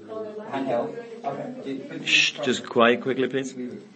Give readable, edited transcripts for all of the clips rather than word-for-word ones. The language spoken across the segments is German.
Just quiet quickly, please.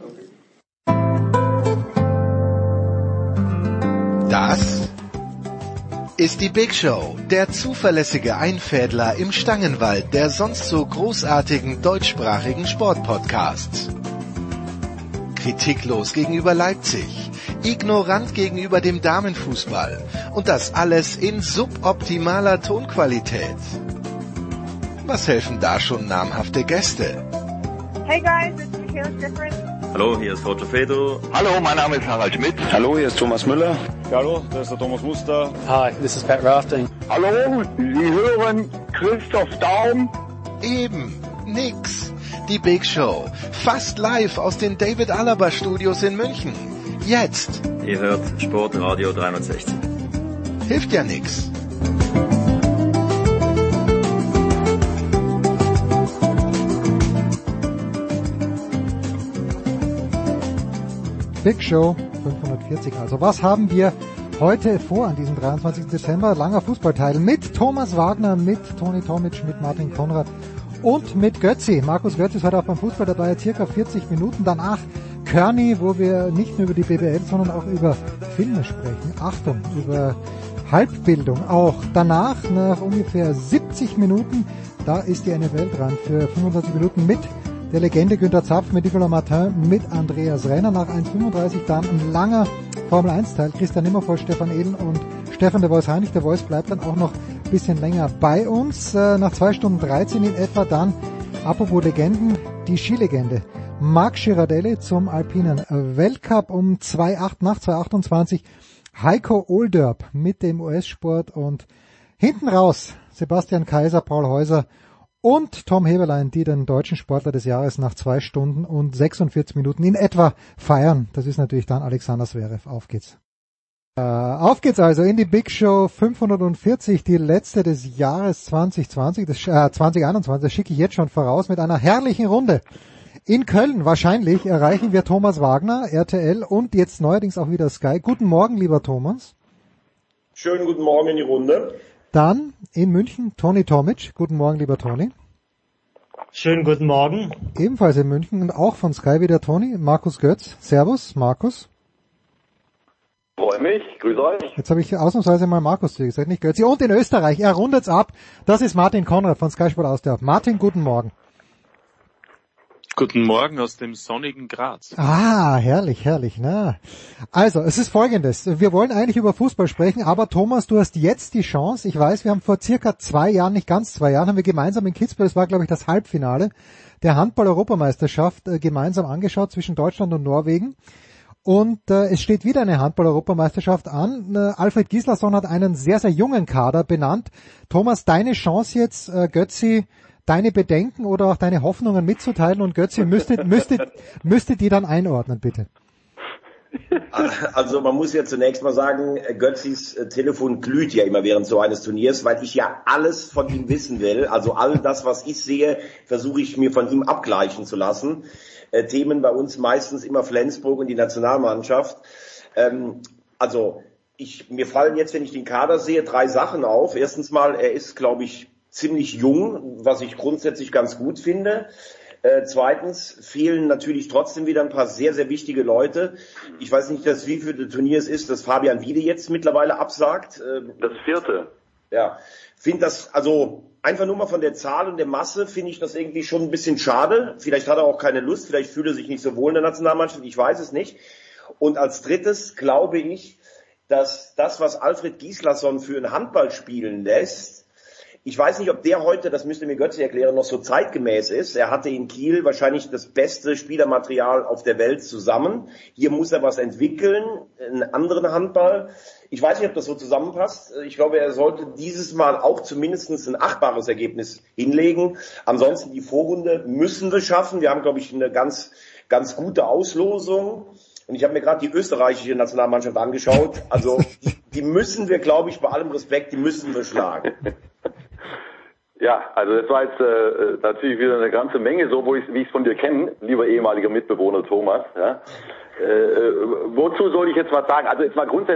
Das ist die Big Show, der zuverlässige Einfädler im Stangenwald der sonst so großartigen deutschsprachigen Sportpodcasts. Kritiklos gegenüber Leipzig, ignorant gegenüber dem Damenfußball und das alles in suboptimaler Tonqualität. Was helfen da schon namhafte Gäste? Hey guys, it's Michaela Schifrin. Hallo, hier ist Roger Fedor. Hallo, mein Name ist Harald Schmidt. Hallo, hier ist Thomas Müller. Hallo, das ist der Thomas Muster. Hi, this is Pat Rafting. Hallo, Sie hören Christoph Daum. Eben, nix. Die Big Show, fast live aus den David Alaba Studios in München. Jetzt. Ihr hört Sportradio 360. Hilft ja nix. Big Show 540. Also was haben wir heute vor an diesem 23. Dezember? Langer Fußballteil mit Thomas Wagner, mit Toni Tomic, mit Martin Konrad und mit Götzi. Markus Götzi ist heute auch beim Fußball dabei, circa 40 Minuten. Danach Körny, wo wir nicht nur über die BBL, sondern auch über Filme sprechen. Achtung, über Halbbildung auch. Danach, nach ungefähr 70 Minuten, da ist die NFL dran für 25 Minuten mit der Legende Günther Zapf, mit Nicolas Martin, mit Andreas Renner. Nach 1,35 dann ein langer Formel-1-Teil. Christian Nimmervoll, Stefan Ehlen und Stefan de Vois-Heinrich. Der Vois bleibt dann auch noch ein bisschen länger bei uns. Nach 2 Stunden 13 in etwa dann, apropos Legenden, die Skilegende Marc Girardelli zum alpinen Weltcup um 2,8 nach 2,28. Heiko Olderb mit dem US-Sport und hinten raus Sebastian Kaiser, Paul Häuser und Tom Heberlein, die den deutschen Sportler des Jahres nach 2 Stunden und 46 Minuten in etwa feiern. Das ist natürlich dann Alexander Zverev. Auf geht's. Auf geht's also in die Big Show 540, die letzte des Jahres 2020, 2021, das schicke ich jetzt schon voraus, mit einer herrlichen Runde. In Köln wahrscheinlich erreichen wir Thomas Wagner, RTL und jetzt neuerdings auch wieder Sky. Guten Morgen, lieber Thomas. Schönen guten Morgen in die Runde. Dann in München Toni Tomic. Guten Morgen, lieber Toni. Schönen guten Morgen. Ebenfalls in München und auch von Sky wieder Toni. Markus Götz. Servus, Markus. Freue mich, grüß euch. Jetzt habe ich ausnahmsweise mal Markus zu gesagt, nicht Götzi. Und in Österreich, er rundet's ab. Das ist Martin Konrad von Sky Sport Austria. Martin, guten Morgen. Guten Morgen aus dem sonnigen Graz. Ah, herrlich, herrlich. Na. Also, es ist Folgendes. Wir wollen eigentlich über Fußball sprechen, aber Thomas, du hast jetzt die Chance. Ich weiß, wir haben vor circa 2 Jahren, nicht ganz 2 Jahren, haben wir gemeinsam in Kitzbühel, es war, glaube ich, das Halbfinale der Handball-Europameisterschaft gemeinsam angeschaut zwischen Deutschland und Norwegen. Und es steht wieder eine Handball-Europameisterschaft an. Alfred Gislason hat einen sehr, sehr jungen Kader benannt. Thomas, deine Chance jetzt, Götzi, deine Bedenken oder auch deine Hoffnungen mitzuteilen und Götzi müsste die dann einordnen, bitte. Also man muss ja zunächst mal sagen, Götzis Telefon glüht ja immer während so eines Turniers, weil ich ja alles von ihm wissen will. Also all das, was ich sehe, versuche ich mir von ihm abgleichen zu lassen. Themen bei uns meistens immer Flensburg und die Nationalmannschaft. Mir fallen jetzt, wenn ich den Kader sehe, 3 Sachen auf. Erstens mal, er ist, glaube ich, ziemlich jung, was ich grundsätzlich ganz gut finde. Zweitens fehlen natürlich trotzdem wieder ein paar sehr, sehr wichtige Leute. Ich weiß nicht, wie viel Turnier es ist, dass Fabian Wiede jetzt mittlerweile absagt. Das 4. Ja, finde das, also einfach nur mal von der Zahl und der Masse finde ich das irgendwie schon ein bisschen schade. Vielleicht hat er auch keine Lust, vielleicht fühlt er sich nicht so wohl in der Nationalmannschaft, ich weiß es nicht. Und als drittes glaube ich, dass das, was Alfred Gislason für ein Handball spielen lässt, ich weiß nicht, ob der heute, das müsste mir Götzi erklären, noch so zeitgemäß ist. Er hatte in Kiel wahrscheinlich das beste Spielermaterial auf der Welt zusammen. Hier muss er was entwickeln, einen anderen Handball. Ich weiß nicht, ob das so zusammenpasst. Ich glaube, er sollte dieses Mal auch zumindest ein achtbares Ergebnis hinlegen. Ansonsten die Vorrunde müssen wir schaffen. Wir haben, glaube ich, eine ganz, ganz gute Auslosung. Und ich habe mir gerade die österreichische Nationalmannschaft angeschaut. Also die müssen wir, glaube ich, bei allem Respekt, die müssen wir schlagen. Ja, also das war jetzt natürlich wieder eine ganze Menge, so wie ich es von dir kenne, lieber ehemaliger Mitbewohner Thomas. Ja. Wozu soll ich jetzt was sagen? Also jetzt mal grundsätzlich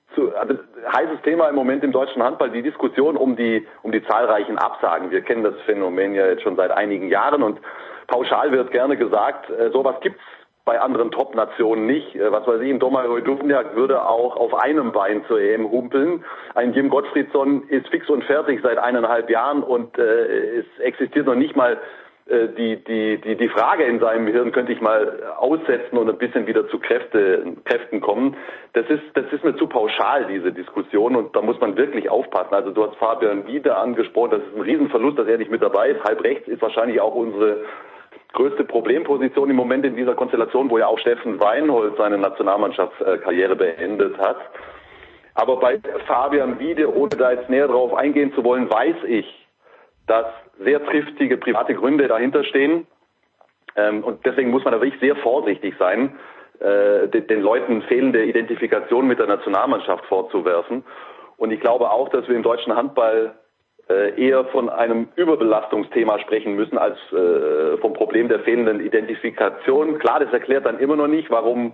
heißes Thema im Moment im deutschen Handball, die Diskussion um die zahlreichen Absagen. Wir kennen das Phänomen ja jetzt schon seit einigen Jahren und pauschal wird gerne gesagt, sowas gibt's bei anderen Top-Nationen nicht. Was weiß ich, ein Domagoj Duvnjak würde auch auf einem Bein zur EM humpeln. Ein Jim Gottfriedson ist fix und fertig seit 1,5 Jahren und es existiert noch nicht mal die Frage in seinem Hirn, könnte ich mal aussetzen und ein bisschen wieder zu Kräften kommen. Das ist mir zu pauschal, diese Diskussion, und da muss man wirklich aufpassen. Also du hast Fabian Wiede angesprochen, das ist ein Riesenverlust, dass er nicht mit dabei ist. Halb rechts ist wahrscheinlich auch unsere größte Problemposition im Moment in dieser Konstellation, wo ja auch Steffen Weinhold seine Nationalmannschaftskarriere beendet hat. Aber bei Fabian Wiede, ohne da jetzt näher drauf eingehen zu wollen, weiß ich, dass sehr triftige private Gründe dahinter stehen. Und deswegen muss man da wirklich sehr vorsichtig sein, den Leuten fehlende Identifikation mit der Nationalmannschaft vorzuwerfen. Und ich glaube auch, dass wir im deutschen Handball eher von einem Überbelastungsthema sprechen müssen als vom Problem der fehlenden Identifikation. Klar, das erklärt dann immer noch nicht, warum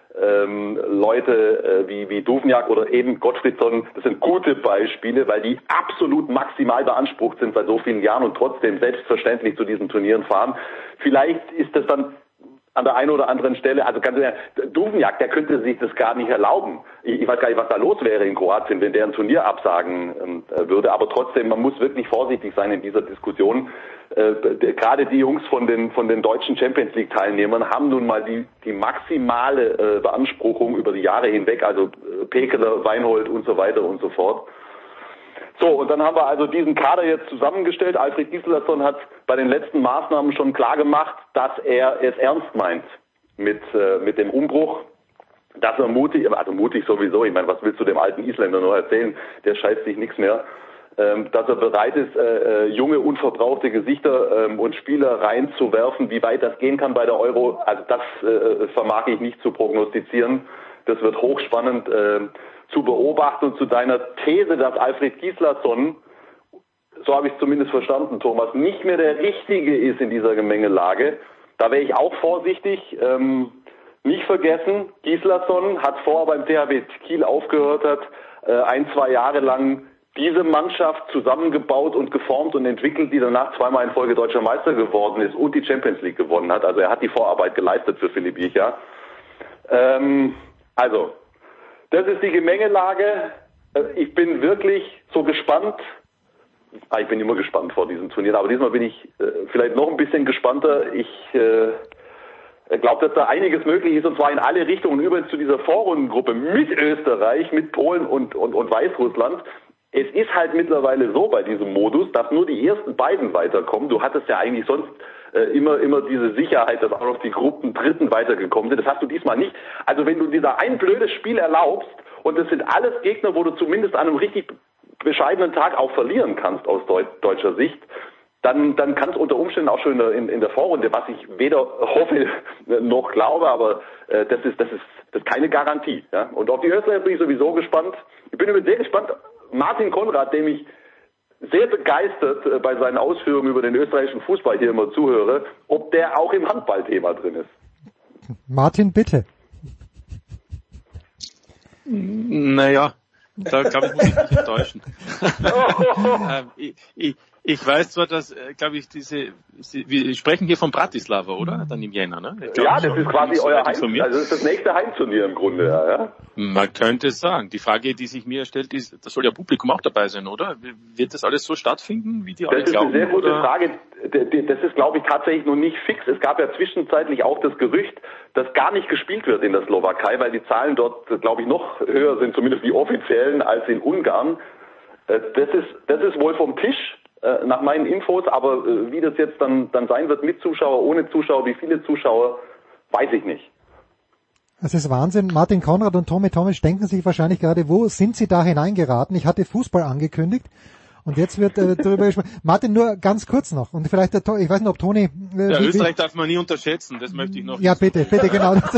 Leute wie Duvnjak oder eben Gottfriedson, das sind gute Beispiele, weil die absolut maximal beansprucht sind seit so vielen Jahren und trotzdem selbstverständlich zu diesen Turnieren fahren. Vielleicht ist das dann an der einen oder anderen Stelle, also ganz ehrlich, Duvnjak, der könnte sich das gar nicht erlauben. Ich weiß gar nicht, was da los wäre in Kroatien, wenn der ein Turnier absagen würde, aber trotzdem, man muss wirklich vorsichtig sein in dieser Diskussion. Gerade die Jungs von den deutschen Champions League Teilnehmern haben nun mal die maximale Beanspruchung über die Jahre hinweg, also Pekeler, Weinhold und so weiter und so fort. So, und dann haben wir also diesen Kader jetzt zusammengestellt. Alfred Gislason hat bei den letzten Maßnahmen schon klar gemacht, dass er es ernst meint mit dem Umbruch, dass er mutig sowieso, ich meine, was willst du dem alten Isländer nur erzählen, der scheißt sich nichts mehr, dass er bereit ist, junge, unverbrauchte Gesichter und Spieler reinzuwerfen. Wie weit das gehen kann bei der Euro, also das vermag ich nicht zu prognostizieren. Das wird hochspannend zu beobachten. Und zu deiner These, dass Alfred Gislason, so habe ich es zumindest verstanden, Thomas, nicht mehr der Richtige ist in dieser Gemengelage, da wäre ich auch vorsichtig. Nicht vergessen, Gislason hat vorher beim THW Kiel aufgehört, hat 1-2 Jahre lang diese Mannschaft zusammengebaut und geformt und entwickelt, die danach 2-mal in Folge deutscher Meister geworden ist und die Champions League gewonnen hat. Also er hat die Vorarbeit geleistet für Philipp Jicha. Also, das ist die Gemengelage. Ich bin wirklich so gespannt. Ich bin immer gespannt vor diesem Turnier, aber diesmal bin ich vielleicht noch ein bisschen gespannter. Ich glaube, dass da einiges möglich ist, und zwar in alle Richtungen. Übrigens zu dieser Vorrundengruppe mit Österreich, mit Polen und Weißrussland. Es ist halt mittlerweile so bei diesem Modus, dass nur die ersten beiden weiterkommen. Du hattest ja eigentlich sonst immer diese Sicherheit, dass auch noch die Gruppen Dritten weitergekommen sind. Das hast du diesmal nicht. Also wenn du dir da ein blödes Spiel erlaubst, und das sind alles Gegner, wo du zumindest an einem richtig bescheidenen Tag auch verlieren kannst aus deutscher Sicht, dann kann es unter Umständen auch schon in der Vorrunde, was ich weder hoffe noch glaube, aber das ist keine Garantie. Ja? Und auf die Österreicher bin ich sowieso gespannt. Ich bin übrigens sehr gespannt, Martin Konrad, dem ich sehr begeistert bei seinen Ausführungen über den österreichischen Fußball hier immer zuhöre, ob der auch im Handballthema drin ist. Martin, bitte. Naja, da glaube ich, muss ich mich enttäuschen. Ich weiß zwar, dass, glaube ich, wir sprechen hier von Bratislava, oder? Dann im Jänner, ne? Ja, das ist quasi euer Heim, also das ist das nächste Heimturnier im Grunde, ja. Man könnte es sagen. Die Frage, die sich mir stellt, ist, da soll ja Publikum auch dabei sein, oder? Wird das alles so stattfinden, wie die alle glauben? Das ist eine sehr gute Frage. Das ist, glaube ich, tatsächlich noch nicht fix. Es gab ja zwischenzeitlich auch das Gerücht, dass gar nicht gespielt wird in der Slowakei, weil die Zahlen dort, glaube ich, noch höher sind, zumindest die offiziellen, als in Ungarn. Das ist wohl vom Tisch, nach meinen Infos, aber wie das jetzt dann sein wird mit Zuschauer, ohne Zuschauer, wie viele Zuschauer, weiß ich nicht. Es ist Wahnsinn. Martin Konrad und Tommy Tomic denken sich wahrscheinlich gerade, wo sind sie da hineingeraten? Ich hatte Fußball angekündigt und jetzt wird darüber gesprochen. Martin, nur ganz kurz noch und vielleicht, ich weiß nicht, ob Toni... Österreich darf man nie unterschätzen, das möchte ich noch... Ja, bitte, genau. Ich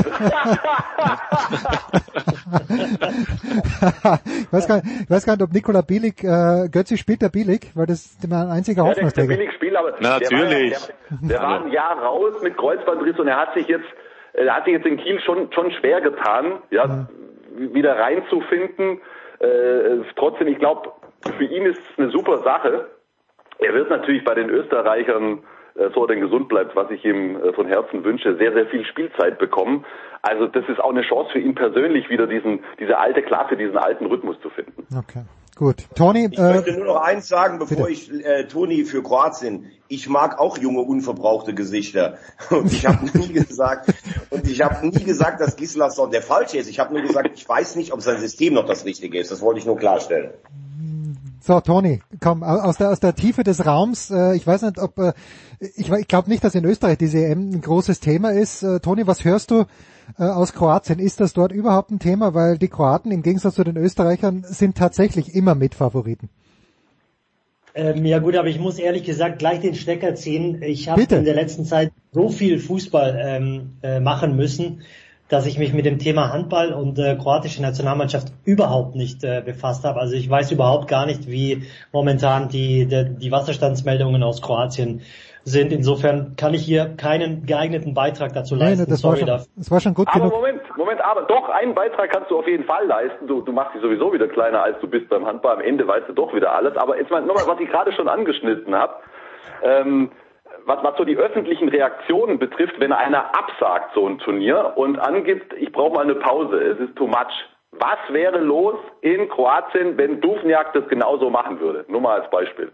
weiß gar nicht, ob Nikola Bilic, Götzi spielt der Bilic, weil das ist mein einziger Hoffnungsträger. Der Bilic spielt, aber natürlich. Der war ein Jahr raus mit Kreuzbandriss und er hat sich jetzt in Kiel schon schwer getan. Ja, wieder reinzufinden. Trotzdem, ich glaube, für ihn ist es eine super Sache. Er wird natürlich bei den Österreichern, so er denn gesund bleibt, was ich ihm von Herzen wünsche, sehr, sehr viel Spielzeit bekommen. Also das ist auch eine Chance für ihn persönlich, wieder diese alte Klasse, diesen alten Rhythmus zu finden. Okay, gut. Toni, ich möchte nur noch eins sagen, bevor ich Toni für Kroatien. Ich mag auch junge, unverbrauchte Gesichter. Und ich habe nie gesagt, dass Gislason der Falsche ist. Ich habe nur gesagt, ich weiß nicht, ob sein System noch das Richtige ist. Das wollte ich nur klarstellen. So, Toni, komm, aus der Tiefe des Raums, ich weiß nicht, ob, ich glaube nicht, dass in Österreich diese EM ein großes Thema ist. Toni, was hörst du aus Kroatien? Ist das dort überhaupt ein Thema? Weil die Kroaten im Gegensatz zu den Österreichern sind tatsächlich immer Mitfavoriten. Ja gut, aber ich muss ehrlich gesagt gleich den Stecker ziehen. Ich habe in der letzten Zeit so viel Fußball machen müssen, dass ich mich mit dem Thema Handball und kroatische Nationalmannschaft überhaupt nicht befasst habe. Also ich weiß überhaupt gar nicht, wie momentan die Wasserstandsmeldungen aus Kroatien sind. Insofern kann ich hier keinen geeigneten Beitrag dazu leisten. Das war schon gut aber genug. Moment, aber doch, einen Beitrag kannst du auf jeden Fall leisten. Du machst dich sowieso wieder kleiner, als du bist beim Handball. Am Ende weißt du doch wieder alles. Aber jetzt mal nochmal, was ich gerade schon angeschnitten habe. Was so die öffentlichen Reaktionen betrifft, wenn einer absagt so ein Turnier und angibt, ich brauche mal eine Pause, es ist too much. Was wäre los in Kroatien, wenn Duvnjak das genauso machen würde? Nur mal als Beispiel.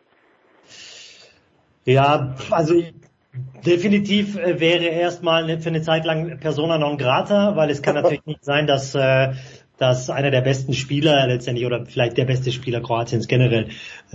Ja, also definitiv wäre erstmal für eine Zeit lang Persona non grata, weil es kann natürlich nicht sein, dass einer der besten Spieler letztendlich oder vielleicht der beste Spieler Kroatiens generell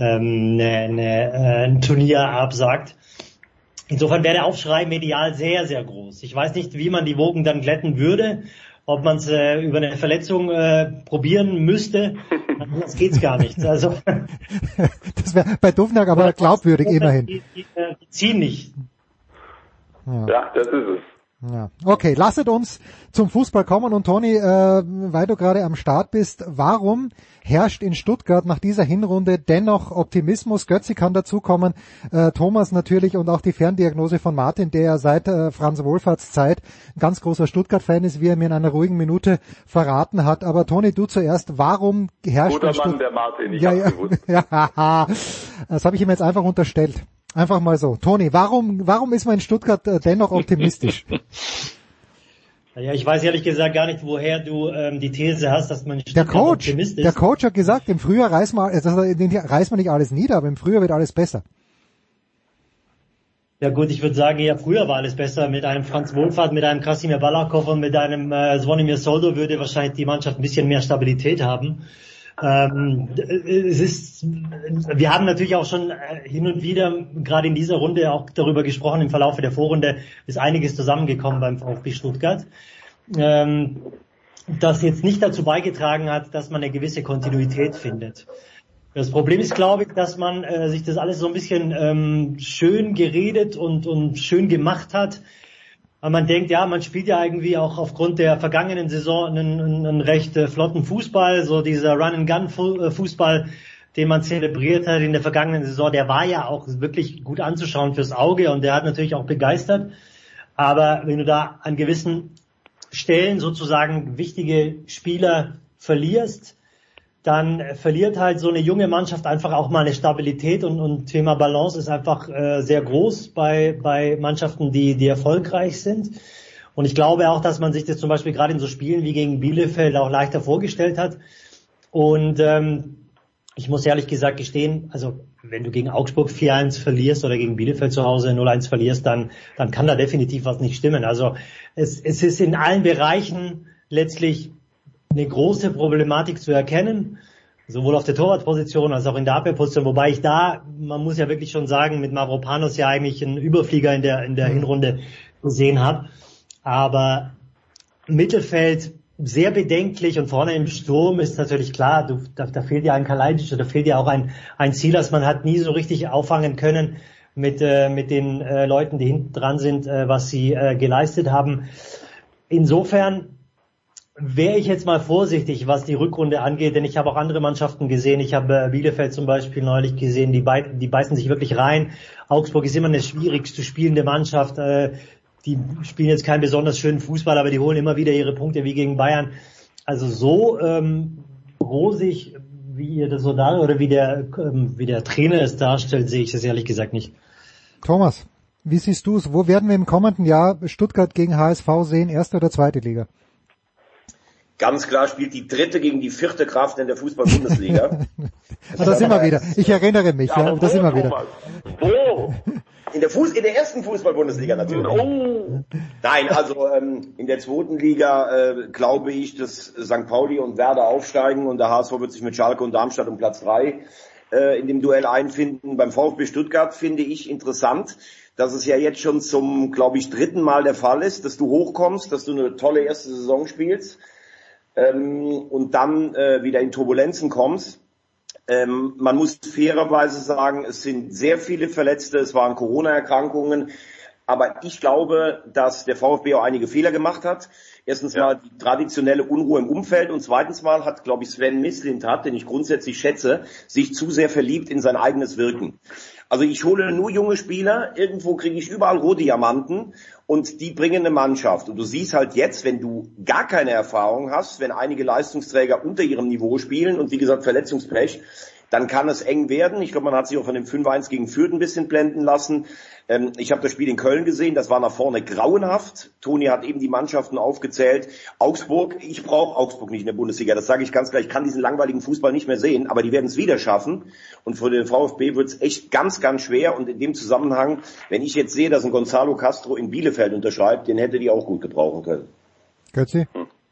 ein Turnier absagt. Insofern wäre der Aufschrei medial sehr, sehr groß. Ich weiß nicht, wie man die Wogen dann glätten würde, ob man es über eine Verletzung probieren müste. Das geht's gar nicht. Also das wäre bei Duvnjak aber glaubwürdig immerhin. Die ziehen nicht. Ja, das ist es. Ja. Okay, lasset uns zum Fußball kommen und Toni, weil du gerade am Start bist, warum herrscht in Stuttgart nach dieser Hinrunde dennoch Optimismus? Götzi kann dazukommen, Thomas natürlich und auch die Ferndiagnose von Martin, der ja seit Franz Wohlfahrts Zeit ein ganz großer Stuttgart-Fan ist, wie er mir in einer ruhigen Minute verraten hat. Aber Toni, du zuerst, warum herrscht guter Mann, der Martin, ich hab's gewusst. Ja, das habe ich ihm jetzt einfach unterstellt. Einfach mal so. Toni, warum ist man in Stuttgart dennoch optimistisch? Ja, ich weiß ehrlich gesagt gar nicht, woher du die These hast, dass man in Stuttgart optimistisch ist. Der Coach hat gesagt, im Frühjahr reißt man nicht alles nieder, aber im Frühjahr wird alles besser. Ja gut, ich würde sagen, ja, früher war alles besser. Mit einem Franz Wohlfahrt, mit einem Krasimir Balakov und mit einem Zvonimir Soldo würde wahrscheinlich die Mannschaft ein bisschen mehr Stabilität haben. Wir haben natürlich auch schon hin und wieder, gerade in dieser Runde, auch darüber gesprochen, im Verlauf der Vorrunde ist einiges zusammengekommen beim VfB Stuttgart, das jetzt nicht dazu beigetragen hat, dass man eine gewisse Kontinuität findet. Das Problem ist, glaube ich, dass man sich das alles so ein bisschen schön geredet und schön gemacht hat. Aber man denkt, ja, man spielt ja irgendwie auch aufgrund der vergangenen Saison einen recht flotten Fußball, so dieser Run-and-Gun-Fußball, den man zelebriert hat in der vergangenen Saison, der war ja auch wirklich gut anzuschauen fürs Auge und der hat natürlich auch begeistert. Aber wenn du da an gewissen Stellen sozusagen wichtige Spieler verlierst, dann verliert halt so eine junge Mannschaft einfach auch mal eine Stabilität und Thema Balance ist einfach sehr groß bei Mannschaften, die erfolgreich sind. Und ich glaube auch, dass man sich das zum Beispiel gerade in so Spielen wie gegen Bielefeld auch leichter vorgestellt hat. Und ich muss ehrlich gesagt gestehen, also wenn du gegen Augsburg 4-1 verlierst oder gegen Bielefeld zu Hause 0-1 verlierst, dann kann da definitiv was nicht stimmen. Also es ist in allen Bereichen letztlich eine große Problematik zu erkennen, sowohl auf der Torwartposition als auch in der Abwehrposition, wobei man muss ja wirklich schon sagen, mit Mavropanos ja eigentlich einen Überflieger in der Hinrunde gesehen habe. Aber Mittelfeld sehr bedenklich und vorne im Sturm ist natürlich klar, da fehlt ja ein Kalajdzic, da fehlt ja auch ein Silas, man hat nie so richtig auffangen können mit den Leuten, die hinten dran sind, was sie geleistet haben. Insofern wäre ich jetzt mal vorsichtig, was die Rückrunde angeht, denn ich habe auch andere Mannschaften gesehen. Ich habe Bielefeld zum Beispiel neulich gesehen, die beißen sich wirklich rein. Augsburg ist immer eine schwierig zu spielende Mannschaft. Die spielen jetzt keinen besonders schönen Fußball, aber die holen immer wieder ihre Punkte wie gegen Bayern. Also so rosig, wie ihr das so da oder wie der Trainer es darstellt, sehe ich das ehrlich gesagt nicht. Thomas, wie siehst du es? Wo werden wir im kommenden Jahr Stuttgart gegen HSV sehen, erste oder zweite Liga? Ganz klar spielt die dritte gegen die vierte Kraft in der Fußball-Bundesliga. Da sind wir wieder. Ich erinnere mich. Ja, da sind wir wieder. Wo? In der ersten Fußball-Bundesliga natürlich. Oh. Nein, also in der zweiten Liga glaube ich, dass St. Pauli und Werder aufsteigen und der HSV wird sich mit Schalke und Darmstadt um Platz 3 in dem Duell einfinden. Beim VfB Stuttgart finde ich interessant, dass es ja jetzt schon zum, glaube ich, 3. Mal der Fall ist, dass du hochkommst, dass du eine tolle erste Saison spielst und dann wieder in Turbulenzen kommst. Man muss fairerweise sagen, es sind sehr viele Verletzte, es waren Corona-Erkrankungen, aber ich glaube, dass der VfB auch einige Fehler gemacht hat. Erstens mal die traditionelle Unruhe im Umfeld und zweitens mal hat, glaube ich, Sven Mislintat, den ich grundsätzlich schätze, sich zu sehr verliebt in sein eigenes Wirken. Also ich hole nur junge Spieler, irgendwo kriege ich überall Rohdiamanten und die bringen eine Mannschaft. Und du siehst halt jetzt, wenn du gar keine Erfahrung hast, wenn einige Leistungsträger unter ihrem Niveau spielen und wie gesagt Verletzungspech, dann kann es eng werden. Ich glaube, man hat sich auch von dem 5-1 gegen Fürth ein bisschen blenden lassen. Ich habe das Spiel in Köln gesehen, das war nach vorne grauenhaft. Toni hat eben die Mannschaften aufgezählt. Augsburg, ich brauche Augsburg nicht in der Bundesliga, das sage ich ganz klar. Ich kann diesen langweiligen Fußball nicht mehr sehen, aber die werden es wieder schaffen. Und für den VfB wird es echt ganz, ganz schwer. Und in dem Zusammenhang, wenn ich jetzt sehe, dass ein Gonzalo Castro in Bielefeld unterschreibt, den hätte die auch gut gebrauchen können. Götzi?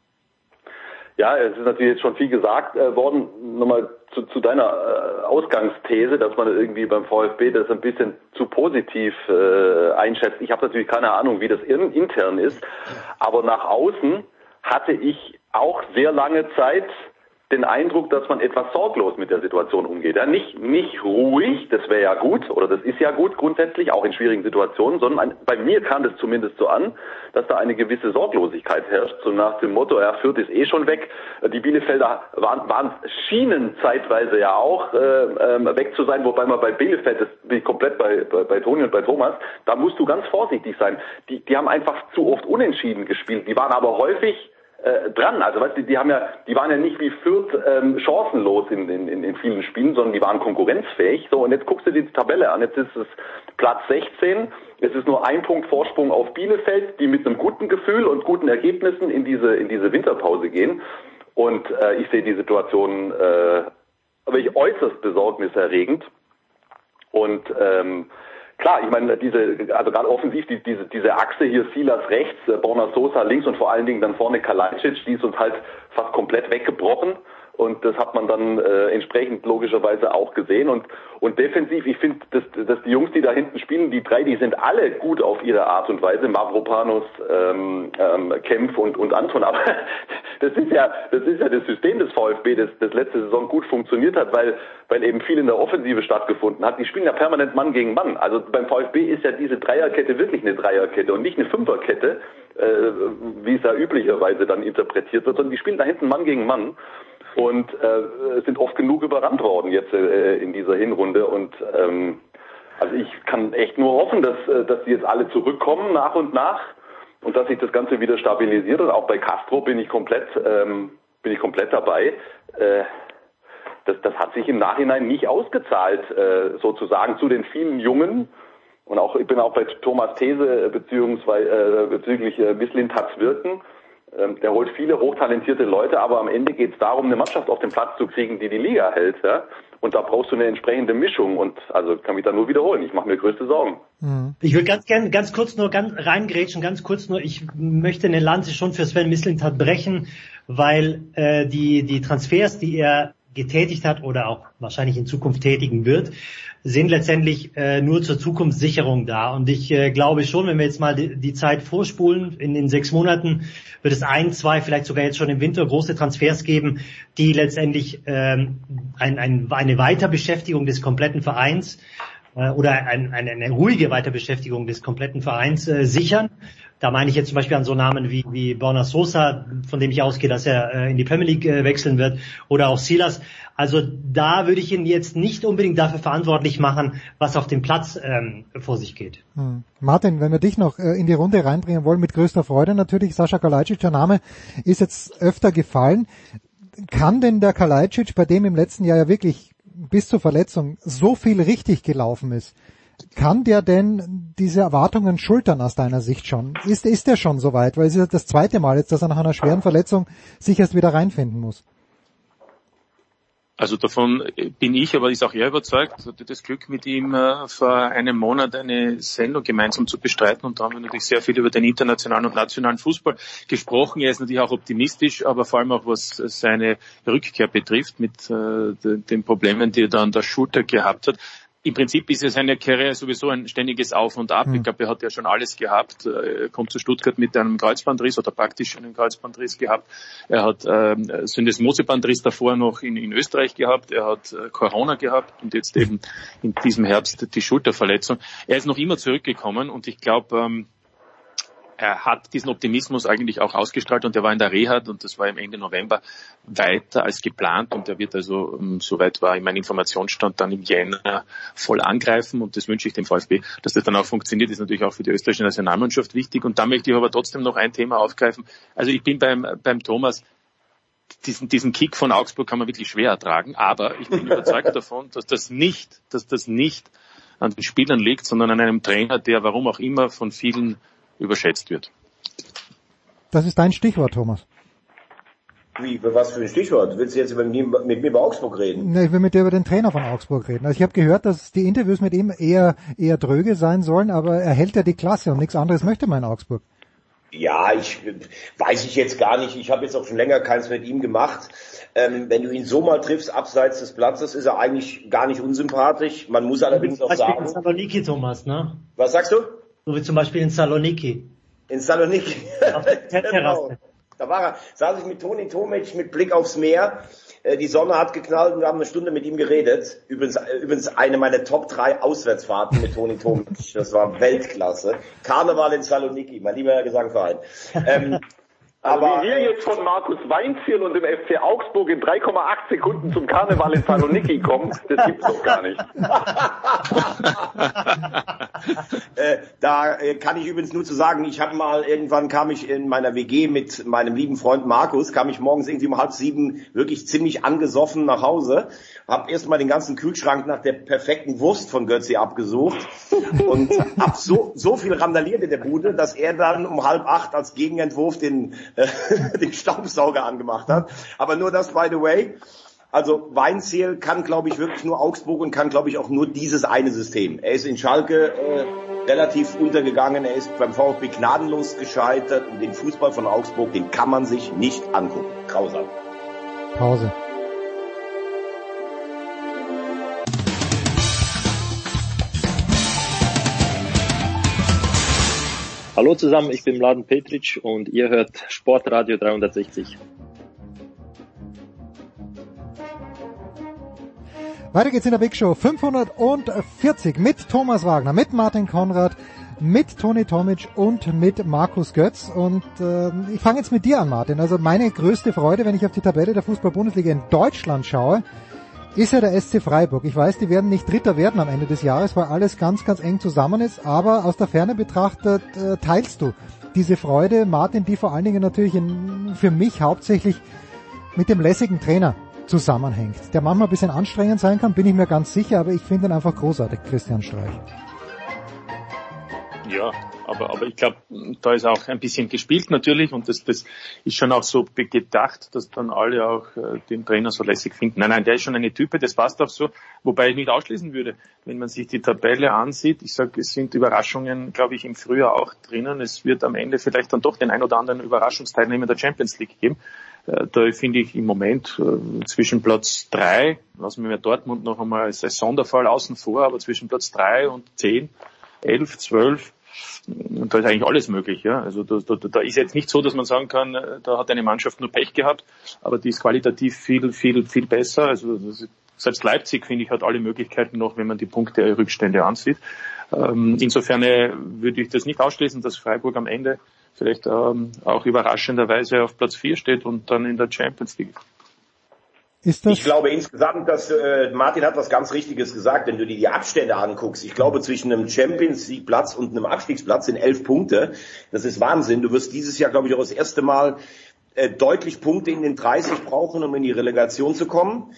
Ja, es ist natürlich jetzt schon viel gesagt worden. Nochmal zu deiner Ausgangsthese, dass man irgendwie beim VfB das ein bisschen zu positiv einschätzt. Ich habe natürlich keine Ahnung, wie das intern ist, aber nach außen hatte ich auch sehr lange Zeit den Eindruck, dass man etwas sorglos mit der Situation umgeht. Ja, nicht ruhig, das wäre ja gut, oder das ist ja gut grundsätzlich, auch in schwierigen Situationen, sondern bei mir kam das zumindest so an, dass da eine gewisse Sorglosigkeit herrscht, so nach dem Motto, ja, Fürth ist eh schon weg. Die Bielefelder schienen zeitweise ja auch weg zu sein, wobei man bei Bielefeld, das bin ich komplett bei Toni und bei Thomas, da musst du ganz vorsichtig sein. Die haben einfach zu oft unentschieden gespielt, die waren aber häufig dran. Also weißt du, die waren ja nicht wie Fürth chancenlos in vielen Spielen, sondern die waren konkurrenzfähig. So, und jetzt guckst du dir die Tabelle an. Jetzt ist es Platz 16. Es ist nur 1 Punkt Vorsprung auf Bielefeld, die mit einem guten Gefühl und guten Ergebnissen in diese Winterpause gehen. Und ich sehe die Situation wirklich äußerst besorgniserregend. Und klar, ich meine, also gerade offensiv, diese Achse hier, Silas rechts, Borna Sosa links und vor allen Dingen dann vorne Kalajdzic, die ist uns halt fast komplett weggebrochen. Und das hat man dann entsprechend logischerweise auch gesehen. Und defensiv, ich finde, dass die Jungs, die da hinten spielen, die 3, die sind alle gut auf ihre Art und Weise. Mavropanos, Kempf und Anton. Aber das ist ja das System des VfB, das letzte Saison gut funktioniert hat, weil eben viel in der Offensive stattgefunden hat. Die spielen ja permanent Mann gegen Mann. Also beim VfB ist ja diese Dreierkette wirklich eine Dreierkette und nicht eine Fünferkette, wie es ja üblicherweise dann interpretiert wird, sondern die spielen da hinten Mann gegen Mann. Und sind oft genug überrannt worden jetzt in dieser Hinrunde. Und also ich kann echt nur hoffen, dass die jetzt alle zurückkommen nach und nach und dass sich das Ganze wieder stabilisiert. Und auch bei Castro bin ich komplett dabei. Das hat sich im Nachhinein nicht ausgezahlt, sozusagen zu den vielen Jungen. Und auch ich bin auch bei Thomas' These bezüglich Mislintats Wirken. Der holt viele hochtalentierte Leute, aber am Ende geht es darum, eine Mannschaft auf den Platz zu kriegen, die Liga hält. Ja? Und da brauchst du eine entsprechende Mischung. Und also kann mich da nur wiederholen. Ich mache mir größte Sorgen. Ich würde ganz kurz reingrätschen, ich möchte eine Lanze schon für Sven Mislintat brechen, weil die Transfers, die er getätigt hat oder auch wahrscheinlich in Zukunft tätigen wird, sind letztendlich nur zur Zukunftssicherung da. Und ich glaube schon, wenn wir jetzt mal die Zeit vorspulen, in den 6 Monaten wird es 1, 2, vielleicht sogar jetzt schon im Winter große Transfers geben, die letztendlich eine Weiterbeschäftigung des kompletten Vereins oder eine ruhige Weiterbeschäftigung des kompletten Vereins sichern. Da meine ich jetzt zum Beispiel an so Namen wie Borna Sosa, von dem ich ausgehe, dass er in die Premier League wechseln wird, oder auch Silas. Also da würde ich ihn jetzt nicht unbedingt dafür verantwortlich machen, was auf dem Platz vor sich geht. Martin, wenn wir dich noch in die Runde reinbringen wollen, mit größter Freude natürlich. Sascha Kalajdzic, der Name ist jetzt öfter gefallen. Kann denn der Kalajdzic, bei dem im letzten Jahr ja wirklich bis zur Verletzung so viel richtig gelaufen ist, kann der denn diese Erwartungen schultern aus deiner Sicht schon? Ist der schon soweit? Weil es ist das zweite Mal jetzt, dass er nach einer schweren Verletzung sich erst wieder reinfinden muss. Also davon bin ich, aber ist auch er überzeugt. Ich hatte das Glück, mit ihm vor einem Monat eine Sendung gemeinsam zu bestreiten, und da haben wir natürlich sehr viel über den internationalen und nationalen Fußball gesprochen. Er ist natürlich auch optimistisch, aber vor allem auch was seine Rückkehr betrifft mit den Problemen, die er da an der Schulter gehabt hat. Im Prinzip ist ja seine Karriere sowieso ein ständiges Auf und Ab. Ich glaube, er hat ja schon alles gehabt. Er kommt zu Stuttgart mit einem Kreuzbandriss oder praktisch einen Kreuzbandriss gehabt. Er hat Syndesmosebandriss davor noch in Österreich gehabt. Er hat Corona gehabt und jetzt eben in diesem Herbst die Schulterverletzung. Er ist noch immer zurückgekommen, und ich glaube, er hat diesen Optimismus eigentlich auch ausgestrahlt, und er war in der Reha, und das war im Ende November, weiter als geplant, und er wird also, soweit war in meinem Informationsstand, dann im Jänner voll angreifen, und das wünsche ich dem VfB, dass das dann auch funktioniert, ist natürlich auch für die österreichische Nationalmannschaft wichtig. Und da möchte ich aber trotzdem noch ein Thema aufgreifen. Also ich bin beim Thomas, diesen Kick von Augsburg kann man wirklich schwer ertragen, aber ich bin überzeugt davon, dass das nicht an den Spielern liegt, sondern an einem Trainer, der warum auch immer von vielen überschätzt wird. Das ist dein Stichwort, Thomas. Wie, was für ein Stichwort? Willst du jetzt mit mir über Augsburg reden? Ne, ich will mit dir über den Trainer von Augsburg reden. Also ich habe gehört, dass die Interviews mit ihm eher dröge sein sollen, aber er hält ja die Klasse und nichts anderes möchte man in Augsburg. Ja, weiß ich jetzt gar nicht. Ich habe jetzt auch schon länger keins mit ihm gemacht. Wenn du ihn so mal triffst, abseits des Platzes, ist er eigentlich gar nicht unsympathisch. Man muss allerdings auch sagen... In Saloniki, Thomas, ne? Was sagst du? So wie zum Beispiel in Saloniki. In Saloniki. Genau. Da saß ich mit Toni Tomic mit Blick aufs Meer. Die Sonne hat geknallt und wir haben eine Stunde mit ihm geredet. Übrigens eine meiner Top 3 Auswärtsfahrten mit Toni Tomic. Das war Weltklasse. Karneval in Saloniki, mein lieber Gesangverein. Aber wie wir jetzt von Markus Weinzierl und dem FC Augsburg in 3,8 Sekunden zum Karneval in Saloniki kommen, das gibt's doch gar nicht. Da kann ich übrigens nur zu sagen, irgendwann kam ich in meiner WG mit meinem lieben Freund Markus, kam ich morgens irgendwie um 6:30 wirklich ziemlich angesoffen nach Hause, hab erstmal den ganzen Kühlschrank nach der perfekten Wurst von Götzi abgesucht und hab so viel randaliert in der Bude, dass er dann um 7:30 als Gegenentwurf den Staubsauger angemacht hat. Aber nur das, by the way. Also Weinzierl kann, glaube ich, wirklich nur Augsburg und kann, glaube ich, auch nur dieses eine System. Er ist in Schalke relativ untergegangen, er ist beim VfB gnadenlos gescheitert und den Fußball von Augsburg, den kann man sich nicht angucken. Grausam. Pause. Hallo zusammen, ich bin Mladen Petric und ihr hört Sportradio 360. Weiter geht's in der Big Show 540 mit Thomas Wagner, mit Martin Konrad, mit Toni Tomic und mit Markus Götz. Und ich fange jetzt mit dir an, Martin. Also meine größte Freude, wenn ich auf die Tabelle der Fußball-Bundesliga in Deutschland schaue, ist ja der SC Freiburg. Ich weiß, die werden nicht Dritter werden am Ende des Jahres, weil alles ganz, ganz eng zusammen ist, aber aus der Ferne betrachtet teilst du diese Freude, Martin, die vor allen Dingen natürlich für mich hauptsächlich mit dem lässigen Trainer zusammenhängt, der manchmal ein bisschen anstrengend sein kann, bin ich mir ganz sicher, aber ich finde ihn einfach großartig, Christian Streich. Ja, aber ich glaube, da ist auch ein bisschen gespielt natürlich, und das ist schon auch so gedacht, dass dann alle auch den Trainer so lässig finden. Nein, der ist schon eine Type, das passt auch so, wobei ich nicht ausschließen würde, wenn man sich die Tabelle ansieht. Ich sage, es sind Überraschungen, glaube ich, im Frühjahr auch drinnen. Es wird am Ende vielleicht dann doch den ein oder anderen Überraschungsteilnehmer der Champions League geben. Da finde ich im Moment zwischen Platz 3, lassen wir Dortmund noch einmal als Sonderfall außen vor, aber zwischen Platz 3 und 10, 11, 12, und da ist eigentlich alles möglich. Ja. Also da ist jetzt nicht so, dass man sagen kann, da hat eine Mannschaft nur Pech gehabt, aber die ist qualitativ viel besser. Also Selbst Leipzig, finde ich, hat alle Möglichkeiten noch, wenn man die Punkte-Rückstände ansieht. Insofern würde ich das nicht ausschließen, dass Freiburg am Ende vielleicht auch überraschenderweise auf Platz 4 steht und dann in der Champions League. Ich glaube insgesamt, dass Martin hat was ganz Richtiges gesagt, wenn du dir die Abstände anguckst. Ich glaube, zwischen einem Champions League Platz und einem Abstiegsplatz sind 11 Punkte. Das ist Wahnsinn. Du wirst dieses Jahr, glaube ich, auch das erste Mal deutlich Punkte in den 30 brauchen, um in die Relegation zu kommen.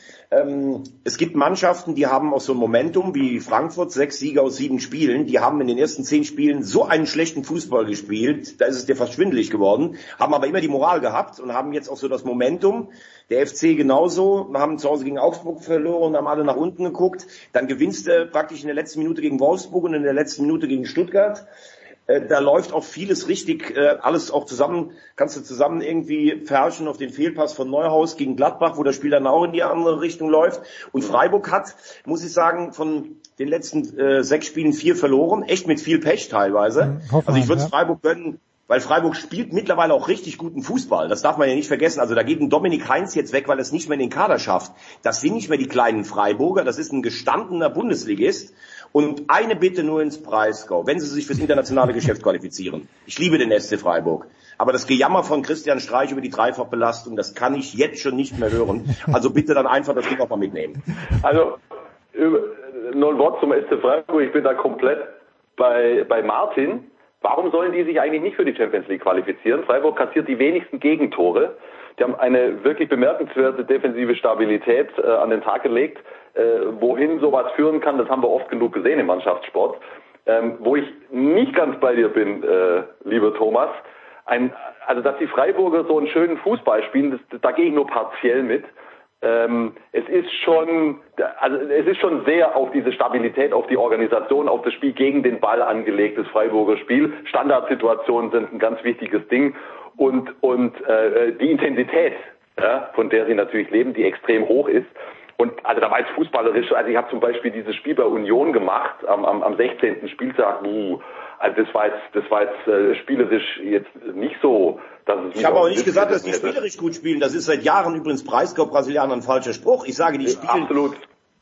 Es gibt Mannschaften, die haben auch so ein Momentum wie Frankfurt, 6 Siege aus 7 Spielen. Die haben in den ersten 10 Spielen so einen schlechten Fußball gespielt, da ist es dir fast schwindelig geworden, haben aber immer die Moral gehabt und haben jetzt auch so das Momentum. Der FC genauso, wir haben zu Hause gegen Augsburg verloren, haben alle nach unten geguckt. Dann gewinnst du praktisch in der letzten Minute gegen Wolfsburg und in der letzten Minute gegen Stuttgart. Da läuft auch vieles richtig, alles auch zusammen, kannst du zusammen irgendwie verherrschen auf den Fehlpass von Neuhaus gegen Gladbach, wo das Spiel dann auch in die andere Richtung läuft. Und Freiburg hat, muss ich sagen, von den letzten 6 Spielen 4 verloren, echt mit viel Pech teilweise. Also ich würde es Freiburg gönnen, weil Freiburg spielt mittlerweile auch richtig guten Fußball. Das darf man ja nicht vergessen. Also da geht ein Dominik Heinz jetzt weg, weil er es nicht mehr in den Kader schafft. Das sind nicht mehr die kleinen Freiburger, das ist ein gestandener Bundesligist. Und eine Bitte nur ins Breisgau, wenn Sie sich fürs internationale Geschäft qualifizieren. Ich liebe den SC Freiburg. Aber das Gejammer von Christian Streich über die Dreifachbelastung, das kann ich jetzt schon nicht mehr hören. Also bitte dann einfach das Ding auch mal mitnehmen. Also, nur ein Wort zum SC Freiburg. Ich bin da komplett bei Martin. Warum sollen die sich eigentlich nicht für die Champions League qualifizieren? Freiburg kassiert die wenigsten Gegentore. Die haben eine wirklich bemerkenswerte defensive Stabilität an den Tag gelegt. Wohin sowas führen kann, das haben wir oft genug gesehen im Mannschaftssport. Wo ich nicht ganz bei dir bin, lieber Thomas, also dass die Freiburger so einen schönen Fußball spielen, da gehe ich nur partiell mit. Es ist schon sehr auf diese Stabilität, auf die Organisation, auf das Spiel gegen den Ball angelegtes Freiburger Spiel. Standardsituationen sind ein ganz wichtiges Ding und die Intensität, ja, von der sie natürlich leben, die extrem hoch ist. Und also da war es fußballerisch, also ich habe zum Beispiel dieses Spiel bei Union gemacht am 16. Spieltag. Also das war jetzt spielerisch jetzt nicht so, dass es Ich habe auch nicht gesagt, dass die spielerisch gut spielen. Das ist seit Jahren übrigens Breisgau Brasilianer ein falscher Spruch. Ich sage, die spielen absolut.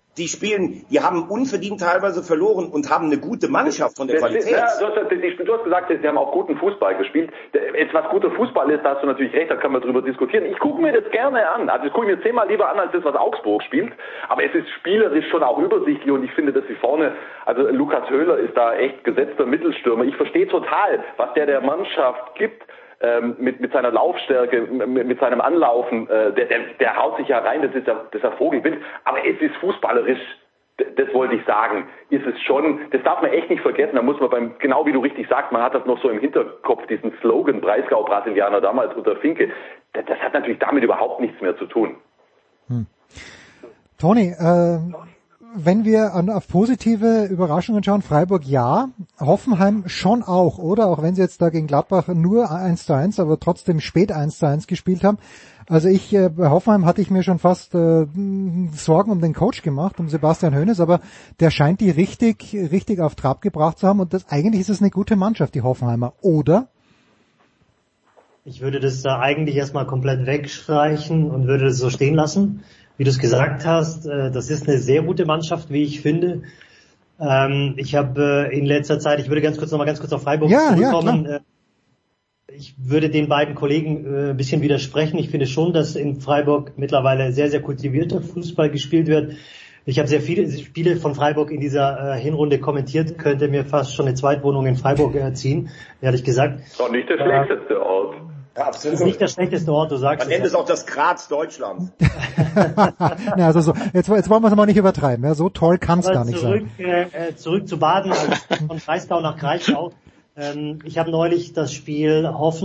Die haben unverdient teilweise verloren und haben eine gute Mannschaft von der Qualität. Ja, du hast gesagt, sie haben auch guten Fußball gespielt. Jetzt, was guter Fußball ist, da hast du natürlich recht, da können wir drüber diskutieren. Ich gucke mir das gerne an. Also ich gucke mir 10-mal lieber an, als das, was Augsburg spielt. Aber es ist spielerisch schon auch übersichtlich und ich finde, dass sie vorne, also Lukas Höhler ist da echt gesetzter Mittelstürmer. Ich verstehe total, was der Mannschaft gibt. Mit seiner Laufstärke, mit seinem Anlaufen, der haut sich ja rein, das ist ja Vogelwild, aber es ist fußballerisch, das wollte ich sagen, ist es schon, das darf man echt nicht vergessen, da muss man genau wie du richtig sagst, man hat das noch so im Hinterkopf, diesen Slogan Breisgau Brasilianer damals unter Finke, das hat natürlich damit überhaupt nichts mehr zu tun. Toni, wenn wir auf positive Überraschungen schauen, Freiburg ja, Hoffenheim schon auch, oder? Auch wenn sie jetzt da gegen Gladbach nur 1:1, aber trotzdem spät 1:1 gespielt haben. Also bei Hoffenheim hatte ich mir schon fast Sorgen um den Coach gemacht, um Sebastian Hoeneß, aber der scheint die richtig auf Trab gebracht zu haben und eigentlich ist es eine gute Mannschaft, die Hoffenheimer, oder? Ich würde das eigentlich erstmal komplett wegstreichen und würde das so stehen lassen. Wie du es gesagt hast, das ist eine sehr gute Mannschaft, wie ich finde. Ich habe in letzter Zeit, ich würde ganz kurz auf Freiburg zurückkommen. Ja, ich würde den beiden Kollegen ein bisschen widersprechen. Ich finde schon, dass in Freiburg mittlerweile sehr, sehr kultivierter Fußball gespielt wird. Ich habe sehr viele Spiele von Freiburg in dieser Hinrunde kommentiert, könnte mir fast schon eine Zweitwohnung in Freiburg ziehen, ehrlich gesagt. Doch nicht der schlechteste Ort. Ja, absolut. Das ist nicht der schlechteste Ort, du sagst. Man nennt es auch das Graz Deutschlands. Ja, also so, jetzt wollen wir es mal nicht übertreiben. Ja, so toll kann es gar nicht sein. Zurück zu Baden, also von Breisgau nach Kraichgau. Ich habe neulich das Spiel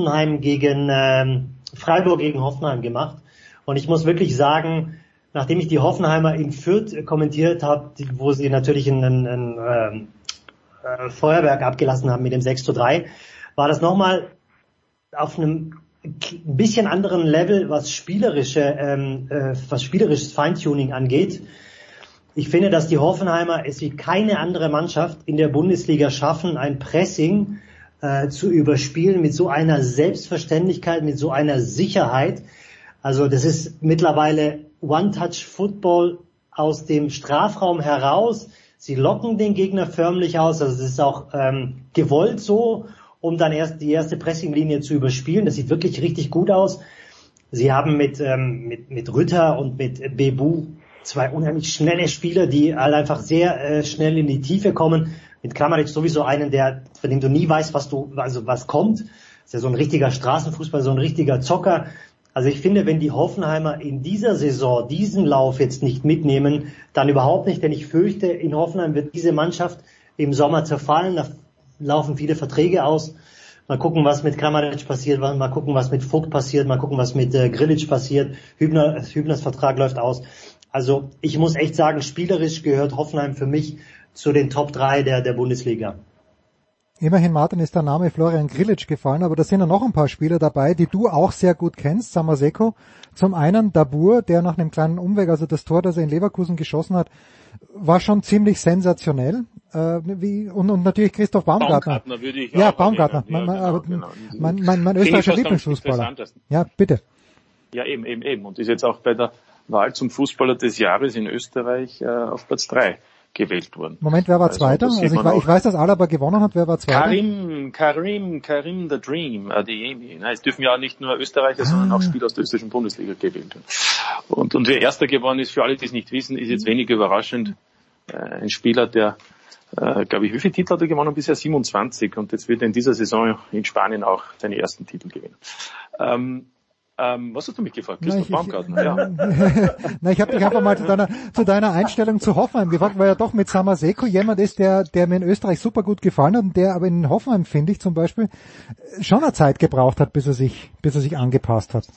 Freiburg gegen Hoffenheim gemacht. Und ich muss wirklich sagen, nachdem ich die Hoffenheimer in Fürth kommentiert habe, wo sie natürlich ein Feuerwerk abgelassen haben mit dem 6:3, war das nochmal auf einem ein bisschen anderen Level, was spielerisches Feintuning angeht. Ich finde, dass die Hoffenheimer es wie keine andere Mannschaft in der Bundesliga schaffen, ein Pressing zu überspielen mit so einer Selbstverständlichkeit, mit so einer Sicherheit. Also das ist mittlerweile One-Touch-Football aus dem Strafraum heraus. Sie locken den Gegner förmlich aus. Also es ist auch gewollt so, um dann erst die erste Pressinglinie zu überspielen. Das sieht wirklich richtig gut aus. Sie haben mit Rütter und mit Bebu zwei unheimlich schnelle Spieler, die halt einfach sehr schnell in die Tiefe kommen. Mit Kramaric sowieso einen, von dem du nie weißt, was kommt. Das ist ja so ein richtiger Straßenfußball, so ein richtiger Zocker. Also ich finde, wenn die Hoffenheimer in dieser Saison diesen Lauf jetzt nicht mitnehmen, dann überhaupt nicht, denn ich fürchte, in Hoffenheim wird diese Mannschaft im Sommer zerfallen. Da laufen viele Verträge aus. Mal gucken, was mit Kramaric passiert, mal gucken, was mit Vogt passiert, mal gucken, was mit Grilic passiert. Hübners Vertrag läuft aus. Also ich muss echt sagen, spielerisch gehört Hoffenheim für mich zu den Top 3 der Bundesliga. Immerhin, Martin, ist der Name Florian Grilic gefallen, aber da sind ja noch ein paar Spieler dabei, die du auch sehr gut kennst. Samaseko, zum einen Dabur, der nach einem kleinen Umweg, also das Tor, das er in Leverkusen geschossen hat, war schon ziemlich sensationell. Und natürlich Christoph Baumgartner. Würde ich ja, auch Baumgartner. Genau. Mein österreichischer Lieblingsfußballer. Ja, bitte. Ja, eben. Und ist jetzt auch bei der Wahl zum Fußballer des Jahres in Österreich auf Platz 3 gewählt worden. Moment, wer war Zweiter? Also ich weiß, dass Alaba gewonnen hat. Wer war Zweiter? Karim the Dream, Adeyemi. Es dürfen ja nicht nur Österreicher, sondern auch Spieler aus der österreichischen Bundesliga gewählt werden. Und wer Erster geworden ist, für alle, die es nicht wissen, ist jetzt wenig überraschend. Ein Spieler, der, glaube ich, wie viele Titel hat er gewonnen? Bisher 27. Und jetzt wird er in dieser Saison in Spanien auch seine ersten Titel gewinnen. Was hast du mich gefragt? Christoph Baumgartner, ja. Ich habe dich einfach mal zu deiner Einstellung zu Hoffenheim gefragt, weil er doch mit Samaseko jemand ist, der mir in Österreich super gut gefallen hat und der aber in Hoffenheim, finde ich zum Beispiel, schon eine Zeit gebraucht hat, bis er sich angepasst hat.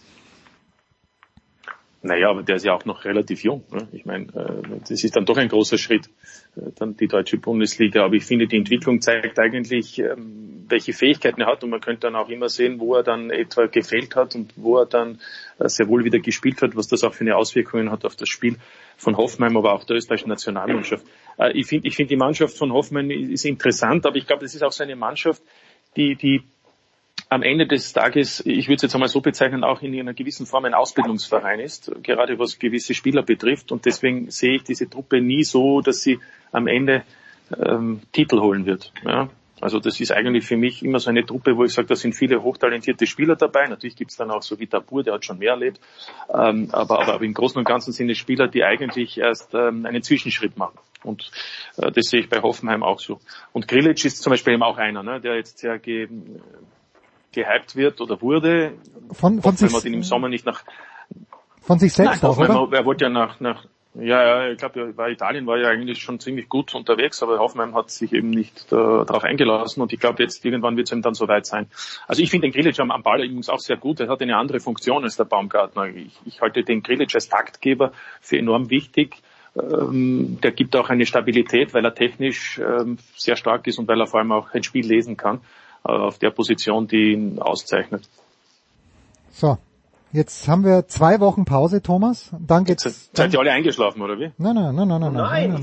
Naja, aber der ist ja auch noch relativ jung. Ne? Ich meine, das ist dann doch ein großer Schritt, dann die deutsche Bundesliga. Aber ich finde, die Entwicklung zeigt eigentlich, welche Fähigkeiten er hat. Und man könnte dann auch immer sehen, wo er dann etwa gefehlt hat und wo er dann sehr wohl wieder gespielt hat, was das auch für eine Auswirkungen hat auf das Spiel von Hoffenheim, aber auch der österreichischen Nationalmannschaft. Ich finde, die Mannschaft von Hoffenheim ist interessant, aber ich glaube, das ist auch so eine Mannschaft, die am Ende des Tages, ich würde es jetzt einmal so bezeichnen, auch in einer gewissen Form ein Ausbildungsverein ist, gerade was gewisse Spieler betrifft. Und deswegen sehe ich diese Truppe nie so, dass sie am Ende Titel holen wird. Ja? Also das ist eigentlich für mich immer so eine Truppe, wo ich sage, da sind viele hochtalentierte Spieler dabei. Natürlich gibt es dann auch so wie Dabur, der hat schon mehr erlebt. Aber im Großen und Ganzen sind es Spieler, die eigentlich erst einen Zwischenschritt machen. Und das sehe ich bei Hoffenheim auch so. Und Grilic ist zum Beispiel eben auch einer, ne, der jetzt sehr gehypt wird oder wurde. Von sich, man ihn im Sommer nicht von sich selbst auch, oder? Er wollte ja ich glaube, Italien war ja eigentlich schon ziemlich gut unterwegs, aber Hoffenheim hat sich eben nicht darauf eingelassen und ich glaube, jetzt irgendwann wird es ihm dann soweit sein. Also ich finde den Grilic am Ball übrigens auch sehr gut. Er hat eine andere Funktion als der Baumgartner. Ich halte den Grilic als Taktgeber für enorm wichtig. Der gibt auch eine Stabilität, weil er technisch sehr stark ist und weil er vor allem auch ein Spiel lesen kann. Auf der Position, die ihn auszeichnet. So, jetzt haben wir 2 Wochen Pause, Thomas. Dann geht's. Seid ihr alle eingeschlafen, oder wie? Nein.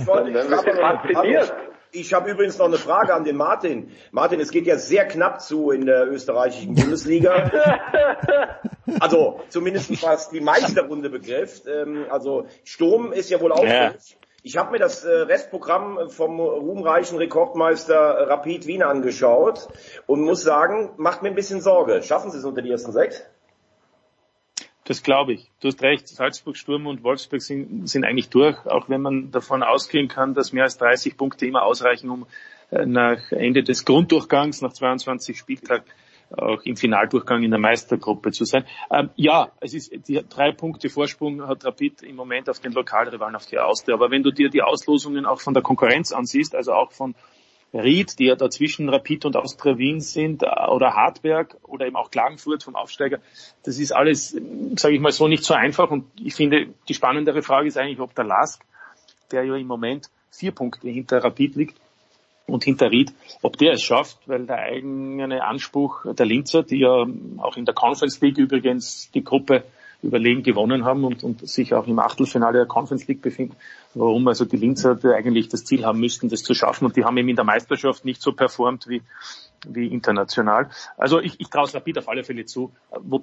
Ich habe übrigens noch eine Frage an den Martin. Martin, es geht ja sehr knapp zu in der österreichischen Bundesliga. Also zumindest was die Meisterrunde betrifft. Also Sturm ist ja wohl auffällig. Ich habe mir das Restprogramm vom ruhmreichen Rekordmeister Rapid Wien angeschaut und muss sagen, macht mir ein bisschen Sorge. Schaffen Sie es unter die ersten 6? Das glaube ich. Du hast recht. Salzburg, Sturm und Wolfsburg sind eigentlich durch, auch wenn man davon ausgehen kann, dass mehr als 30 Punkte immer ausreichen, um nach Ende des Grunddurchgangs, nach 22 Spieltagen, auch im Finaldurchgang in der Meistergruppe zu sein. Es ist die 3 Punkte Vorsprung hat Rapid im Moment auf den Lokalrivalen, auf die Austria. Aber wenn du dir die Auslosungen auch von der Konkurrenz ansiehst, also auch von Ried, die ja dazwischen Rapid und Austria Wien sind, oder Hartberg oder eben auch Klagenfurt vom Aufsteiger, das ist alles, sage ich mal so, nicht so einfach. Und ich finde, die spannendere Frage ist eigentlich, ob der LASK, der ja im Moment 4 Punkte hinter Rapid liegt, und hinter Ried, ob der es schafft, weil der eigene Anspruch der Linzer, die ja auch in der Conference League übrigens die Gruppe überlegen gewonnen haben und sich auch im Achtelfinale der Conference League befinden, warum also die Linzer eigentlich das Ziel haben müssten, das zu schaffen, und die haben eben in der Meisterschaft nicht so performt wie international. Also ich traue es Rapid auf alle Fälle zu, wobei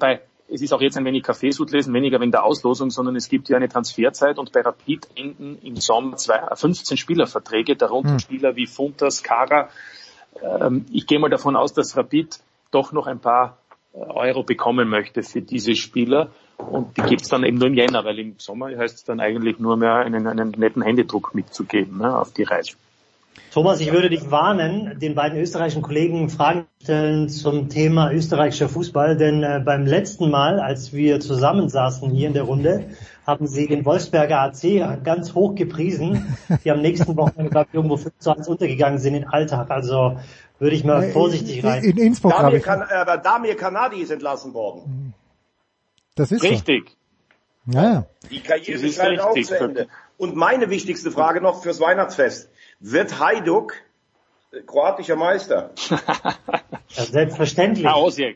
es ist auch jetzt ein wenig Kaffeesud lesen, weniger wegen der Auslosung, sondern es gibt ja eine Transferzeit und bei Rapid enden im Sommer 15 Spielerverträge, darunter Spieler wie Funtas, Kara. Ich gehe mal davon aus, dass Rapid doch noch ein paar Euro bekommen möchte für diese Spieler und die gibt's dann eben nur im Jänner, weil im Sommer heißt es dann eigentlich nur mehr einen netten Händedruck mitzugeben, ne, auf die Reise. Thomas, ich würde dich warnen, den beiden österreichischen Kollegen Fragen stellen zum Thema österreichischer Fußball, denn beim letzten Mal, als wir zusammensaßen hier in der Runde, haben sie den Wolfsberger AC ganz hoch gepriesen, die am nächsten Wochenende, glaube ich, irgendwo 5:1 untergegangen sind in Alltag. Also würde ich mal vorsichtig rein. In Innsbruck Damir Kanadi ist entlassen worden. Das ist richtig. So. Ja. Die Karriere ist halt auch zu Ende. Und meine wichtigste Frage noch fürs Weihnachtsfest. Wird Hajduk kroatischer Meister? Ja, selbstverständlich. Osijek.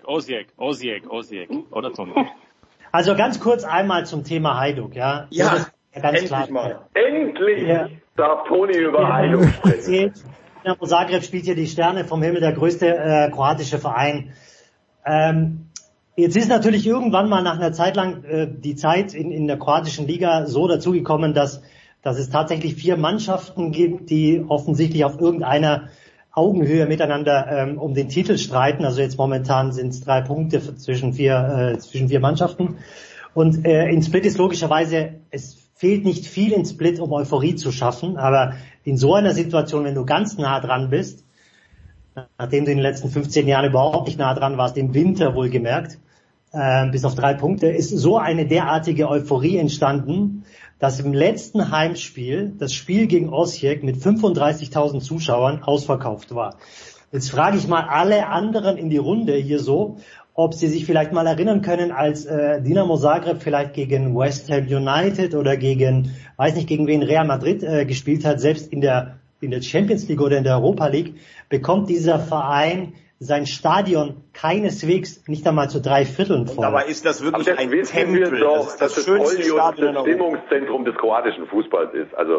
Oder Thomas? Also ganz kurz einmal zum Thema Hajduk, ja. Ja, ganz endlich klar. mal. Endlich darf Toni über Hajduk sprechen. Dinamo Zagreb spielt hier die Sterne vom Himmel, der größte kroatische Verein. Jetzt ist natürlich irgendwann mal nach einer Zeit lang die Zeit in der kroatischen Liga so dazugekommen, dass es tatsächlich 4 Mannschaften gibt, die offensichtlich auf irgendeiner Augenhöhe miteinander um den Titel streiten. Also jetzt momentan sind es 3 Punkte zwischen vier Mannschaften. Und in Split ist logischerweise, es fehlt nicht viel in Split, um Euphorie zu schaffen. Aber in so einer Situation, wenn du ganz nah dran bist, nachdem du in den letzten 15 Jahren überhaupt nicht nah dran warst, im Winter wohlgemerkt, bis auf 3 Punkte, ist so eine derartige Euphorie entstanden, dass im letzten Heimspiel das Spiel gegen Osijek mit 35.000 Zuschauern ausverkauft war. Jetzt frage ich mal alle anderen in die Runde hier so, ob sie sich vielleicht mal erinnern können, als Dinamo Zagreb vielleicht gegen West Ham United oder gegen wen Real Madrid gespielt hat, selbst in der Champions League oder in der Europa League, bekommt dieser Verein sein Stadion keineswegs nicht einmal zu 3/4 voll. Aber ist das wirklich ein Tempel? Das ist das schönste Stadion das Stimmungszentrum des kroatischen Fußballs ist. Also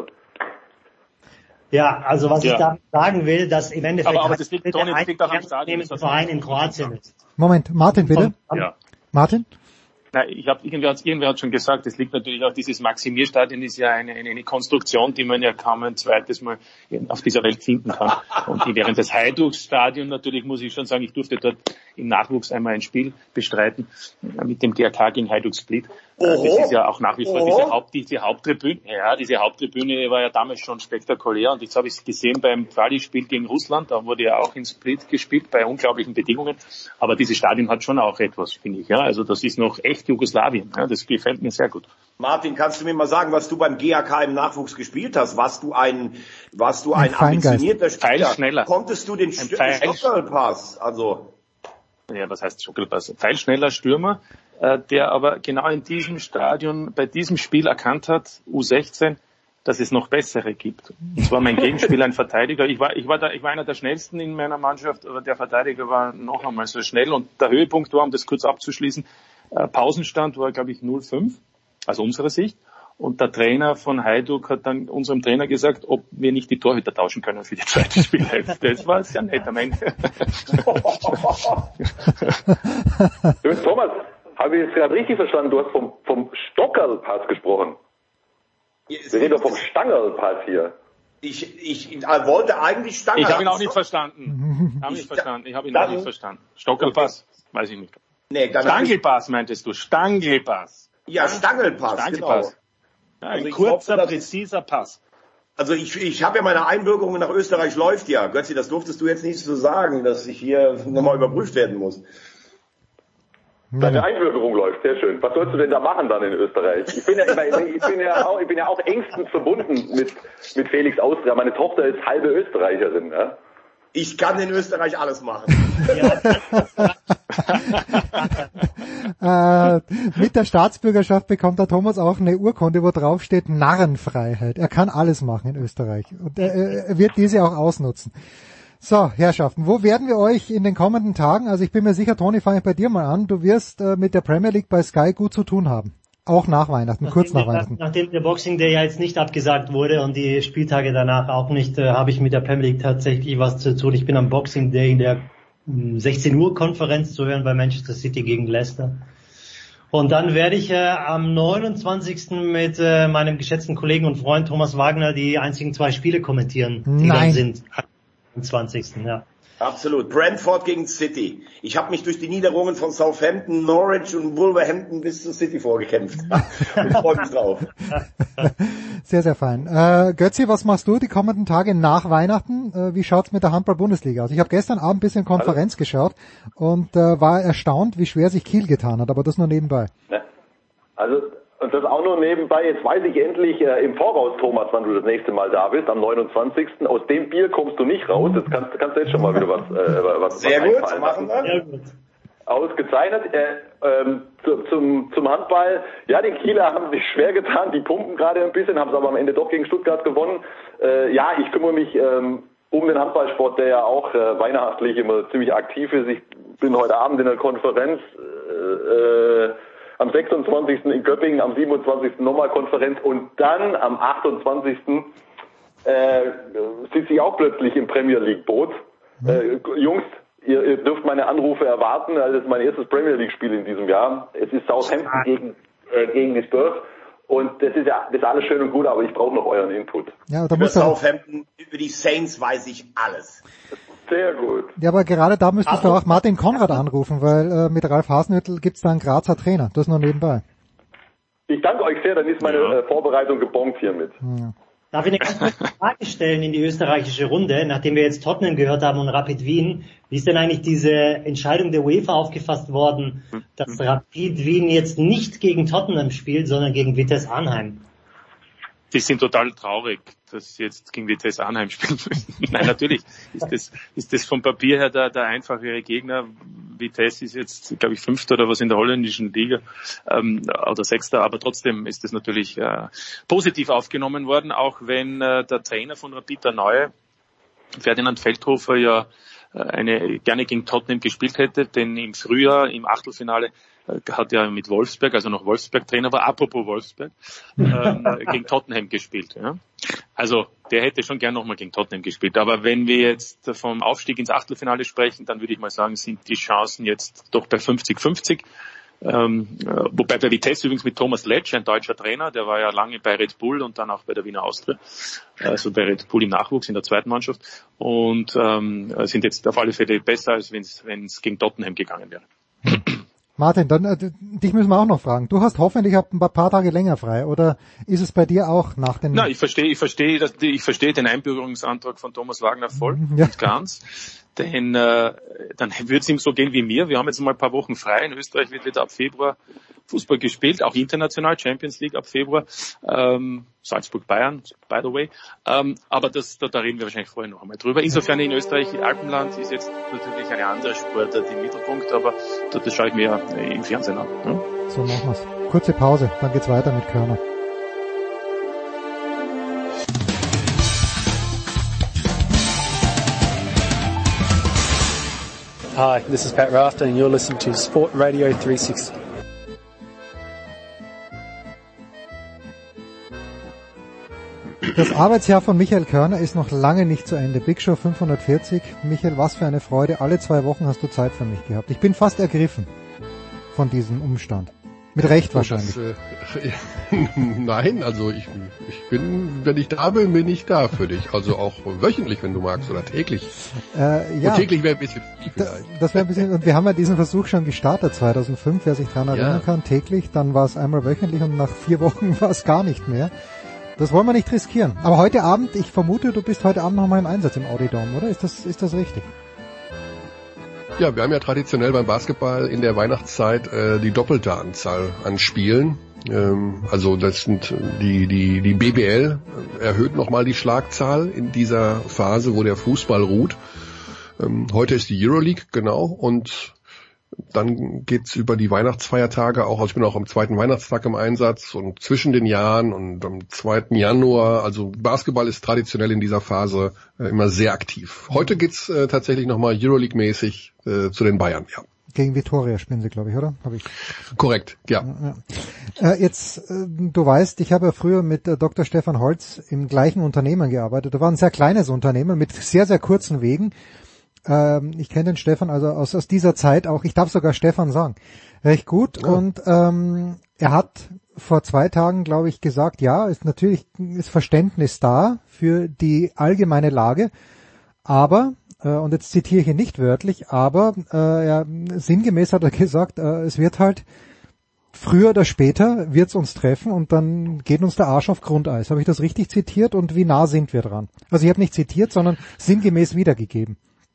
ja, also was ich da sagen will, dass im Endeffekt aber das liegt auch am Stadion, Verein in Kroatien ist. Moment, Martin, bitte. Ja. Martin? Nein, irgendwer hat schon gesagt, es liegt natürlich auch, dieses Maximir-Stadion ist ja eine Konstruktion, die man ja kaum ein zweites Mal auf dieser Welt finden kann. Und während des Hajduk-Stadion natürlich muss ich schon sagen, ich durfte dort im Nachwuchs einmal ein Spiel bestreiten mit dem GRK gegen Hajduk Split. Das ist ja auch nach wie vor diese Haupttribüne. Ja, diese Haupttribüne war ja damals schon spektakulär und jetzt habe ich es gesehen beim Quali-Spiel gegen Russland, da wurde ja auch in Split gespielt bei unglaublichen Bedingungen. Aber dieses Stadion hat schon auch etwas, finde ich. Ja, also das ist noch echt Jugoslawien. Ja, das gefällt mir sehr gut. Martin, kannst du mir mal sagen, was du beim GAK im Nachwuchs gespielt hast? Warst du ein ambitionierter Spieler? Pfeilschneller. Konntest du den Stockerpass? Also ja, was heißt Stockerpass? Pfeilschneller Stürmer, der aber genau in diesem Stadion, bei diesem Spiel erkannt hat, U16, dass es noch bessere gibt. Und zwar mein Gegenspieler, ein Verteidiger. Ich war einer der schnellsten in meiner Mannschaft, aber der Verteidiger war noch einmal so schnell. Und der Höhepunkt war, um das kurz abzuschließen, Pausenstand war, glaube ich, 0:5, also unserer Sicht. Und der Trainer von Hajduk hat dann unserem Trainer gesagt, ob wir nicht die Torhüter tauschen können für die zweite Spielhälfte. Das war sehr nett am Ende. Thomas, habe ich jetzt gerade richtig verstanden? Du hast vom Stockerlpass gesprochen. Wir reden doch vom Stangerlpass hier. Ich wollte eigentlich Stangerl. Ich habe ihn auch nicht verstanden. Ich habe ihn auch nicht verstanden. Stockerlpass, weiß ich nicht. Nee, Stangelpass meintest du? Stangelpass. Ja, Stangelpass, genau. Ja, ein kurzer, präziser Pass. Also ich habe ja meine Einbürgerung nach Österreich läuft ja. Götzi, das durftest du jetzt nicht so sagen, dass ich hier nochmal überprüft werden muss. Deine Einbürgerung läuft, sehr schön. Was sollst du denn da machen dann in Österreich? Ich bin ja auch engstens verbunden mit Felix Austria. Meine Tochter ist halbe Österreicherin, ja? Ich kann in Österreich alles machen. Mit der Staatsbürgerschaft bekommt der Thomas auch eine Urkunde, wo drauf steht Narrenfreiheit. Er kann alles machen in Österreich. Und er wird diese auch ausnutzen. So, Herrschaften, wo werden wir euch in den kommenden Tagen, also ich bin mir sicher, Toni, fange ich bei dir mal an, du wirst mit der Premier League bei Sky gut zu tun haben. Auch nach Weihnachten, kurz nach Weihnachten. Nachdem der Boxing Day ja jetzt nicht abgesagt wurde und die Spieltage danach auch nicht, habe ich mit der Premier League tatsächlich was zu tun. Ich bin am Boxing Day in der 16 Uhr Konferenz zu hören bei Manchester City gegen Leicester. Und dann werde ich am 29. mit meinem geschätzten Kollegen und Freund Thomas Wagner die einzigen 2 Spiele kommentieren, die dann sind. Am 20. Ja. Absolut. Brentford gegen City. Ich habe mich durch die Niederungen von Southampton, Norwich und Wolverhampton bis zu City vorgekämpft. Ich freue mich drauf. Sehr, sehr fein. Götzi, was machst du die kommenden Tage nach Weihnachten? Wie schaut's mit der Handball-Bundesliga aus? Ich habe gestern Abend ein bisschen Konferenz geschaut und war erstaunt, wie schwer sich Kiel getan hat, aber das nur nebenbei. Also, und das auch nur nebenbei. Jetzt weiß ich endlich im Voraus, Thomas, wann du das nächste Mal da bist, am 29. Aus dem Bier kommst du nicht raus. Jetzt kannst du jetzt schon mal wieder was Sehr gut, machen wir. Sehr gut. Ausgezeichnet. Zum Handball. Ja, die Kieler haben sich schwer getan. Die pumpen gerade ein bisschen, haben es aber am Ende doch gegen Stuttgart gewonnen. Ja, ich kümmere mich um den Handballsport, der ja auch weihnachtlich immer ziemlich aktiv ist. Ich bin heute Abend in der Konferenz. Am 26. in Göppingen, am 27. nochmal Konferenz und dann am 28. sitze ich auch plötzlich im Premier League Boot. Jungs, ihr dürft meine Anrufe erwarten. Das ist mein erstes Premier League Spiel in diesem Jahr. Es ist Southampton gegen die Spurs. Und das ist alles schön und gut, aber ich brauche noch euren Input. Ja, da über Southampton, über die Saints weiß ich alles. Sehr gut. Ja, aber gerade da müsstest du auch Martin Konrad anrufen, weil mit Ralf Hasenhüttl gibt's da einen Grazer Trainer. Das nur nebenbei. Ich danke euch sehr, dann ist meine Vorbereitung gebongt hiermit. Ja. Darf ich eine ganz kurze Frage stellen in die österreichische Runde, nachdem wir jetzt Tottenham gehört haben und Rapid Wien? Wie ist denn eigentlich diese Entscheidung der UEFA aufgefasst worden, dass Rapid Wien jetzt nicht gegen Tottenham spielt, sondern gegen Vitesse Arnhem? Die sind total traurig, dass sie jetzt gegen Vitesse Arnhem spielen müssen. Nein, natürlich ist das vom Papier her der einfachere Gegner. Vitesse ist jetzt, glaube ich, 5. oder was in der holländischen Liga oder 6. Aber trotzdem ist das natürlich positiv aufgenommen worden, auch wenn der Trainer von Rapid, der Neue, Ferdinand Feldhofer, ja gerne gegen Tottenham gespielt hätte, denn im Frühjahr, im Achtelfinale, hat ja mit Wolfsberg, also noch Wolfsberg-Trainer war, apropos Wolfsberg, gegen Tottenham gespielt. Ja. Also der hätte schon gern nochmal gegen Tottenham gespielt. Aber wenn wir jetzt vom Aufstieg ins Achtelfinale sprechen, dann würde ich mal sagen, sind die Chancen jetzt doch bei 50-50. Wobei bei Vitesse übrigens mit Thomas Letsch, ein deutscher Trainer, der war ja lange bei Red Bull und dann auch bei der Wiener Austria, also bei Red Bull im Nachwuchs in der zweiten Mannschaft und sind jetzt auf alle Fälle besser, als wenn es gegen Tottenham gegangen wäre. Martin, dann dich müssen wir auch noch fragen. Du hast hoffentlich ein paar Tage länger frei, oder ist es bei dir auch nach den... Na, ich verstehe den Einbürgerungsantrag von Thomas Wagner voll und ganz. Denn dann wird es ihm so gehen wie mir. Wir haben jetzt mal ein paar Wochen frei. In Österreich wird wieder ab Februar Fußball gespielt, auch international, Champions League ab Februar. Salzburg-Bayern, by the way. Aber da reden wir wahrscheinlich vorher noch einmal drüber. Insofern in Österreich, Alpenland ist jetzt natürlich eine andere Sportart im Mittelpunkt, aber das schaue ich mir ja im Fernsehen an. Ja? So machen wir's. Kurze Pause, dann geht's weiter mit Körner. Hi, this is Pat Rafter and you're listening to Sport Radio 360. Das Arbeitsjahr von Michael Körner ist noch lange nicht zu Ende. Big Show 540. Michael, was für eine Freude. Alle 2 Wochen hast du Zeit für mich gehabt. Ich bin fast ergriffen von diesem Umstand. Mit Recht wahrscheinlich. Nein, also ich bin, wenn ich da bin, bin ich da für dich. Also auch wöchentlich, wenn du magst, oder täglich. Ja. Und täglich wäre ein bisschen viel vielleicht. Das wäre ein bisschen, und wir haben ja diesen Versuch schon gestartet, 2005, wer sich daran erinnern kann, täglich. Dann war es einmal wöchentlich und nach 4 Wochen war es gar nicht mehr. Das wollen wir nicht riskieren. Aber heute Abend, ich vermute, du bist heute Abend noch mal im Einsatz im Audi Dome, oder? Ist das richtig? Ja, wir haben ja traditionell beim Basketball in der Weihnachtszeit die doppelte Anzahl an Spielen. Also das sind die BBL erhöht nochmal die Schlagzahl in dieser Phase, wo der Fußball ruht. Heute ist die Euroleague, genau, und dann geht's über die Weihnachtsfeiertage auch. Also ich bin auch am 2. Weihnachtstag im Einsatz und zwischen den Jahren und am 2. Januar. Also Basketball ist traditionell in dieser Phase immer sehr aktiv. Heute geht's tatsächlich nochmal Euroleague-mäßig zu den Bayern, ja. Gegen Viktoria spielen sie, glaube ich, oder? Korrekt, ja. Jetzt, du weißt, ich habe ja früher mit Dr. Stefan Holz im gleichen Unternehmen gearbeitet. Da war ein sehr kleines Unternehmen mit sehr, sehr kurzen Wegen. Ich kenne den Stefan also aus dieser Zeit auch, ich darf sogar Stefan sagen, recht gut. Oh. Und er hat vor 2 Tagen, glaube ich, gesagt, ja, ist Verständnis da für die allgemeine Lage, aber, und jetzt zitiere ich ihn nicht wörtlich, aber sinngemäß hat er gesagt, es wird halt früher oder später wird's uns treffen und dann geht uns der Arsch auf Grundeis. Habe ich das richtig zitiert und wie nah sind wir dran? Also ich habe nicht zitiert, sondern sinngemäß wiedergegeben.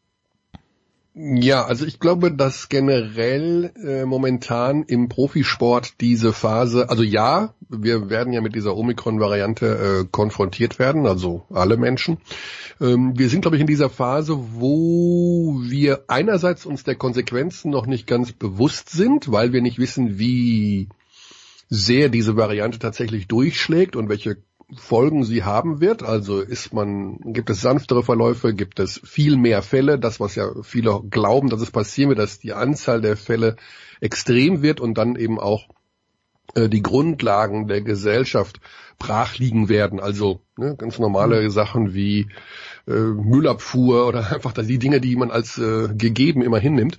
Ja, also ich glaube, dass generell momentan im Profisport diese Phase, also ja, wir werden ja mit dieser Omikron-Variante konfrontiert werden, also alle Menschen. Wir sind, glaube ich, in dieser Phase, wo wir einerseits uns der Konsequenzen noch nicht ganz bewusst sind, weil wir nicht wissen, wie sehr diese Variante tatsächlich durchschlägt und welche Folgen sie haben wird. Also gibt es sanftere Verläufe, gibt es viel mehr Fälle, das was ja viele glauben, dass es passieren wird, dass die Anzahl der Fälle extrem wird und dann eben auch die Grundlagen der Gesellschaft brach liegen werden. Also ganz normale Sachen wie Müllabfuhr oder einfach die Dinge, die man als gegeben immer hinnimmt.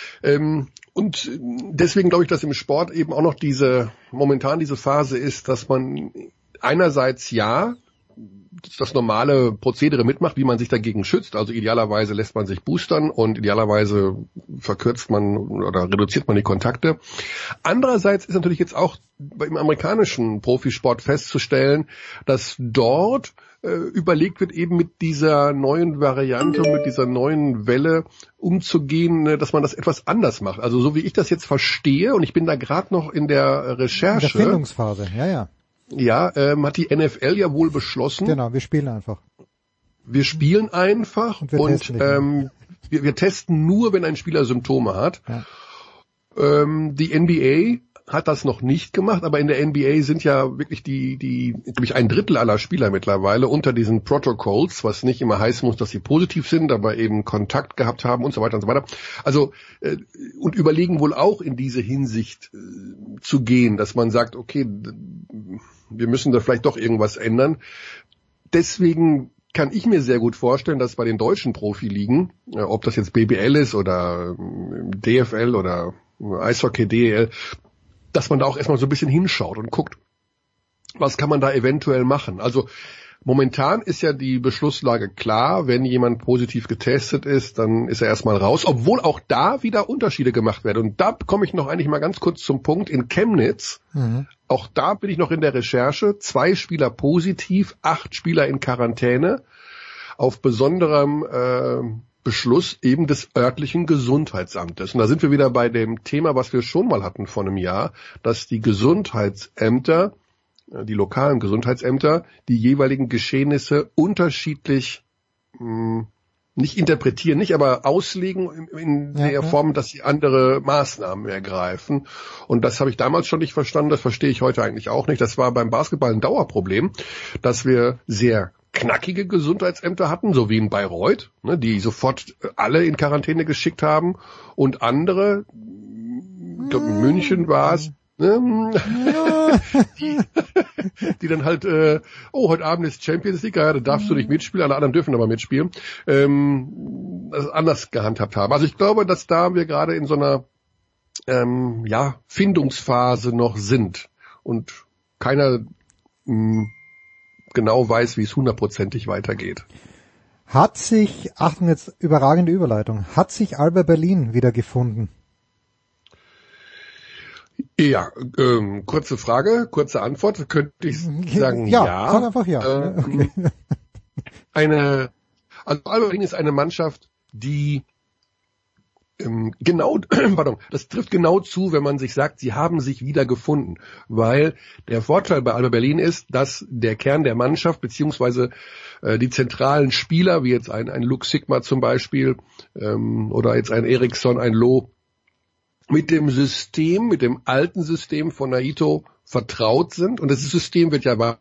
Und deswegen glaube ich, dass im Sport eben auch noch momentan diese Phase ist, dass man einerseits das normale Prozedere mitmacht, wie man sich dagegen schützt. Also idealerweise lässt man sich boostern und idealerweise verkürzt man oder reduziert man die Kontakte. Andererseits ist natürlich jetzt auch beim amerikanischen Profisport festzustellen, dass dort überlegt wird, eben mit dieser neuen Variante, mit dieser neuen Welle umzugehen, dass man das etwas anders macht. Also so wie ich das jetzt verstehe, und ich bin da gerade noch in der Recherche. In der Findungsphase, ja. Ja, hat die NFL ja wohl beschlossen. Genau, wir spielen einfach. Wir spielen einfach und wir testen nur, wenn ein Spieler Symptome hat. Ja. Die NBA hat das noch nicht gemacht, aber in der NBA sind ja wirklich glaube ich, 1/3 aller Spieler mittlerweile unter diesen Protocols, was nicht immer heißen muss, dass sie positiv sind, aber eben Kontakt gehabt haben und so weiter und so weiter. Also, und überlegen wohl auch in diese Hinsicht zu gehen, dass man sagt, okay, wir müssen da vielleicht doch irgendwas ändern. Deswegen kann ich mir sehr gut vorstellen, dass bei den deutschen Profiligen, ob das jetzt BBL ist oder DFL oder Eishockey, DEL, dass man da auch erstmal so ein bisschen hinschaut und guckt, was kann man da eventuell machen. Also momentan ist ja die Beschlusslage klar, wenn jemand positiv getestet ist, dann ist er erstmal raus, obwohl auch da wieder Unterschiede gemacht werden. Und da komme ich noch eigentlich mal ganz kurz zum Punkt. In Chemnitz, auch da bin ich noch in der Recherche, 2 Spieler positiv, 8 Spieler in Quarantäne, auf besonderem Beschluss eben des örtlichen Gesundheitsamtes. Und da sind wir wieder bei dem Thema, was wir schon mal hatten vor einem Jahr, dass die Gesundheitsämter, die lokalen Gesundheitsämter, die jeweiligen Geschehnisse unterschiedlich nicht interpretieren, nicht aber auslegen in der Form, dass sie andere Maßnahmen ergreifen. Und das habe ich damals schon nicht verstanden, das verstehe ich heute eigentlich auch nicht. Das war beim Basketball ein Dauerproblem, dass wir sehr knackige Gesundheitsämter hatten, so wie in Bayreuth, die sofort alle in Quarantäne geschickt haben, und andere, ich glaube in München war es, die dann halt, heute Abend ist Champions League, ja, da darfst du nicht mitspielen, alle anderen dürfen aber mitspielen, das anders gehandhabt haben. Also ich glaube, dass da wir gerade in so einer Findungsphase noch sind und keiner genau weiß, wie es 100%ig weitergeht. Hat sich, Achtung jetzt, überragende Überleitung, hat sich Alba Berlin wieder gefunden? Ja, kurze Frage, kurze Antwort, könnte ich sagen ja. Sag einfach ja. Okay. Also Alba Berlin ist eine Mannschaft, die das trifft genau zu, wenn man sich sagt, sie haben sich wieder gefunden, weil der Vorteil bei Alba Berlin ist, dass der Kern der Mannschaft beziehungsweise die zentralen Spieler, wie jetzt ein Luke Sigma zum Beispiel oder jetzt ein Eriksson, ein Loh, mit dem System, mit dem alten System von Naito vertraut sind, und das System wird ja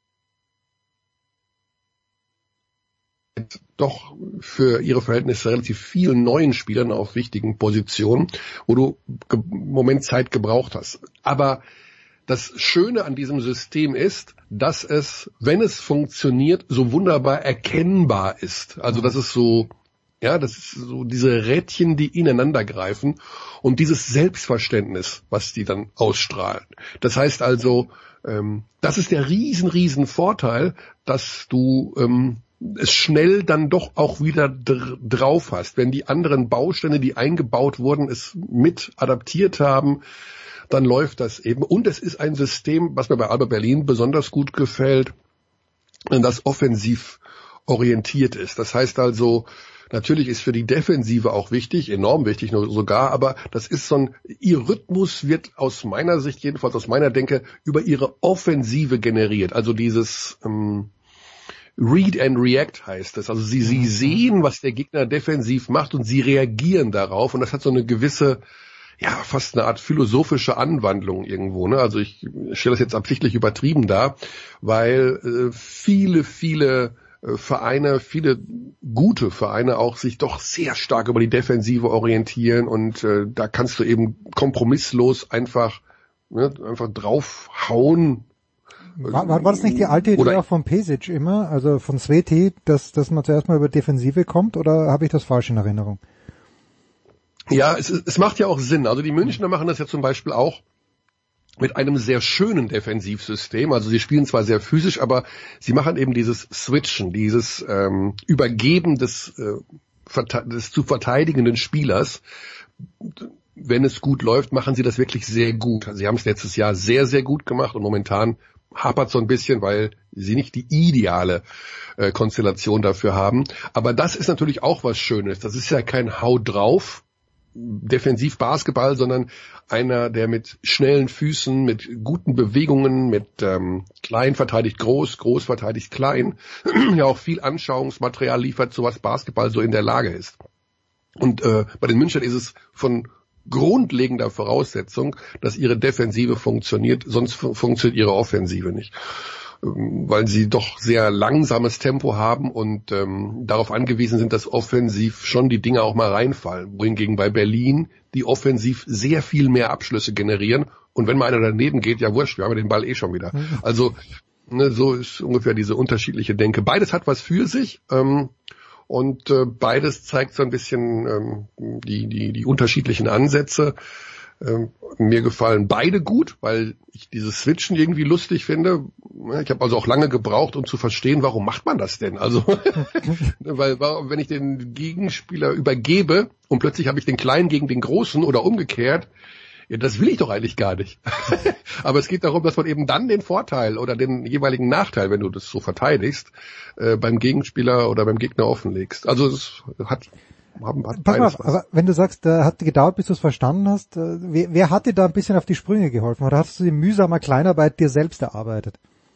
doch für ihre Verhältnisse relativ vielen neuen Spielern auf wichtigen Positionen, wo du im Moment Zeit gebraucht hast. Aber das Schöne an diesem System ist, dass es, wenn es funktioniert, so wunderbar erkennbar ist. Also dass es so Ja, das ist so diese Rädchen, die ineinander greifen und dieses Selbstverständnis, was die dann ausstrahlen. Das heißt also, das ist der riesen Vorteil, dass du es schnell dann doch auch wieder drauf hast. Wenn die anderen Bausteine, die eingebaut wurden, es mit adaptiert haben, dann läuft das eben. Und es ist ein System, was mir bei Alba Berlin besonders gut gefällt, das offensiv orientiert ist. Das heißt also, natürlich ist für die Defensive auch wichtig, enorm wichtig sogar, aber das ist ihr Rhythmus wird aus meiner Sicht, jedenfalls aus meiner Denke, über ihre Offensive generiert. Also dieses Read and React heißt es. Also sie sehen, was der Gegner defensiv macht und sie reagieren darauf und das hat so eine gewisse, ja, fast eine Art philosophische Anwandlung irgendwo, ne? Also ich stelle das jetzt absichtlich übertrieben dar, weil viele Vereine, viele gute Vereine auch sich doch sehr stark über die Defensive orientieren und da kannst du eben kompromisslos einfach draufhauen. War das nicht die alte Idee auch von Pesic immer, also von Sveti, dass man zuerst mal über Defensive kommt, oder habe ich das falsch in Erinnerung? Ja, es macht ja auch Sinn. Also die Münchner machen das ja zum Beispiel auch mit einem sehr schönen Defensivsystem. Also sie spielen zwar sehr physisch, aber sie machen eben dieses Switchen, dieses Übergeben des zu verteidigenden Spielers. Wenn es gut läuft, machen sie das wirklich sehr gut. Sie haben es letztes Jahr sehr, sehr gut gemacht und momentan hapert so ein bisschen, weil sie nicht die ideale Konstellation dafür haben. Aber das ist natürlich auch was Schönes. Das ist ja kein Hau drauf Defensiv-Basketball, sondern einer, der mit schnellen Füßen, mit guten Bewegungen, mit klein verteidigt groß, groß verteidigt klein, ja auch viel Anschauungsmaterial liefert, so was Basketball so in der Lage ist. Und bei den Münchnern ist es von grundlegender Voraussetzung, dass ihre Defensive funktioniert, sonst funktioniert ihre Offensive nicht. Weil sie doch sehr langsames Tempo haben und darauf angewiesen sind, dass offensiv schon die Dinge auch mal reinfallen. Wohingegen bei Berlin die offensiv sehr viel mehr Abschlüsse generieren und wenn mal einer daneben geht, ja wurscht, wir haben den Ball eh schon wieder. Also so ist ungefähr diese unterschiedliche Denke. Beides hat was für sich. Und beides zeigt so ein bisschen die unterschiedlichen Ansätze. Mir gefallen beide gut, weil ich dieses Switchen irgendwie lustig finde. Ich habe also auch lange gebraucht, um zu verstehen, warum macht man das denn? Also, weil wenn ich den Gegenspieler übergebe und plötzlich habe ich den Kleinen gegen den Großen oder umgekehrt, ja, das will ich doch eigentlich gar nicht. Aber es geht darum, dass man eben dann den Vorteil oder den jeweiligen Nachteil, wenn du das so verteidigst, beim Gegenspieler oder beim Gegner offenlegst. Also es hat beides was. Aber wenn du sagst, hat gedauert, bis du es verstanden hast, wer hat dir da ein bisschen auf die Sprünge geholfen? Oder hast du die mühsame Kleinarbeit dir selbst erarbeitet?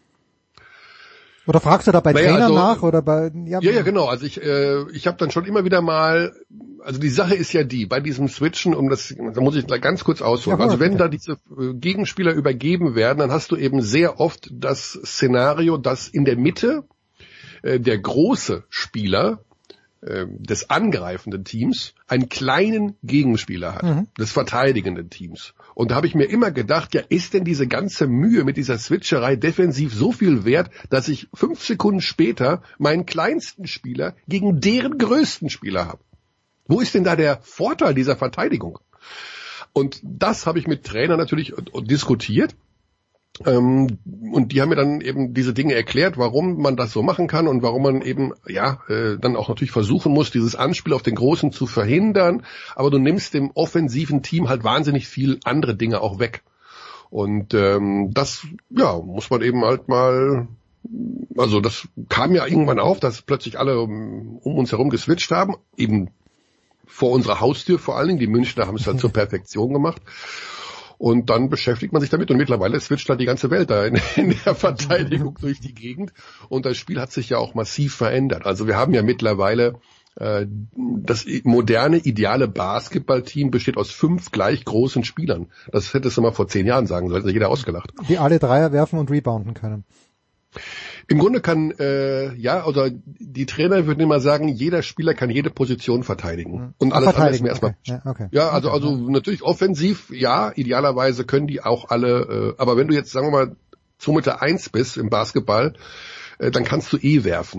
Oder fragst du da bei Trainern nach? Oder bei ja, genau. Also ich habe dann schon immer wieder mal, also die Sache ist ja die, bei diesem Switchen, da muss ich ganz kurz ausholen. Ja, also wenn da diese Gegenspieler übergeben werden, dann hast du eben sehr oft das Szenario, dass in der Mitte der große Spieler des angreifenden Teams einen kleinen Gegenspieler hat, des verteidigenden Teams. Und da habe ich mir immer gedacht, ja, ist denn diese ganze Mühe mit dieser Switcherei defensiv so viel wert, dass ich 5 Sekunden später meinen kleinsten Spieler gegen deren größten Spieler habe? Wo ist denn da der Vorteil dieser Verteidigung? Und das habe ich mit Trainern natürlich diskutiert. Und die haben mir dann eben diese Dinge erklärt, warum man das so machen kann und warum man eben dann auch natürlich versuchen muss, dieses Anspiel auf den Großen zu verhindern. Aber du nimmst dem offensiven Team halt wahnsinnig viel andere Dinge auch weg. Und das muss man eben halt mal. Also das kam ja irgendwann auf, dass plötzlich alle um uns herum geswitcht haben, eben vor unserer Haustür vor allen Dingen. Die Münchner haben es dann zur Perfektion gemacht. Und dann beschäftigt man sich damit und mittlerweile switcht halt die ganze Welt da in der Verteidigung durch die Gegend. Und das Spiel hat sich ja auch massiv verändert. Also wir haben ja mittlerweile das moderne, ideale Basketballteam besteht aus 5 gleich großen Spielern. Das hättest du mal vor 10 Jahren sagen sollen, hätte jeder ausgelacht. Die alle Dreier werfen und rebounden können. Im Grunde kann, also die Trainer würden immer sagen, jeder Spieler kann jede Position verteidigen. Und alles andere ist mir erstmal. Okay. Ja, also natürlich offensiv, ja, idealerweise können die auch alle, aber wenn du jetzt, sagen wir mal, 2,1 Meter bist im Basketball, dann kannst du werfen.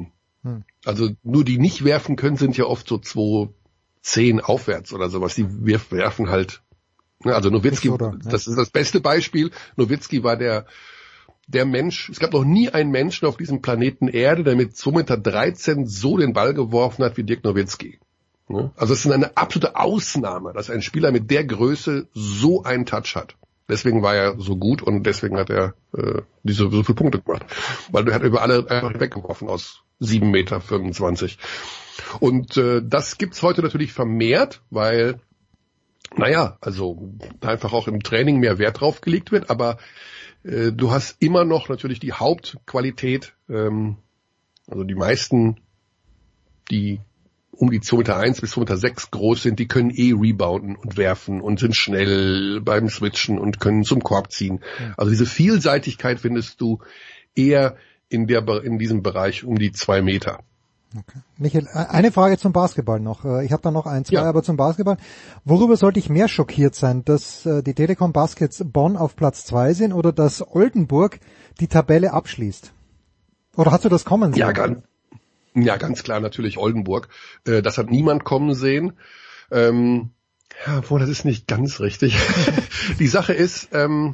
Also nur die nicht werfen können, sind ja oft so 2,10 aufwärts oder sowas. Die werfen halt, also Nowitzki, das ist das beste Beispiel. Nowitzki war der Mensch, es gab noch nie einen Menschen auf diesem Planeten Erde, der mit 2,13 Meter so den Ball geworfen hat wie Dirk Nowitzki. Also es ist eine absolute Ausnahme, dass ein Spieler mit der Größe so einen Touch hat. Deswegen war er so gut und deswegen hat er so viele Punkte gemacht. Weil er hat über alle einfach weggeworfen aus 7,25 Meter. Und das gibt's heute natürlich vermehrt, weil, also einfach auch im Training mehr Wert drauf gelegt wird, aber du hast immer noch natürlich die Hauptqualität, also die meisten, die um die 2,1 Meter bis 2,6 Meter groß sind, die können rebounden und werfen und sind schnell beim Switchen und können zum Korb ziehen. Also diese Vielseitigkeit findest du eher in diesem Bereich um die 2 Meter. Okay. Michael, eine Frage zum Basketball noch. Ich habe da noch zwei, aber zum Basketball. Worüber sollte ich mehr schockiert sein, dass die Telekom Baskets Bonn auf Platz 2 sind oder dass Oldenburg die Tabelle abschließt? Oder hast du das kommen sehen? Ja, ganz klar natürlich Oldenburg. Das hat niemand kommen sehen. Obwohl, das ist nicht ganz richtig. Die Sache ist,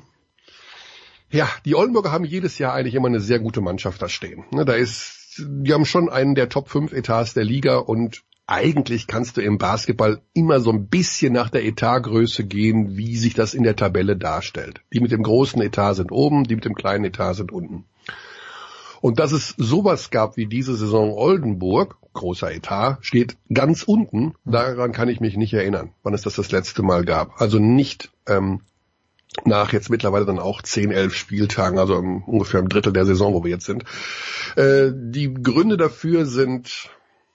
die Oldenburger haben jedes Jahr eigentlich immer eine sehr gute Mannschaft da stehen. Die haben schon einen der Top 5 Etats der Liga und eigentlich kannst du im Basketball immer so ein bisschen nach der Etatgröße gehen, wie sich das in der Tabelle darstellt. Die mit dem großen Etat sind oben, die mit dem kleinen Etat sind unten. Und dass es sowas gab wie diese Saison Oldenburg, großer Etat, steht ganz unten. Daran kann ich mich nicht erinnern, wann es das letzte Mal gab. Also nicht nach jetzt mittlerweile dann auch 10, 11 Spieltagen, also ungefähr ein Drittel der Saison, wo wir jetzt sind. Die Gründe dafür sind,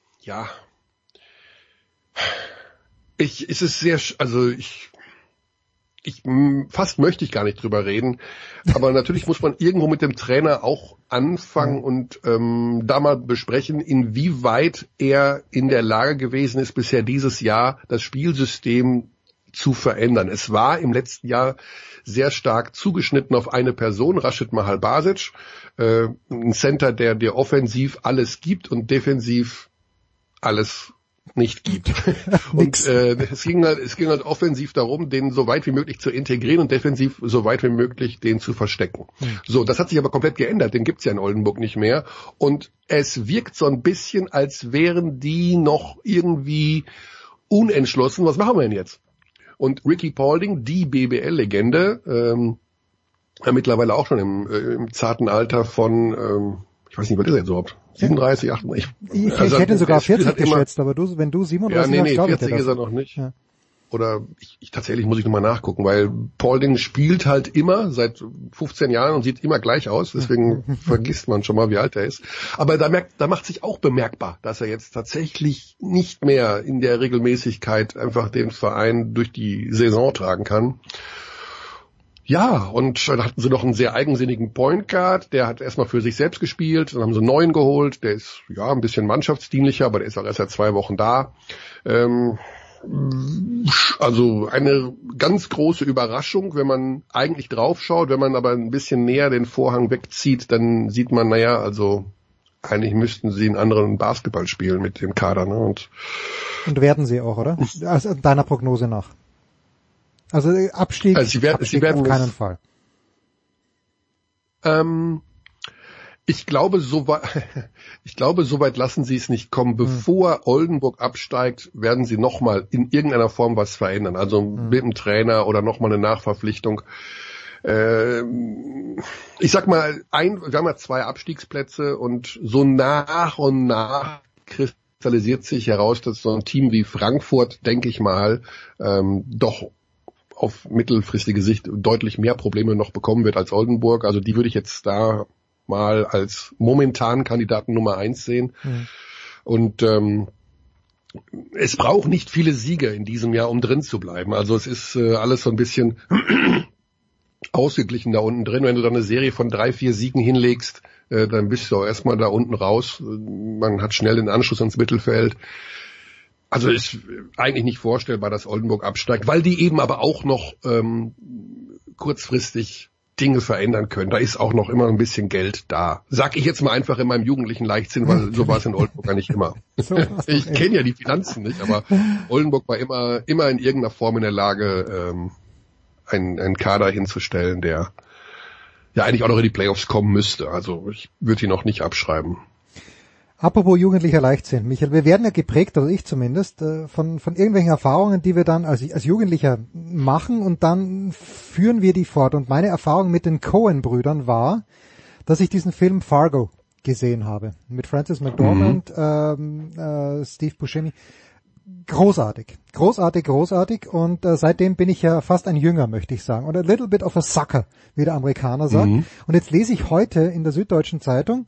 fast möchte ich gar nicht drüber reden, aber natürlich muss man irgendwo mit dem Trainer auch anfangen und da mal besprechen, inwieweit er in der Lage gewesen ist, bisher dieses Jahr das Spielsystem zu verändern. Es war im letzten Jahr sehr stark zugeschnitten auf eine Person, Rashid Mahal Basic, ein Center, der dir offensiv alles gibt und defensiv alles nicht gibt. Und es ging halt offensiv darum, den so weit wie möglich zu integrieren und defensiv so weit wie möglich den zu verstecken. So, das hat sich aber komplett geändert, den gibt's ja in Oldenburg nicht mehr. Und es wirkt so ein bisschen, als wären die noch irgendwie unentschlossen. Was machen wir denn jetzt? Und Ricky Paulding, die BBL-Legende, mittlerweile auch schon im zarten Alter von, ich weiß nicht, was ist er jetzt überhaupt? 37, 38? Ich hätte ihn sogar 40 geschätzt, aber wenn du 37 hast, glaube ich 40 ist er noch nicht. Ja. Oder tatsächlich muss ich nochmal nachgucken, weil Paulding spielt halt immer seit 15 Jahren und sieht immer gleich aus, deswegen vergisst man schon mal, wie alt er ist. Aber da macht sich auch bemerkbar, dass er jetzt tatsächlich nicht mehr in der Regelmäßigkeit einfach den Verein durch die Saison tragen kann. Ja, und dann hatten sie noch einen sehr eigensinnigen Point Guard, der hat erstmal für sich selbst gespielt, dann haben sie einen neuen geholt, der ist ein bisschen mannschaftsdienlicher, aber der ist auch erst seit 2 Wochen da. Also eine ganz große Überraschung, wenn man eigentlich draufschaut, wenn man aber ein bisschen näher den Vorhang wegzieht, dann sieht man, eigentlich müssten sie einen anderen Basketball spielen mit dem Kader. Ne? Und werden sie auch, oder? Also deiner Prognose nach? Also Abstieg, sie werden auf keinen Fall. Ich glaube, so weit lassen sie es nicht kommen. Bevor Oldenburg absteigt, werden sie nochmal in irgendeiner Form was verändern. Also mit dem Trainer oder nochmal eine Nachverpflichtung. Ich sag mal, wir haben ja 2 Abstiegsplätze und so nach und nach kristallisiert sich heraus, dass so ein Team wie Frankfurt, denke ich mal, doch auf mittelfristige Sicht deutlich mehr Probleme noch bekommen wird als Oldenburg. Also die würde ich jetzt da mal als momentan Kandidaten Nummer 1 sehen. Und es braucht nicht viele Siege in diesem Jahr, um drin zu bleiben. Also es ist alles so ein bisschen ausgeglichen da unten drin. Wenn du da eine Serie von 3, 4 Siegen hinlegst, dann bist du auch erstmal da unten raus. Man hat schnell den Anschluss ins Mittelfeld. Also ist eigentlich nicht vorstellbar, dass Oldenburg absteigt, weil die eben aber auch noch kurzfristig Dinge verändern können. Da ist auch noch immer ein bisschen Geld da. Sag ich jetzt mal einfach in meinem jugendlichen Leichtsinn, weil so war es in Oldenburg ja nicht immer. Ich kenne ja die Finanzen nicht, aber Oldenburg war immer in irgendeiner Form in der Lage, einen Kader hinzustellen, der ja eigentlich auch noch in die Playoffs kommen müsste. Also ich würde ihn noch nicht abschreiben. Apropos jugendlicher Leichtsinn, Michael, wir werden ja geprägt, also ich zumindest, von irgendwelchen Erfahrungen, die wir dann als Jugendlicher machen und dann führen wir die fort. Und meine Erfahrung mit den Coen-Brüdern war, dass ich diesen Film Fargo gesehen habe. Mit Frances McDormand, Steve Buscemi. Großartig. Und seitdem bin ich ja fast ein Jünger, möchte ich sagen. Oder a little bit of a sucker, wie der Amerikaner sagt. Und jetzt lese ich heute in der Süddeutschen Zeitung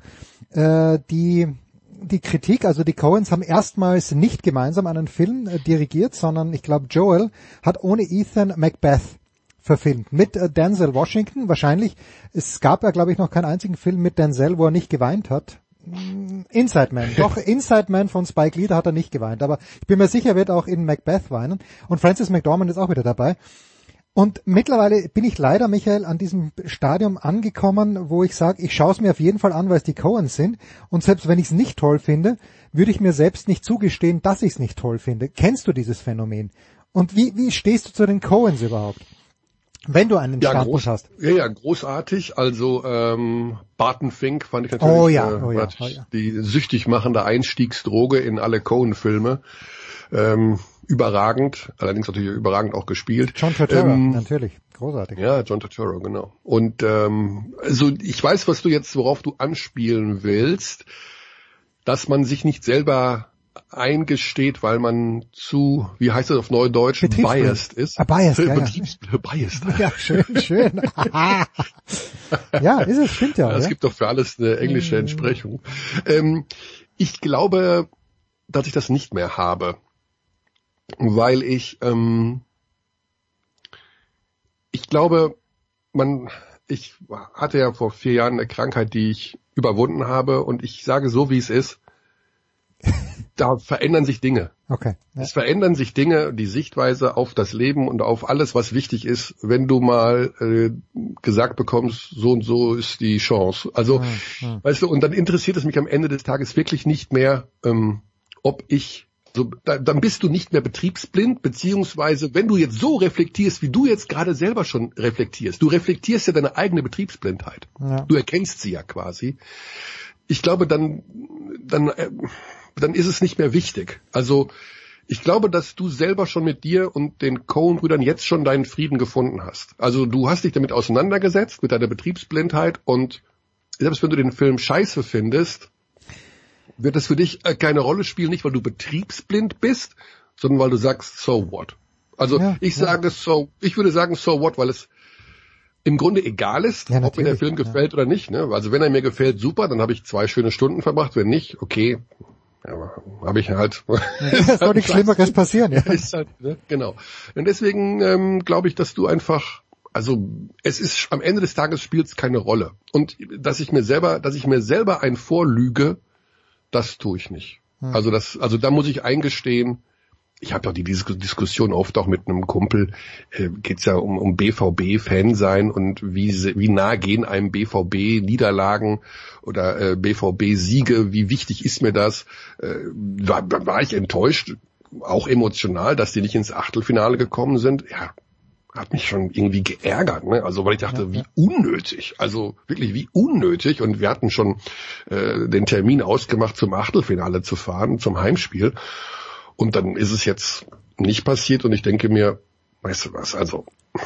die Kritik, also die Coens haben erstmals nicht gemeinsam einen Film dirigiert, sondern ich glaube Joel hat ohne Ethan Macbeth verfilmt. Mit Denzel Washington wahrscheinlich. Es gab ja, glaube ich, noch keinen einzigen Film mit Denzel, wo er nicht geweint hat. Inside Man. Doch, Inside Man von Spike Lee, da hat er nicht geweint. Aber ich bin mir sicher, er wird auch in Macbeth weinen. Und Frances McDormand ist auch wieder dabei. Und mittlerweile bin ich leider, Michael, an diesem Stadium angekommen, wo ich sage, ich schaue es mir auf jeden Fall an, weil es die Coens sind. Und selbst wenn ich es nicht toll finde, würde ich mir selbst nicht zugestehen, dass ich es nicht toll finde. Kennst du dieses Phänomen? Und wie stehst du zu den Coens überhaupt? Wenn du einen Standpunkt hast. Ja, großartig. Also Barton Fink fand ich natürlich die süchtig machende Einstiegsdroge in alle Coen-Filme. Überragend, allerdings natürlich überragend auch gespielt. John Turturro, natürlich, großartig. Ja, John Turturro, genau. Und also ich weiß, worauf du anspielen willst, dass man sich nicht selber eingesteht, weil man zu, wie heißt das auf Neudeutsch, biased ist. Biased, Biased. Ja, schön. Ja, ist es, stimmt ja. Es gibt doch für alles eine englische Entsprechung. Ich glaube, dass ich das nicht mehr habe. Weil ich glaube, ich hatte ja vor 4 Jahren eine Krankheit, die ich überwunden habe, und ich sage so, wie es ist, da verändern sich Dinge. Okay. Ja. Es verändern sich Dinge, die Sichtweise auf das Leben und auf alles, was wichtig ist, wenn du mal gesagt bekommst, so und so ist die Chance. Also, weißt du, und dann interessiert es mich am Ende des Tages wirklich nicht mehr, dann bist du nicht mehr betriebsblind, beziehungsweise wenn du jetzt so reflektierst, wie du jetzt gerade selber schon reflektierst, du reflektierst ja deine eigene Betriebsblindheit. Ja. Du erkennst sie ja quasi. Ich glaube, dann ist es nicht mehr wichtig. Also ich glaube, dass du selber schon mit dir und den Coen-Brüdern jetzt schon deinen Frieden gefunden hast. Also du hast dich damit auseinandergesetzt, mit deiner Betriebsblindheit, und selbst wenn du den Film scheiße findest, wird das für dich keine Rolle spielen, nicht weil du betriebsblind bist, sondern weil du sagst, so what. Also ich würde sagen, so what, weil es im Grunde egal ist, ob mir der Film gefällt oder nicht. Ne? Also wenn er mir gefällt, super, dann habe ich 2 schöne Stunden verbracht. Wenn nicht, okay, habe ich halt. Es soll nichts Schlimmeres passieren. Ja. Ist halt, ne? Genau. Und deswegen glaube ich, dass du einfach, also es ist am Ende des Tages spielt es keine Rolle. Und dass ich mir selber ein vorlüge, das tue ich nicht. Also da muss ich eingestehen, ich habe doch die Diskussion oft auch mit einem Kumpel, geht's ja um BVB-Fan sein und wie nah gehen einem BVB-Niederlagen oder BVB-Siege, wie wichtig ist mir das? Da war ich enttäuscht, auch emotional, dass die nicht ins Achtelfinale gekommen sind. Ja, hat mich schon irgendwie geärgert, ne? Also weil ich dachte, wie unnötig, also wirklich wie unnötig, und wir hatten schon den Termin ausgemacht, zum Achtelfinale zu fahren, zum Heimspiel, und dann ist es jetzt nicht passiert, und ich denke mir, weißt du was, also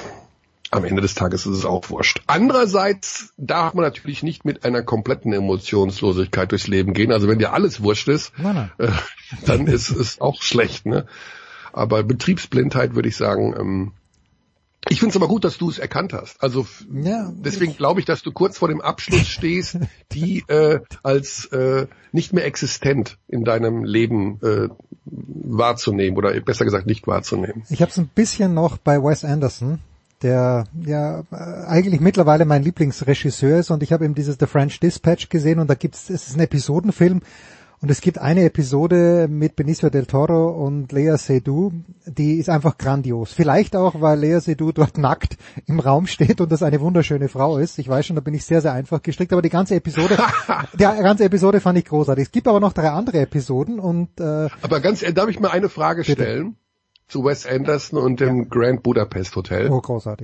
am Ende des Tages ist es auch wurscht. Andererseits darf man natürlich nicht mit einer kompletten Emotionslosigkeit durchs Leben gehen, also wenn dir alles wurscht ist, dann ist es auch schlecht, ne? Aber Betriebsblindheit würde ich sagen, ich finde es aber gut, dass du es erkannt hast. Also deswegen glaube ich, dass du kurz vor dem Abschluss stehst, die als nicht mehr existent in deinem Leben wahrzunehmen, oder besser gesagt nicht wahrzunehmen. Ich habe es ein bisschen noch bei Wes Anderson, der ja eigentlich mittlerweile mein Lieblingsregisseur ist, und ich habe eben dieses The French Dispatch gesehen, und es ist ein Episodenfilm, Und es gibt eine Episode mit Benicio del Toro und Lea Seydoux, die ist einfach grandios. Vielleicht auch, weil Lea Seydoux dort nackt im Raum steht und das eine wunderschöne Frau ist. Ich weiß schon, da bin ich sehr, sehr einfach gestrickt, aber die ganze Episode fand ich großartig. Es gibt aber noch 3 andere Episoden und aber ganz ehrlich, darf ich mal eine Frage stellen zu Wes Anderson und dem Grand Budapest Hotel? Oh, großartig.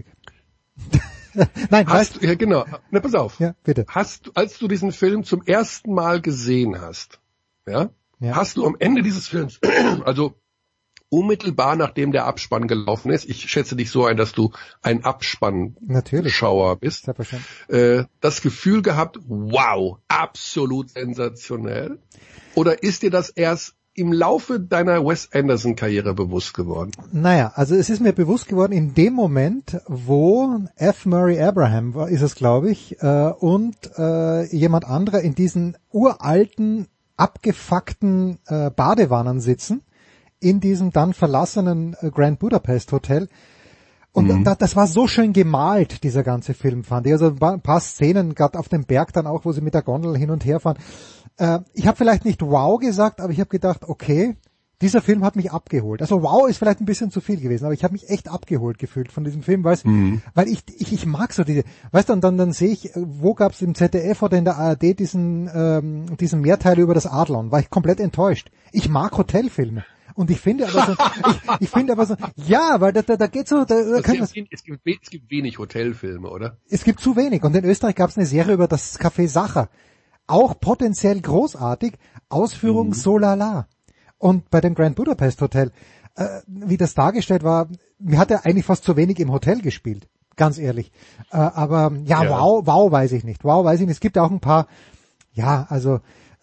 Nein, ja, genau. Na, pass auf. Ja, bitte. Als du diesen Film zum ersten Mal gesehen hast, ja, hast du am Ende dieses Films, also unmittelbar nachdem der Abspann gelaufen ist, ich schätze dich so ein, dass du ein Abspann-Schauer bist, das Gefühl gehabt, wow, absolut sensationell? Oder ist dir das erst im Laufe deiner Wes Anderson-Karriere bewusst geworden? Naja, also es ist mir bewusst geworden in dem Moment, wo F. Murray Abraham ist es, glaube ich, und jemand anderer in diesen uralten, abgefuckten Badewannen sitzen, in diesem dann verlassenen Grand Budapest Hotel. Und das war so schön gemalt, dieser ganze Film, fand ich. Also ein paar Szenen, gerade auf dem Berg dann auch, wo sie mit der Gondel hin und her fahren. Ich habe vielleicht nicht wow gesagt, aber ich habe gedacht, okay, dieser Film hat mich abgeholt. Also wow ist vielleicht ein bisschen zu viel gewesen, aber ich habe mich echt abgeholt gefühlt von diesem Film, weil ich mag so diese, weißt du, und dann sehe ich, wo gab es im ZDF oder in der ARD diesen Mehrteil über das Adlon, war ich komplett enttäuscht. Ich mag Hotelfilme. Und ich finde aber so, ja, weil da geht so, es gibt wenig Hotelfilme, oder? Es gibt zu wenig. Und in Österreich gab es eine Serie über das Café Sacher. Auch potenziell großartig, Ausführung so lala. Und bei dem Grand Budapest Hotel, wie das dargestellt war, mir hat er eigentlich fast zu wenig im Hotel gespielt, ganz ehrlich. Aber wow weiß ich nicht. Wow weiß ich nicht. Es gibt auch ein paar, also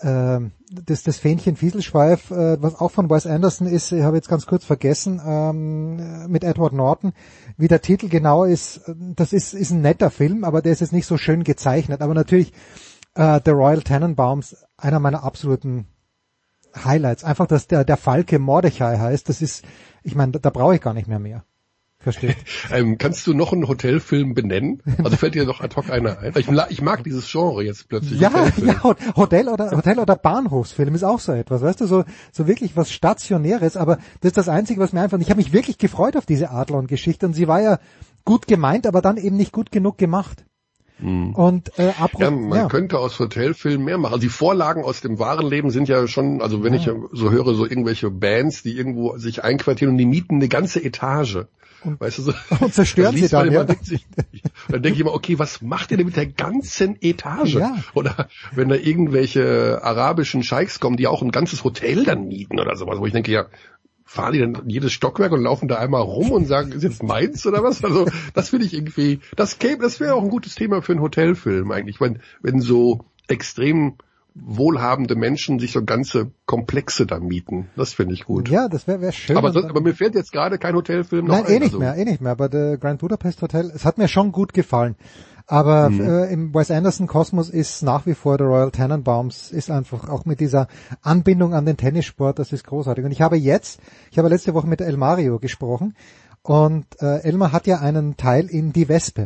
das Fähnchen Fieselschweif, was auch von Wes Anderson ist, ich habe jetzt ganz kurz vergessen, mit Edward Norton, wie der Titel genau ist, das ist ein netter Film, aber der ist jetzt nicht so schön gezeichnet. Aber natürlich The Royal Tenenbaums, einer meiner absoluten Highlights. Einfach, dass der Falke Mordechai heißt, das ist, ich meine, da brauche ich gar nicht mehr. Versteht. Kannst du noch einen Hotelfilm benennen? Also fällt dir doch ad hoc einer ein? Ich mag dieses Genre jetzt plötzlich. Ja, Hotel oder Bahnhofsfilm ist auch so etwas, weißt du, so wirklich was Stationäres, aber das ist das Einzige, was mir einfach, ich habe mich wirklich gefreut auf diese Adlon-Geschichte und sie war ja gut gemeint, aber dann eben nicht gut genug gemacht. Und man könnte aus Hotelfilmen mehr machen. Also die Vorlagen aus dem wahren Leben sind ja schon, also wenn ich so höre, so irgendwelche Bands, die irgendwo sich einquartieren und die mieten eine ganze Etage. Weißt du, so, und zerstören sie dann, ja. Dann denke ich immer, okay, was macht ihr denn mit der ganzen Etage? Ja. Oder wenn da irgendwelche arabischen Scheichs kommen, die auch ein ganzes Hotel dann mieten oder sowas, wo ich denke, ja, fahren die dann jedes Stockwerk und laufen da einmal rum und sagen, ist jetzt meins oder was? Also das finde ich irgendwie, das wäre auch ein gutes Thema für einen Hotelfilm eigentlich, wenn so extrem wohlhabende Menschen sich so ganze Komplexe da mieten. Das finde ich gut. Ja, das wäre schön. Aber mir fällt jetzt gerade kein Hotelfilm noch ein. Nein, eh nicht mehr. Aber der Grand Budapest Hotel, es hat mir schon gut gefallen. Aber im Wes Anderson Kosmos ist nach wie vor The Royal Tenenbaums, ist einfach auch mit dieser Anbindung an den Tennissport, das ist großartig. Und ich habe letzte Woche mit El Mario gesprochen und Elmar hat ja einen Teil in Die Wespe.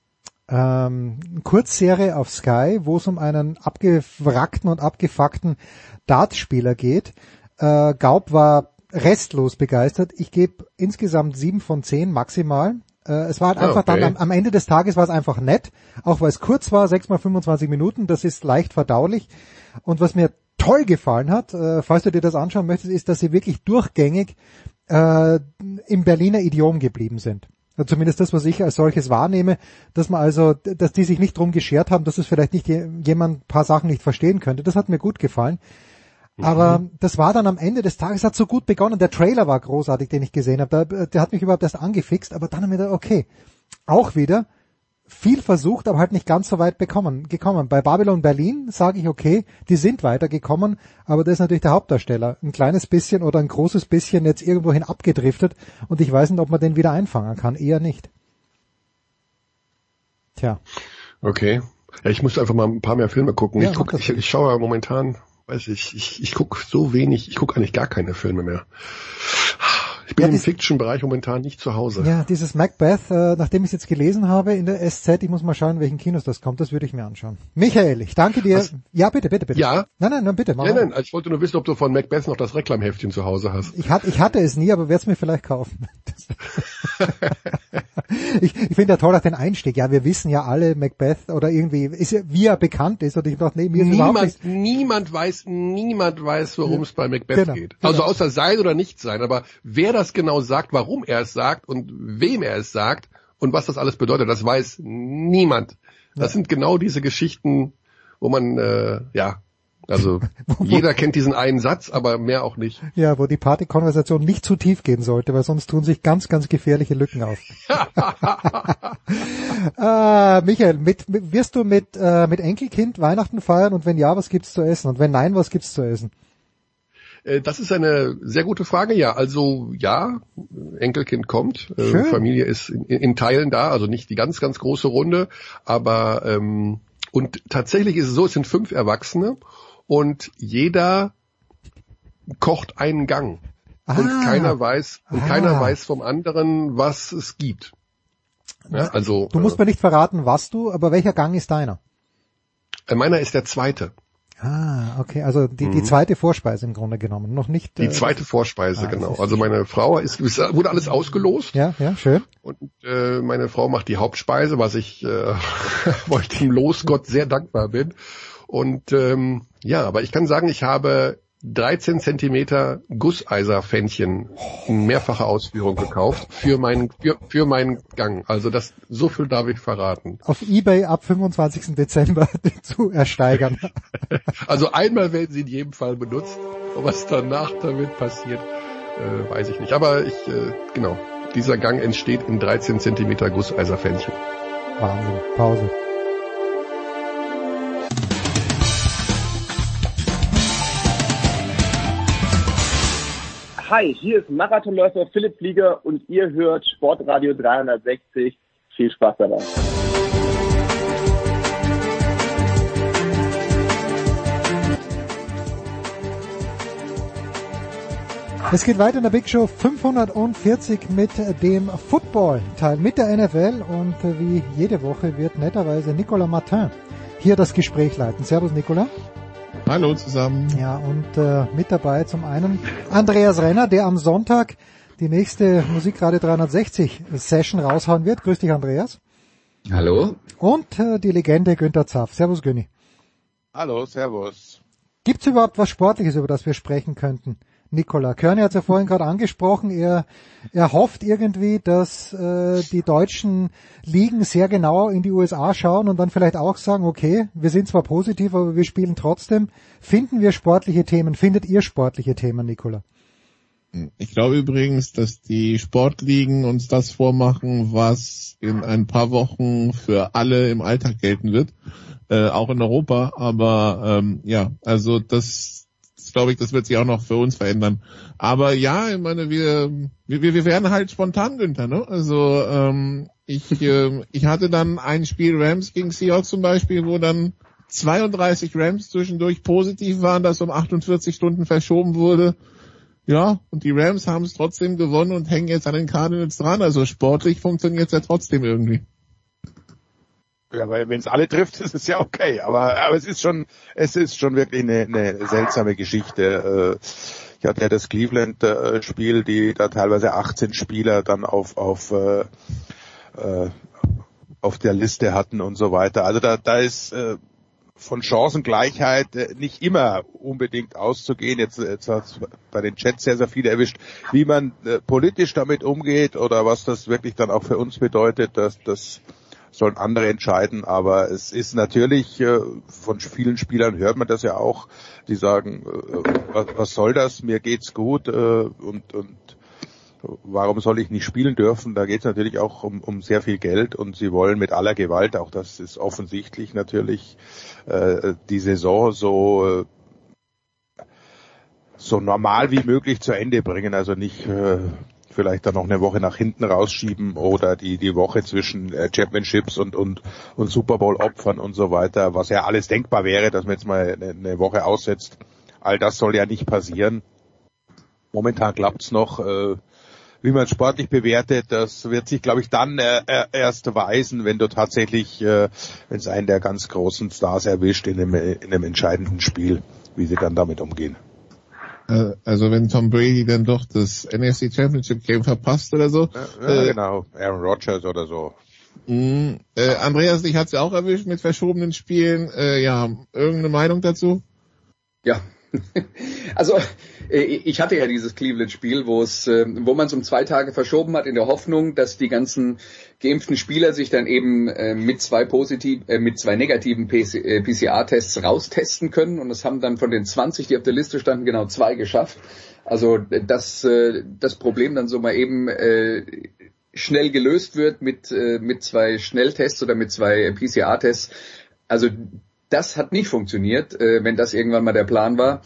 Kurzserie auf Sky, wo es um einen abgewrackten und abgefuckten Dartspieler geht. Gaub war restlos begeistert. Ich gebe insgesamt 7 von 10 maximal. Es war halt einfach dann am Ende des Tages war es einfach nett, auch weil es kurz war, 6 mal 25 Minuten, das ist leicht verdaulich. Und was mir toll gefallen hat, falls du dir das anschauen möchtest, ist, dass sie wirklich durchgängig im Berliner Idiom geblieben sind. Zumindest das, was ich als solches wahrnehme, dass die sich nicht drum geschert haben, dass es vielleicht nicht jemand ein paar Sachen nicht verstehen könnte. Das hat mir gut gefallen. Aber das war dann am Ende des Tages, hat so gut begonnen. Der Trailer war großartig, den ich gesehen habe. Der hat mich überhaupt erst angefixt, aber dann haben wir gedacht, okay, auch wieder viel versucht, aber halt nicht ganz so weit gekommen. Bei Babylon Berlin sage ich, okay, die sind weitergekommen, aber das ist natürlich der Hauptdarsteller. Ein kleines bisschen oder ein großes bisschen jetzt irgendwohin abgedriftet und ich weiß nicht, ob man den wieder einfangen kann. Eher nicht. Tja. Okay. Ja, ich muss einfach mal ein paar mehr Filme gucken. Ja, ich schaue ja momentan, ich gucke so wenig, ich gucke eigentlich gar keine Filme mehr. Ich bin im Fiction-Bereich momentan nicht zu Hause. Ja, dieses Macbeth, nachdem ich es jetzt gelesen habe in der SZ, ich muss mal schauen, in welchen Kinos das kommt, das würde ich mir anschauen. Michael, ich danke dir. Ja, bitte. Ja? Nein, bitte. Nein, ich wollte nur wissen, ob du von Macbeth noch das Reklamheftchen zu Hause hast. Ich hatte es nie, aber werde es mir vielleicht kaufen. Ich finde ja toll auch den Einstieg. Ja, wir wissen ja alle Macbeth oder irgendwie, wie er bekannt ist. Und ich dachte, nee, mir ist überhaupt nicht. Niemand weiß, worum es bei Macbeth geht. Also außer sein oder nicht sein. Aber wer das genau sagt, warum er es sagt und wem er es sagt und was das alles bedeutet, das weiß niemand. Das sind genau diese Geschichten, wo man, also jeder kennt diesen einen Satz, aber mehr auch nicht. Ja, wo die Partykonversation nicht zu tief gehen sollte, weil sonst tun sich ganz, ganz gefährliche Lücken auf. Michael, wirst du mit Enkelkind Weihnachten feiern und wenn ja, was gibt's zu essen? Und wenn nein, was gibt's zu essen? Das ist eine sehr gute Frage, ja. Also ja, Enkelkind kommt, Familie ist in Teilen da, also nicht die ganz, ganz große Runde, aber und tatsächlich ist es so, es sind 5 Erwachsene und jeder kocht einen Gang. Und keiner weiß vom anderen, was es gibt. Ja, also du musst mir nicht verraten, aber welcher Gang ist deiner? Meiner ist der zweite. Okay, also die zweite Vorspeise im Grunde genommen, noch nicht. Die zweite Vorspeise, genau. Also meine Frau wurde alles ausgelost. Ja, schön. Und meine Frau macht die Hauptspeise, wo ich dem Losgott sehr dankbar bin. Und aber ich kann sagen, ich habe 13 Zentimeter Gusseiserpfännchen in mehrfacher Ausführung gekauft für meinen Gang. Also so viel darf ich verraten. Auf eBay ab 25. Dezember zu ersteigern. Also einmal werden sie in jedem Fall benutzt. Und was danach damit passiert, weiß ich nicht. Aber dieser Gang entsteht in 13 Zentimeter Gusseiserpfännchen. Wahnsinn. Pause. Hi, hier ist Marathonläufer Philipp Flieger und ihr hört Sportradio 360. Viel Spaß dabei. Es geht weiter in der Big Show 540 mit dem Football-Teil, mit der NFL und wie jede Woche wird netterweise Nicolas Martin hier das Gespräch leiten. Servus Nicolas. Hallo zusammen. Ja, und mit dabei zum einen Andreas Renner, der am Sonntag die nächste Musikradio 360 Session raushauen wird. Grüß dich, Andreas. Hallo. Und die Legende Günther Zapf. Servus, Günni. Hallo, servus. Gibt's überhaupt was Sportliches, über das wir sprechen könnten? Nicola Körner hat es ja vorhin gerade angesprochen, er hofft irgendwie, dass die deutschen Ligen sehr genau in die USA schauen und dann vielleicht auch sagen, okay, wir sind zwar positiv, aber wir spielen trotzdem. Findet ihr sportliche Themen, Nicola? Ich glaube übrigens, dass die Sportligen uns das vormachen, was in ein paar Wochen für alle im Alltag gelten wird, auch in Europa, aber also das glaube ich, das wird sich auch noch für uns verändern. Aber ja, ich meine, wir werden halt spontan, Günther, ne? Also ich hatte dann ein Spiel Rams gegen Seahawks zum Beispiel, wo dann 32 Rams zwischendurch positiv waren, das um 48 Stunden verschoben wurde. Ja, und die Rams haben es trotzdem gewonnen und hängen jetzt an den Cardinals dran. Also sportlich funktioniert es ja trotzdem irgendwie. Ja, weil wenn es alle trifft, ist es ja okay. Aber es ist schon wirklich eine seltsame Geschichte. Ich hatte ja das Cleveland-Spiel, die da teilweise 18 Spieler dann auf der Liste hatten und so weiter. Also da ist von Chancengleichheit nicht immer unbedingt auszugehen. Jetzt hat es bei den Jets sehr, sehr viele erwischt. Wie man politisch damit umgeht oder was das wirklich dann auch für uns bedeutet, das sollen andere entscheiden, aber es ist natürlich, von vielen Spielern hört man das ja auch, die sagen, was soll das, mir geht's gut und warum soll ich nicht spielen dürfen? Da geht's natürlich auch um sehr viel Geld und sie wollen mit aller Gewalt, auch das ist offensichtlich natürlich, die Saison so normal wie möglich zu Ende bringen, also nicht vielleicht dann noch eine Woche nach hinten rausschieben oder die Woche zwischen Championships und Super Bowl Opfern und so weiter, was ja alles denkbar wäre, dass man jetzt mal eine Woche aussetzt. All das soll ja nicht passieren. Momentan klappt's noch. wie man es sportlich bewertet, das wird sich, glaube ich, dann erst weisen, wenn du tatsächlich, wenn es einen der ganz großen Stars erwischt in einem entscheidenden Spiel, wie sie dann damit umgehen. Also wenn Tom Brady dann doch das NFC Championship Game verpasst oder so. Ja, genau, Aaron Rodgers oder so. Andreas, dich hat's ja auch erwischt mit verschobenen Spielen. Ja, irgendeine Meinung dazu? Ja, also ich hatte ja dieses Cleveland-Spiel, wo man es um 2 Tage verschoben hat, in der Hoffnung, dass die ganzen geimpften Spieler sich dann eben mit zwei negativen PCR-Tests raustesten können. Und es haben dann von den 20, die auf der Liste standen, genau 2 geschafft. Also das Problem dann so mal eben schnell gelöst wird mit 2 Schnelltests oder mit 2 PCR-Tests. Also das hat nicht funktioniert, wenn das irgendwann mal der Plan war.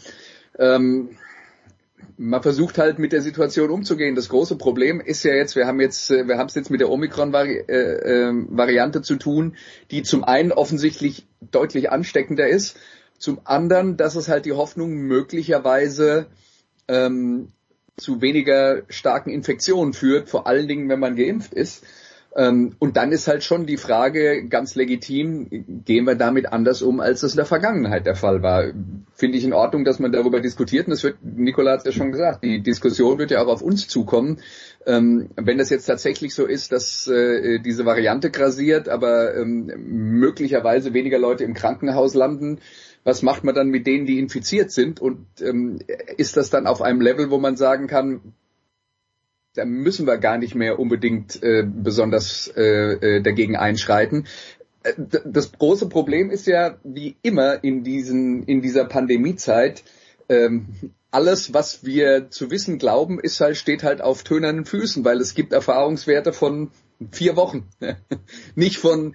Man versucht halt mit der Situation umzugehen. Das große Problem ist ja jetzt, wir haben es jetzt mit der Omikron-Variante zu tun, die zum einen offensichtlich deutlich ansteckender ist, zum anderen, dass es halt die Hoffnung möglicherweise zu weniger starken Infektionen führt, vor allen Dingen, wenn man geimpft ist. Und dann ist halt schon die Frage ganz legitim, gehen wir damit anders um, als das in der Vergangenheit der Fall war. Finde ich in Ordnung, dass man darüber diskutiert. Und Nicola hat es ja schon gesagt, die Diskussion wird ja auch auf uns zukommen. Wenn das jetzt tatsächlich so ist, dass diese Variante grassiert, aber möglicherweise weniger Leute im Krankenhaus landen, was macht man dann mit denen, die infiziert sind? Und ist das dann auf einem Level, wo man sagen kann, da müssen wir gar nicht mehr unbedingt besonders dagegen einschreiten. Das große Problem ist ja, wie immer in dieser Pandemiezeit, alles, was wir zu wissen glauben, steht halt auf tönernen Füßen, weil es gibt Erfahrungswerte von 4 Wochen. Nicht von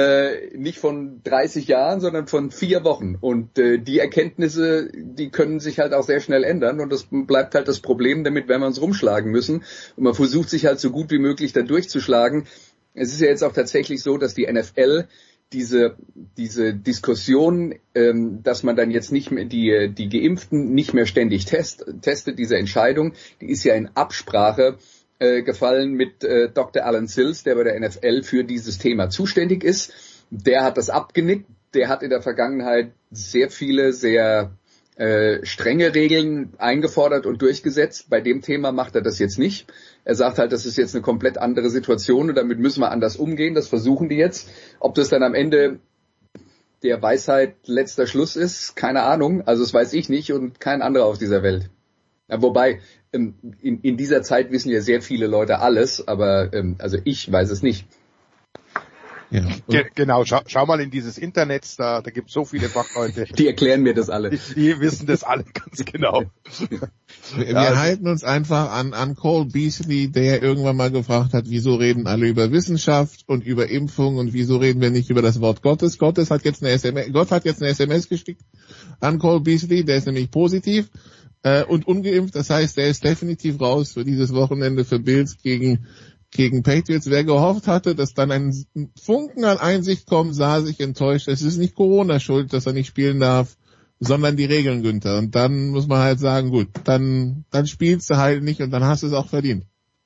30 Jahren, sondern von 4 Wochen. Und die Erkenntnisse, die können sich halt auch sehr schnell ändern. Und das bleibt halt das Problem, damit werden wir uns rumschlagen müssen. Und man versucht sich halt so gut wie möglich da durchzuschlagen. Es ist ja jetzt auch tatsächlich so, dass die NFL diese Diskussion, dass man dann jetzt nicht mehr die Geimpften nicht mehr ständig testet, diese Entscheidung, die ist ja in Absprache gefallen mit Dr. Alan Sills, der bei der NFL für dieses Thema zuständig ist. Der hat das abgenickt. Der hat in der Vergangenheit sehr viele, sehr strenge Regeln eingefordert und durchgesetzt. Bei dem Thema macht er das jetzt nicht. Er sagt halt, das ist jetzt eine komplett andere Situation und damit müssen wir anders umgehen. Das versuchen die jetzt. Ob das dann am Ende der Weisheit letzter Schluss ist, keine Ahnung. Also das weiß ich nicht und kein anderer auf dieser Welt. Ja, wobei, in dieser Zeit wissen ja sehr viele Leute alles, aber also ich weiß es nicht. Ja. Genau, schau mal in dieses Internet, da gibt es so viele Fachleute. Die erklären mir das alle. Die wissen das alle ganz genau. Wir halten uns einfach an Cole Beasley, der irgendwann mal gefragt hat, wieso reden alle über Wissenschaft und über Impfung und wieso reden wir nicht über das Wort Gottes. Gott hat jetzt eine SMS geschickt an Cole Beasley, der ist nämlich positiv und ungeimpft. Das heißt, der ist definitiv raus für dieses Wochenende für Bills gegen Patriots. Wer gehofft hatte, dass dann ein Funken an Einsicht kommt, sah sich enttäuscht. Es ist nicht Corona schuld, dass er nicht spielen darf, sondern die Regeln, Günther. Und dann muss man halt sagen, gut, dann spielst du halt nicht und dann hast du es auch verdient.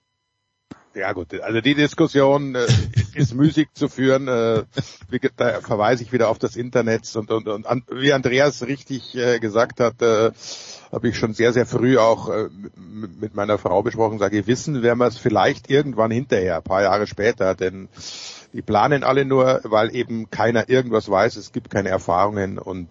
Ja gut, also die Diskussion ist müßig zu führen. Da verweise ich wieder auf das Internet und wie Andreas richtig gesagt hat, habe ich schon sehr, sehr früh auch mit meiner Frau besprochen, sage, wissen werden wir es vielleicht irgendwann hinterher, ein paar Jahre später, denn die planen alle nur, weil eben keiner irgendwas weiß, es gibt keine Erfahrungen und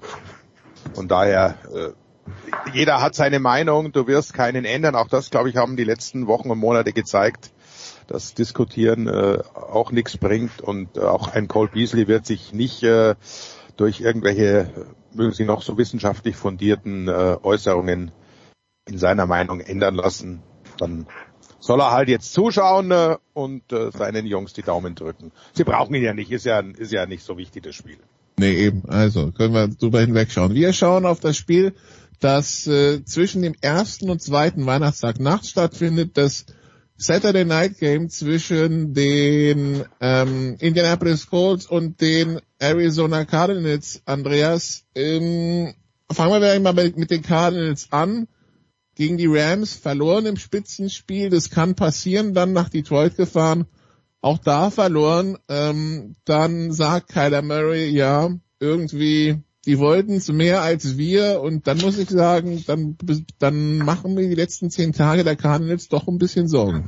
daher jeder hat seine Meinung, du wirst keinen ändern. Auch das, glaube ich, haben die letzten Wochen und Monate gezeigt, dass Diskutieren auch nichts bringt und auch ein Cole Beasley wird sich nicht durch irgendwelche, mögen sie noch so wissenschaftlich fundierten Äußerungen in seiner Meinung ändern lassen. Dann soll er halt jetzt zuschauen und seinen Jungs die Daumen drücken. Sie brauchen ihn ja nicht, ist ja nicht so wichtig, das Spiel. Nee, eben. Also können wir drüber hinwegschauen. Wir schauen auf das Spiel, das zwischen dem 1. und 2. Weihnachtstag nachts stattfindet, das Saturday Night Game zwischen den Indianapolis Colts und den Arizona Cardinals. Andreas, fangen wir mal mit den Cardinals an. gegen die Rams, verloren im Spitzenspiel, das kann passieren, dann nach Detroit gefahren, auch da verloren, dann sagt Kyler Murray, ja, irgendwie, die wollten es mehr als wir, und dann muss ich sagen, dann machen mir die letzten 10 Tage der Cardinals doch ein bisschen Sorgen.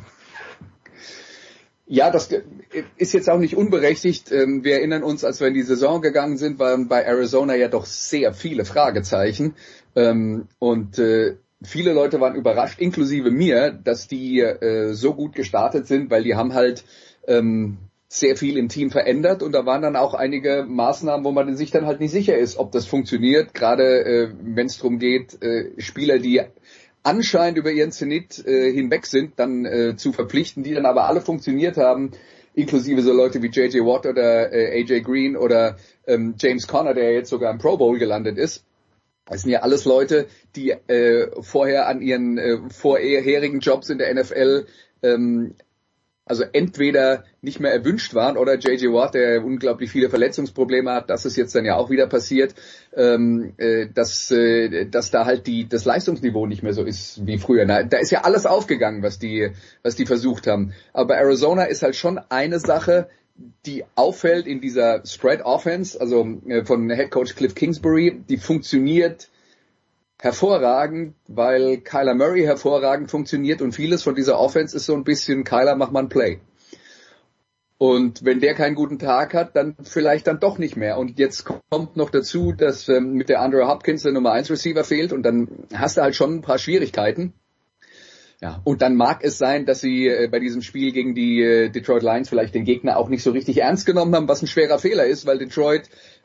Ja, das ist jetzt auch nicht unberechtigt. Wir erinnern uns, als wir in die Saison gegangen sind, waren bei Arizona ja doch sehr viele Fragezeichen. Und viele Leute waren überrascht, inklusive mir, dass die so gut gestartet sind, weil die haben halt sehr viel im Team verändert, und da waren dann auch einige Maßnahmen, wo man sich dann halt nicht sicher ist, ob das funktioniert, gerade wenn es darum geht, Spieler, die anscheinend über ihren Zenit hinweg sind, dann zu verpflichten, die dann aber alle funktioniert haben, inklusive so Leute wie J.J. Watt oder A.J. Green oder James Conner, der jetzt sogar im Pro Bowl gelandet ist. Das sind ja alles Leute, die vorher an ihren vorherigen Jobs in der NFL also entweder nicht mehr erwünscht waren, oder J.J. Watt, der unglaublich viele Verletzungsprobleme hat, das ist jetzt dann ja auch wieder passiert, dass da halt das Leistungsniveau nicht mehr so ist wie früher. Da ist ja alles aufgegangen, was die versucht haben. Aber bei Arizona ist halt schon eine Sache, die auffällt in dieser Spread Offense, also von Head Coach Cliff Kingsbury, die funktioniert hervorragend, weil Kyler Murray hervorragend funktioniert, und vieles von dieser Offense ist so ein bisschen, Kyler, mach mal ein Play. Und wenn der keinen guten Tag hat, dann vielleicht dann doch nicht mehr. Und jetzt kommt noch dazu, dass mit der Andrew Hopkins der Nummer 1 Receiver fehlt, und dann hast du halt schon ein paar Schwierigkeiten. Ja, und dann mag es sein, dass sie bei diesem Spiel gegen die Detroit Lions vielleicht den Gegner auch nicht so richtig ernst genommen haben, was ein schwerer Fehler ist, weil Detroit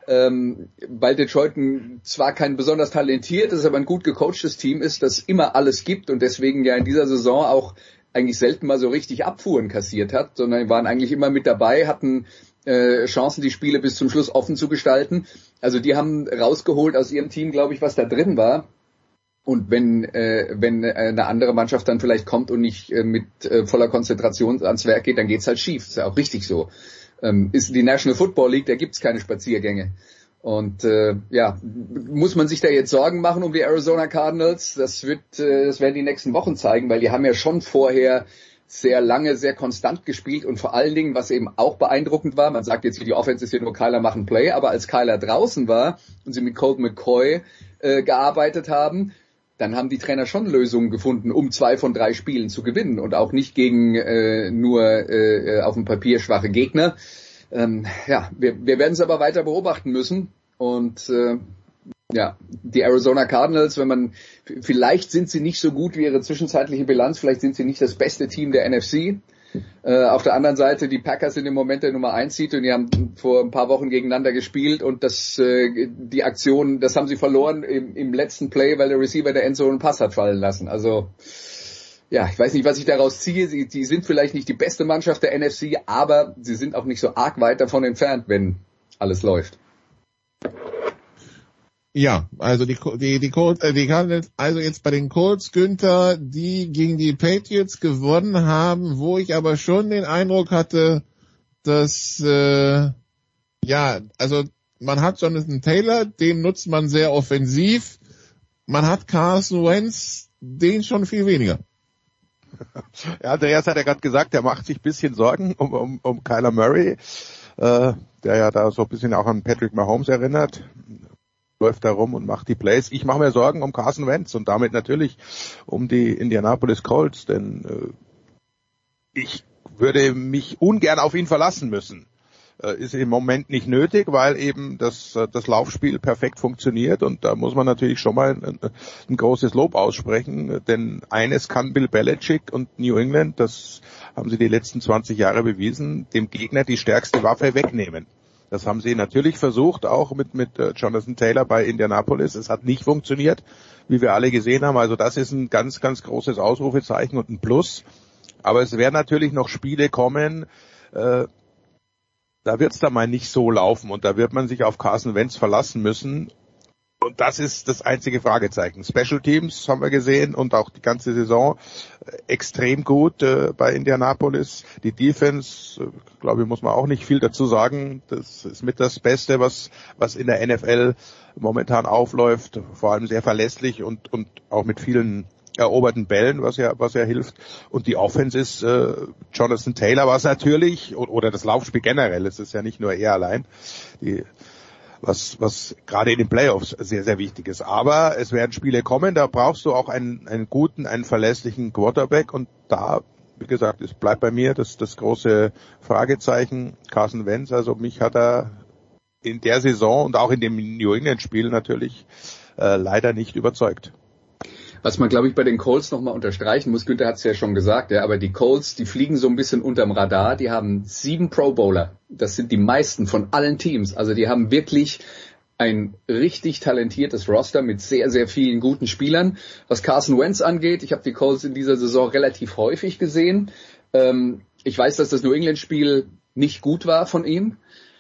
zwar kein besonders talentiertes, aber ein gut gecoachtes Team ist, das immer alles gibt und deswegen ja in dieser Saison auch eigentlich selten mal so richtig Abfuhren kassiert hat, sondern waren eigentlich immer mit dabei, hatten Chancen, die Spiele bis zum Schluss offen zu gestalten. Also die haben rausgeholt aus ihrem Team, glaube ich, was da drin war. Und wenn eine andere Mannschaft dann vielleicht kommt und nicht mit voller Konzentration ans Werk geht, dann geht's halt schief. Das ist ja auch richtig so. Ist die National Football League, da gibt's keine Spaziergänge. Und muss man sich da jetzt Sorgen machen um die Arizona Cardinals? Das werden die nächsten Wochen zeigen, weil die haben ja schon vorher sehr lange, sehr konstant gespielt, und vor allen Dingen, was eben auch beeindruckend war, man sagt jetzt, die Offense ist hier nur Kyler machen Play, aber als Kyler draußen war und sie mit Colt McCoy gearbeitet haben, dann haben die Trainer schon Lösungen gefunden, um 2 von 3 Spielen zu gewinnen und auch nicht gegen nur auf dem Papier schwache Gegner. Wir werden es aber weiter beobachten müssen, und die Arizona Cardinals, vielleicht sind sie nicht so gut wie ihre zwischenzeitliche Bilanz, vielleicht sind sie nicht das beste Team der NFC. Auf der anderen Seite, die Packers sind im Moment der Nummer 1 Seed, und die haben vor ein paar Wochen gegeneinander gespielt, und die Aktion, das haben sie verloren im letzten Play, weil der Receiver der Endzone einen Pass hat fallen lassen. Also ja, ich weiß nicht, was ich daraus ziehe. Die sind vielleicht nicht die beste Mannschaft der NFC, aber sie sind auch nicht so arg weit davon entfernt, wenn alles läuft. Ja, also die Cardinals, also jetzt bei den Colts, Günther, die gegen die Patriots gewonnen haben, wo ich aber schon den Eindruck hatte, dass also man hat Jonathan Taylor, den nutzt man sehr offensiv, man hat Carson Wentz, den schon viel weniger. Ja, Andreas hat ja gerade gesagt, er macht sich ein bisschen Sorgen um Kyler Murray, der ja da so ein bisschen auch an Patrick Mahomes erinnert. Läuft da rum und macht die Plays. Ich mache mir Sorgen um Carson Wentz und damit natürlich um die Indianapolis Colts, denn ich würde mich ungern auf ihn verlassen müssen. Ist im Moment nicht nötig, weil eben das Laufspiel perfekt funktioniert, und da muss man natürlich schon mal ein großes Lob aussprechen, denn eines kann Bill Belichick und New England, das haben sie die letzten 20 Jahre bewiesen, dem Gegner die stärkste Waffe wegnehmen. Das haben sie natürlich versucht, auch mit Jonathan Taylor bei Indianapolis. Es hat nicht funktioniert, wie wir alle gesehen haben. Also das ist ein ganz, ganz großes Ausrufezeichen und ein Plus. Aber es werden natürlich noch Spiele kommen, da wird es dann mal nicht so laufen, und da wird man sich auf Carson Wentz verlassen müssen. Und das ist das einzige Fragezeichen. Special Teams haben wir gesehen, und auch die ganze Saison extrem gut bei Indianapolis. Die Defense, glaube ich, muss man auch nicht viel dazu sagen. Das ist mit das Beste, was in der NFL momentan aufläuft. Vor allem sehr verlässlich und auch mit vielen eroberten Bällen, was ja hilft. Und die Offense ist Jonathan Taylor, was natürlich, oder das Laufspiel generell, es ist ja nicht nur er allein, was gerade in den Playoffs sehr, sehr wichtig ist. Aber es werden Spiele kommen, da brauchst du auch einen guten, einen verlässlichen Quarterback, und da, wie gesagt, es bleibt bei mir das große Fragezeichen Carson Wentz. Also mich hat er in der Saison und auch in dem New England-Spiel natürlich leider nicht überzeugt. Was man, glaube ich, bei den Colts nochmal unterstreichen muss, Günther hat es ja schon gesagt, ja, aber die Colts, die fliegen so ein bisschen unterm Radar, die haben 7 Pro Bowler. Das sind die meisten von allen Teams. Also die haben wirklich ein richtig talentiertes Roster mit sehr, sehr vielen guten Spielern. Was Carson Wentz angeht, ich habe die Colts in dieser Saison relativ häufig gesehen. Ich weiß, dass das New England-Spiel nicht gut war von ihm.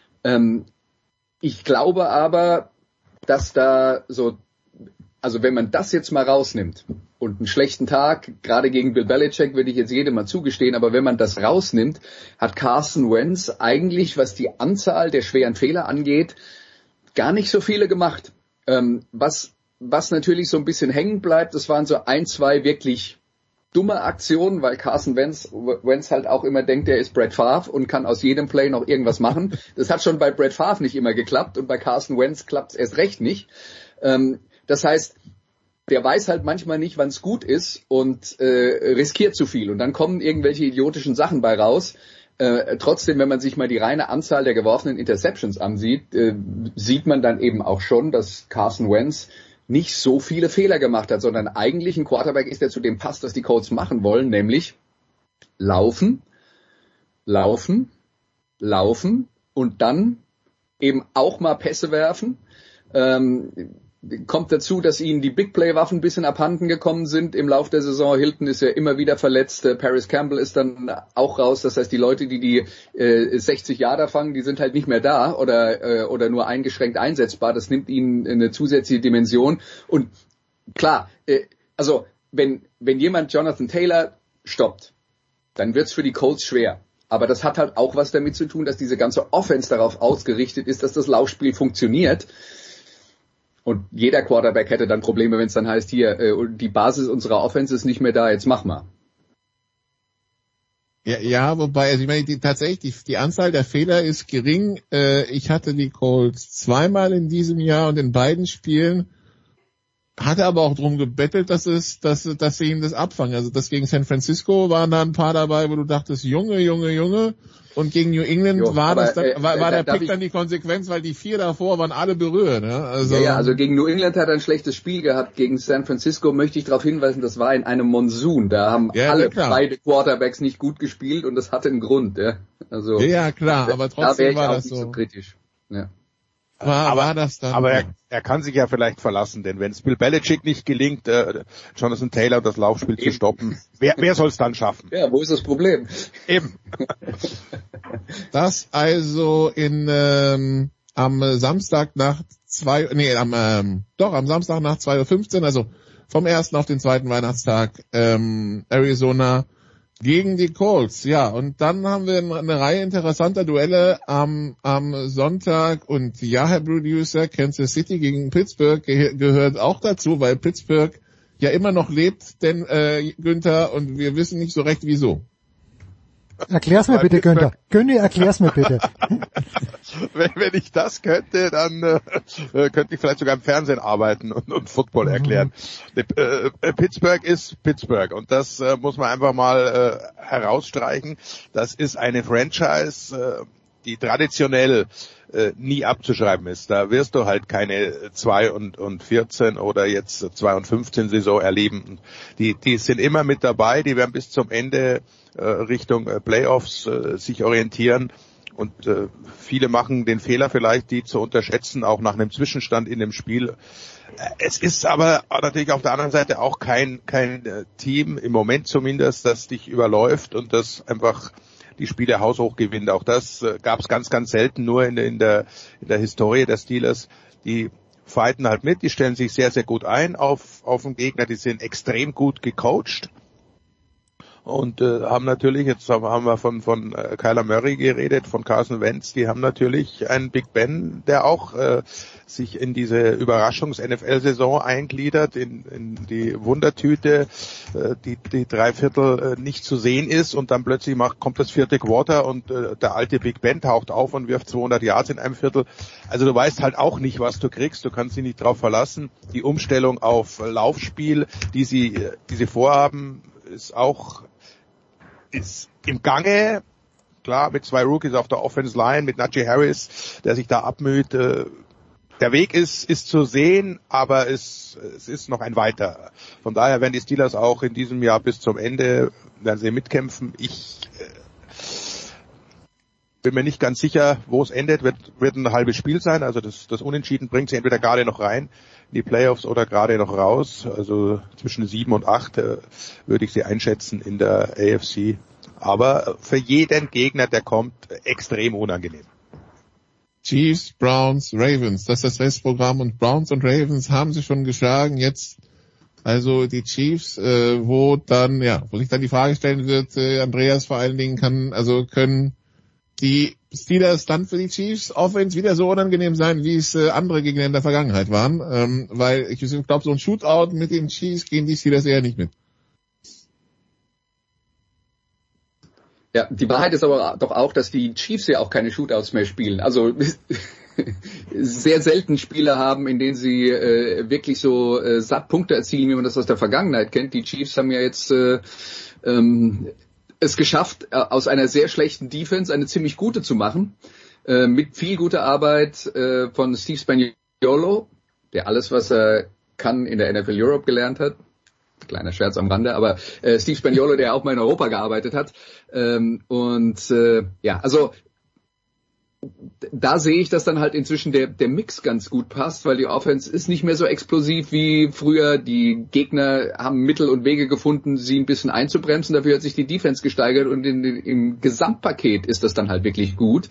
Ich glaube aber, dass da so, also wenn man das jetzt mal rausnimmt und einen schlechten Tag, gerade gegen Bill Belichick, würde ich jetzt jedem mal zugestehen, aber wenn man das rausnimmt, hat Carson Wentz eigentlich, was die Anzahl der schweren Fehler angeht, gar nicht so viele gemacht. Was natürlich so ein bisschen hängen bleibt, das waren so 1, 2 wirklich dumme Aktionen, weil Carson Wentz halt auch immer denkt, er ist Brett Favre und kann aus jedem Play noch irgendwas machen. Das hat schon bei Brett Favre nicht immer geklappt und bei Carson Wentz klappt es erst recht nicht. Das heißt, der weiß halt manchmal nicht, wann es gut ist und riskiert zu viel. Und dann kommen irgendwelche idiotischen Sachen bei raus. Trotzdem, wenn man sich mal die reine Anzahl der geworfenen Interceptions ansieht, sieht man dann eben auch schon, dass Carson Wentz nicht so viele Fehler gemacht hat, sondern eigentlich ein Quarterback ist, der zu dem passt, was die Colts machen wollen, nämlich laufen, laufen, laufen und dann eben auch mal Pässe werfen. Kommt dazu, dass ihnen die Big-Play-Waffen ein bisschen abhanden gekommen sind im Lauf der Saison. Hilton ist ja immer wieder verletzt, Paris Campbell ist dann auch raus. Das heißt, die Leute, die 60 Yarder fangen, die sind halt nicht mehr da oder nur eingeschränkt einsetzbar. Das nimmt ihnen eine zusätzliche Dimension. Und klar, also wenn jemand Jonathan Taylor stoppt, dann wird's für die Colts schwer. Aber das hat halt auch was damit zu tun, dass diese ganze Offense darauf ausgerichtet ist, dass das Laufspiel funktioniert. Und jeder Quarterback hätte dann Probleme, wenn es dann heißt, hier, die Basis unserer Offense ist nicht mehr da, jetzt mach mal. Ja, wobei, also ich meine, tatsächlich, die Anzahl der Fehler ist gering. Ich hatte die Colts 2-mal in diesem Jahr und in beiden Spielen hatte aber auch drum gebettelt, dass sie ihm das abfangen. Also das gegen San Francisco waren da ein paar dabei, wo du dachtest, Junge. Und gegen New England war der Pick dann die Konsequenz, weil die 4 davor waren alle berührt. Ja? Also gegen New England hat er ein schlechtes Spiel gehabt. Gegen San Francisco möchte ich darauf hinweisen, das war in einem Monsun. Da haben beide Quarterbacks nicht gut gespielt und das hatte einen Grund. Ja, also, ja klar, aber trotzdem war das so kritisch. Ja. War das dann? Aber er kann sich ja vielleicht verlassen, denn wenn es Bill Belichick nicht gelingt, Jonathan Taylor und das Laufspiel zu stoppen, wer soll es dann schaffen? Ja, wo ist das Problem? Eben. Das also am Samstag nach 2:15 Uhr, also vom 1. auf den 2. Weihnachtstag, Arizona gegen die Colts, ja, und dann haben wir eine Reihe interessanter Duelle am Sonntag und ja, Herr Producer, Kansas City gegen Pittsburgh gehört auch dazu, weil Pittsburgh ja immer noch lebt, denn Günther, und wir wissen nicht so recht wieso. Erklär's mir bitte, Günther. Günni, erklär's mir bitte. Wenn ich das könnte, dann könnte ich vielleicht sogar im Fernsehen arbeiten und Football erklären. Pittsburgh ist Pittsburgh und das muss man einfach mal herausstreichen. Das ist eine Franchise, die traditionell nie abzuschreiben ist. Da wirst du halt keine 2-14 oder jetzt 2-15 Saison erleben. Die sind immer mit dabei, die werden bis zum Ende Richtung Playoffs sich orientieren. Und viele machen den Fehler vielleicht, die zu unterschätzen, auch nach einem Zwischenstand in dem Spiel. Es ist aber natürlich auf der anderen Seite auch kein Team, im Moment zumindest, das dich überläuft und das einfach die Spiele haushoch gewinnt. Auch das gab es ganz, ganz selten, nur in der Historie der Steelers. Die fighten halt mit, die stellen sich sehr, sehr gut ein auf den Gegner, die sind extrem gut gecoacht. und haben natürlich, jetzt haben wir von Kyler Murray geredet, von Carson Wentz, die haben natürlich einen Big Ben, der auch sich in diese Überraschungs-NFL-Saison eingliedert, in die Wundertüte, die 3/4 nicht zu sehen ist und dann plötzlich kommt das 4. Quarter und der alte Big Ben taucht auf und wirft 200 Yards in einem Viertel. Also du weißt halt auch nicht, was du kriegst, du kannst dich nicht drauf verlassen. Die Umstellung auf Laufspiel, die sie vorhaben, ist im Gange. Klar, mit 2 Rookies auf der Offense Line, mit Najee Harris, der sich da abmüht. Der Weg ist zu sehen, aber es ist noch ein weiter. Von daher werden die Steelers auch in diesem Jahr bis zum Ende, werden sie mitkämpfen. Ich bin mir nicht ganz sicher, wo es endet, wird ein halbes Spiel sein. Also das Unentschieden bringt sie entweder gerade noch rein in die Playoffs oder gerade noch raus. Also zwischen 7 und 8 würde ich sie einschätzen in der AFC. Aber für jeden Gegner, der kommt, extrem unangenehm. Chiefs, Browns, Ravens, das ist das Restprogramm und Browns und Ravens haben sie schon geschlagen. Jetzt also die Chiefs, wo sich dann die Frage stellen wird, Andreas vor allen Dingen können die Steelers dann für die Chiefs Offense wieder so unangenehm sein, wie es andere Gegner in der Vergangenheit waren, weil ich glaube, so ein Shootout mit den Chiefs gehen die Steelers eher nicht mit. Ja, die Wahrheit ist aber doch auch, dass die Chiefs ja auch keine Shootouts mehr spielen. Also sehr selten Spiele haben, in denen sie wirklich so satt Punkte erzielen, wie man das aus der Vergangenheit kennt. Die Chiefs haben ja jetzt es geschafft, aus einer sehr schlechten Defense eine ziemlich gute zu machen, mit viel guter Arbeit von Steve Spagnuolo, der alles, was er kann, in der NFL Europe gelernt hat. Kleiner Scherz am Rande, aber Steve Spagnuolo, der auch mal in Europa gearbeitet hat. Also da sehe ich, dass dann halt inzwischen der Mix ganz gut passt, weil die Offense ist nicht mehr so explosiv wie früher. Die Gegner haben Mittel und Wege gefunden, sie ein bisschen einzubremsen. Dafür hat sich die Defense gesteigert und im Gesamtpaket ist das dann halt wirklich gut.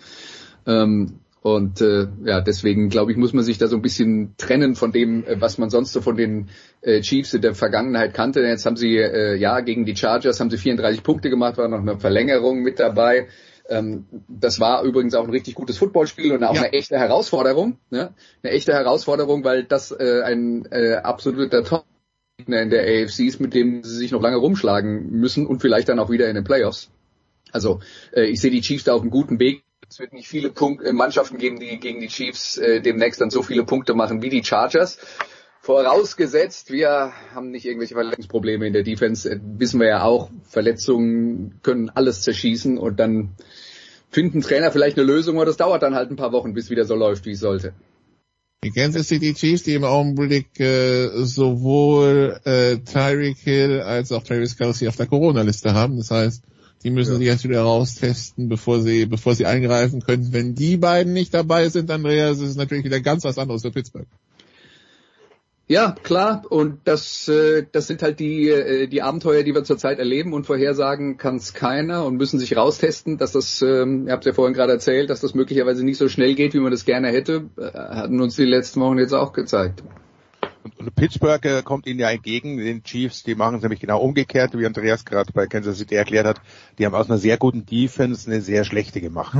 Deswegen glaube ich, muss man sich da so ein bisschen trennen von dem, was man sonst so von den Chiefs in der Vergangenheit kannte. Jetzt haben sie gegen die Chargers haben sie 34 Punkte gemacht, war noch eine Verlängerung mit dabei. Das war übrigens auch ein richtig gutes Footballspiel und auch eine echte Herausforderung, ne? Eine echte Herausforderung, weil das ein absoluter Top-Gegner in der AFC ist, mit dem sie sich noch lange rumschlagen müssen und vielleicht dann auch wieder in den Playoffs. Also ich sehe die Chiefs da auf einem guten Weg. Es wird nicht viele Mannschaften geben, die gegen die Chiefs demnächst dann so viele Punkte machen wie die Chargers. Vorausgesetzt, wir haben nicht irgendwelche Verletzungsprobleme in der Defense, wissen wir ja auch, Verletzungen können alles zerschießen und dann finden Trainer vielleicht eine Lösung, aber das dauert dann halt ein paar Wochen, bis wieder so läuft, wie es sollte. Die Kansas City Chiefs, die im Augenblick sowohl Tyreek Hill als auch Travis Kelce auf der Corona-Liste haben, das heißt, die müssen sich jetzt wieder raustesten, bevor sie eingreifen können. Wenn die beiden nicht dabei sind, Andreas, ist es natürlich wieder ganz was anderes für Pittsburgh. Ja, klar. Und das sind halt die Abenteuer, die wir zurzeit erleben und vorhersagen kann es keiner und müssen sich raustesten, dass das, ihr habt ja vorhin gerade erzählt, dass das möglicherweise nicht so schnell geht, wie man das gerne hätte, hatten uns die letzten Wochen jetzt auch gezeigt. Und Pittsburgh kommt ihnen ja entgegen, den Chiefs, die machen es nämlich genau umgekehrt, wie Andreas gerade bei Kansas City erklärt hat. Die haben aus einer sehr guten Defense eine sehr schlechte gemacht.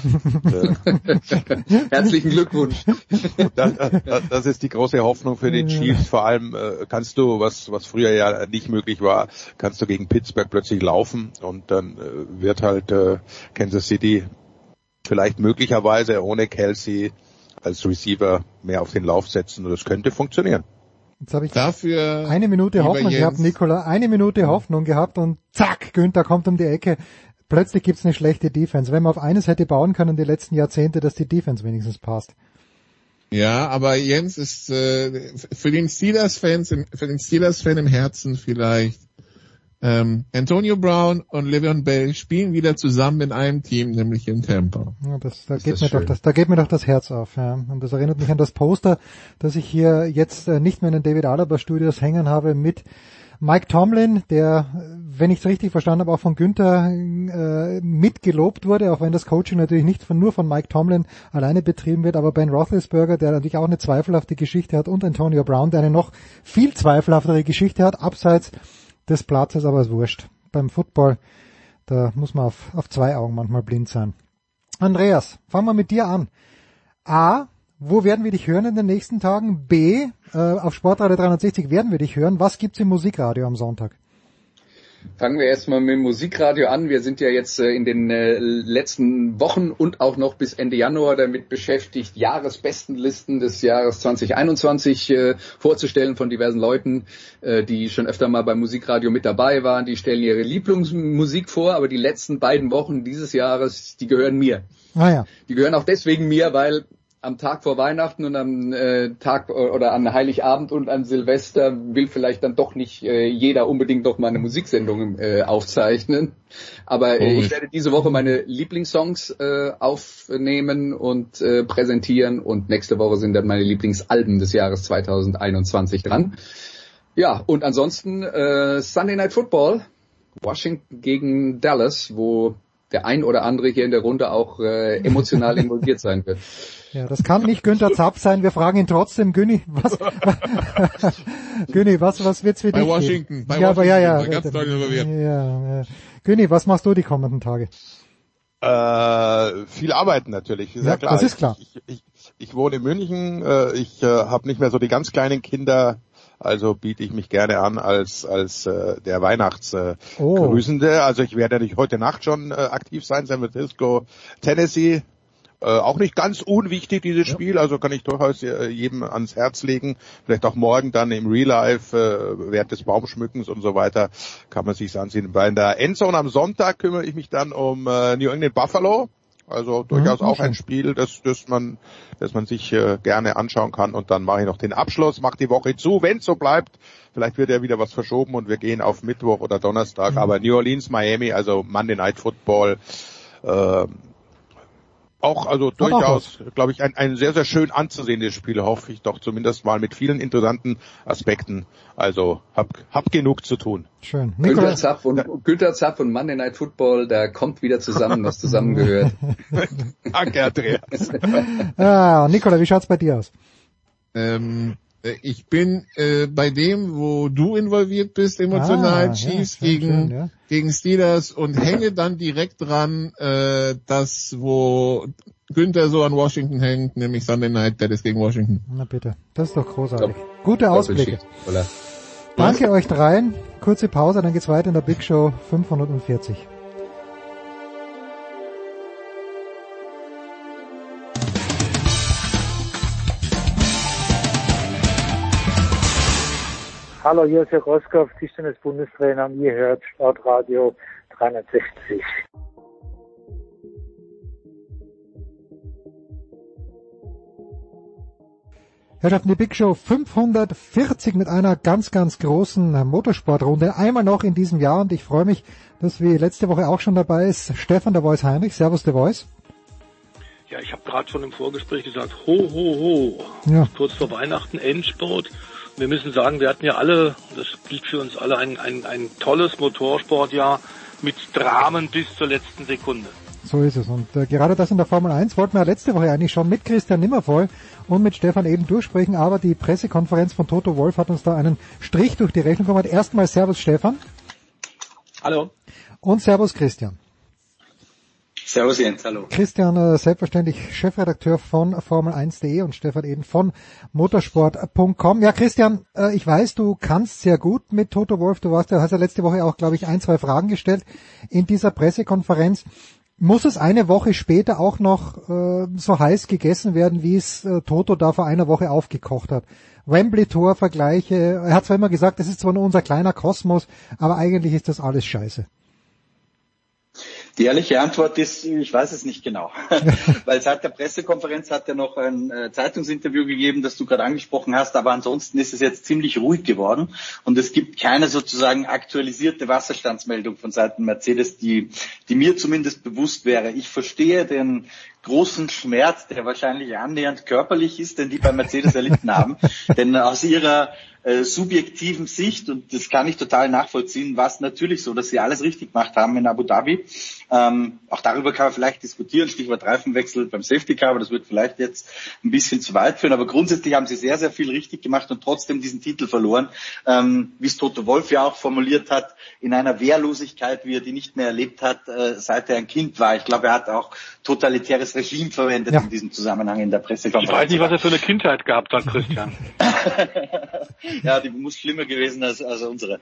Herzlichen Glückwunsch. Das ist die große Hoffnung für die Chiefs. Vor allem kannst du, was früher ja nicht möglich war, kannst du gegen Pittsburgh plötzlich laufen und dann wird halt Kansas City vielleicht möglicherweise ohne Kelce als Receiver mehr auf den Lauf setzen und das könnte funktionieren. Jetzt habe ich dafür eine Minute Hoffnung gehabt, Nicola, eine Minute Hoffnung gehabt und zack, Günther kommt um die Ecke. Plötzlich gibt's eine schlechte Defense. Wenn man auf eines hätte bauen können die letzten Jahrzehnte, dass die Defense wenigstens passt. Ja, aber Jens ist für den Steelers-Fan im Herzen vielleicht Antonio Brown und Le'Veon Bell spielen wieder zusammen in einem Team, nämlich in Tampa. Ja, da geht mir doch das Herz auf, ja. Und das erinnert mich an das Poster, das ich hier jetzt nicht mehr in den David Alaba Studios hängen habe mit Mike Tomlin, der, wenn ich es richtig verstanden habe, auch von Günther mitgelobt wurde, auch wenn das Coaching natürlich nicht nur von Mike Tomlin alleine betrieben wird, aber Ben Roethlisberger, der natürlich auch eine zweifelhafte Geschichte hat, und Antonio Brown, der eine noch viel zweifelhaftere Geschichte hat, abseits des Platzes, aber ist wurscht. beim Football, da muss man auf zwei Augen manchmal blind sein. Andreas, fangen wir mit dir an. A, wo werden wir dich hören in den nächsten Tagen? B, auf Sportradio 360 werden wir dich hören. Was gibt's im Musikradio am Sonntag? Fangen wir erstmal mit dem Musikradio an. Wir sind ja jetzt in den letzten Wochen und auch noch bis Ende Januar damit beschäftigt, Jahresbestenlisten des Jahres 2021 vorzustellen von diversen Leuten, die schon öfter mal beim Musikradio mit dabei waren. Die stellen ihre Lieblingsmusik vor, aber die letzten beiden Wochen dieses Jahres, die gehören mir. Ah ja. Die gehören auch deswegen mir, weil am Tag vor Weihnachten und am Tag oder an Heiligabend und an Silvester will vielleicht dann doch nicht jeder unbedingt noch mal eine Musiksendung aufzeichnen. Aber ich werde diese Woche meine Lieblingssongs aufnehmen und präsentieren und nächste Woche sind dann meine Lieblingsalben des Jahres 2021 dran. Ja, und ansonsten Sunday Night Football, Washington gegen Dallas, wo der ein oder andere hier in der Runde auch emotional involviert sein wird. Ja, das kann nicht Günther Zapf sein. Wir fragen ihn trotzdem, Günni, Günni, was wird's für dich? Bei Washington, ganz deutlich involviert. Ja. Günni, was machst du die kommenden Tage? Viel arbeiten natürlich, ist ja klar. Das ist klar. Ich wohne in München, ich habe nicht mehr so die ganz kleinen Kinder, also biete ich mich gerne an als der Weihnachtsgrüßende. Also ich werde natürlich heute Nacht schon aktiv sein, San Francisco, Tennessee. Auch nicht ganz unwichtig, dieses Spiel, also kann ich durchaus jedem ans Herz legen. Vielleicht auch morgen dann im Real Life, während des Baumschmückens und so weiter, kann man sich's ansehen. Bei der Endzone am Sonntag kümmere ich mich dann um New England Buffalo. Also durchaus auch ein Spiel, das man sich gerne anschauen kann. Und dann mache ich noch den Abschluss, mache die Woche zu, wenn es so bleibt. Vielleicht wird ja wieder was verschoben und wir gehen auf Mittwoch oder Donnerstag. Aber New Orleans, Miami, also Monday Night Football, auch, also durchaus, glaube ich, ein sehr, sehr schön anzusehendes Spiel, hoffe ich doch zumindest mal mit vielen interessanten Aspekten. Also hab genug zu tun. Schön. Günther Zapf und Monday Night Football, da kommt wieder zusammen, was zusammengehört. Danke, Andreas. Nikola, wie schaut's bei dir aus? Ich bin bei dem, wo du involviert bist, emotional, Chiefs gegen Steelers und hänge dann direkt dran, das, wo Günther so an Washington hängt, nämlich Sunday Night, Dallas gegen Washington. Na bitte, das ist doch großartig. Gute Ausblicke. Danke euch dreien. Kurze Pause, dann geht's weiter in der Big Show 540. Hallo, hier ist Herr Roskopf, Tischtennis-Bundestrainer und ihr hört Sportradio 360. Herrschaften, die Big Show 540 mit einer ganz, ganz großen Motorsportrunde. Einmal noch in diesem Jahr und ich freue mich, dass wie letzte Woche auch schon dabei ist Stefan der Voice Heinrich. Servus der Voice. Ja, ich habe gerade schon im Vorgespräch gesagt, ho. Ja. Kurz vor Weihnachten, Endspurt. Wir müssen sagen, wir hatten ja alle, das gilt für uns alle, ein tolles Motorsportjahr mit Dramen bis zur letzten Sekunde. So ist es. Und gerade das in der Formel 1 wollten wir letzte Woche eigentlich schon mit Christian Nimmervoll und mit Stefan eben durchsprechen, aber die Pressekonferenz von Toto Wolff hat uns da einen Strich durch die Rechnung gemacht. Erstmal Servus Stefan. Hallo. Und Servus Christian. Servus Jens, hallo. Christian, selbstverständlich Chefredakteur von Formel1.de und Stefan eben von motorsport.com. Ja, Christian, ich weiß, du kannst sehr gut mit Toto Wolff. Hast ja letzte Woche auch, glaube ich, 2 Fragen gestellt in dieser Pressekonferenz. Muss es eine Woche später auch noch so heiß gegessen werden, wie es Toto da vor einer Woche aufgekocht hat? Wembley-Tor-Vergleiche. Er hat zwar immer gesagt, das ist zwar nur unser kleiner Kosmos, aber eigentlich ist das alles scheiße. Die ehrliche Antwort ist, ich weiß es nicht genau. Weil seit der Pressekonferenz hat er noch ein Zeitungsinterview gegeben, das du gerade angesprochen hast, aber ansonsten ist es jetzt ziemlich ruhig geworden und es gibt keine sozusagen aktualisierte Wasserstandsmeldung von Seiten Mercedes, die mir zumindest bewusst wäre. Ich verstehe den großen Schmerz, der wahrscheinlich annähernd körperlich ist, den die bei Mercedes erlitten haben. Denn aus ihrer subjektiven Sicht, und das kann ich total nachvollziehen, war es natürlich so, dass sie alles richtig gemacht haben in Abu Dhabi. Auch darüber kann man vielleicht diskutieren, Stichwort Reifenwechsel beim Safety Car, aber das wird vielleicht jetzt ein bisschen zu weit führen. Aber grundsätzlich haben sie sehr, sehr viel richtig gemacht und trotzdem diesen Titel verloren. Wie es Toto Wolff ja auch formuliert hat, in einer Wehrlosigkeit, wie er die nicht mehr erlebt hat, seit er ein Kind war. Ich glaube, er hat auch totalitäres Regime verwendet in diesem Zusammenhang in der Pressekonferenz. Ich weiß nicht, was er für eine Kindheit gehabt hat, Christian. Ja, die muss schlimmer gewesen als unsere.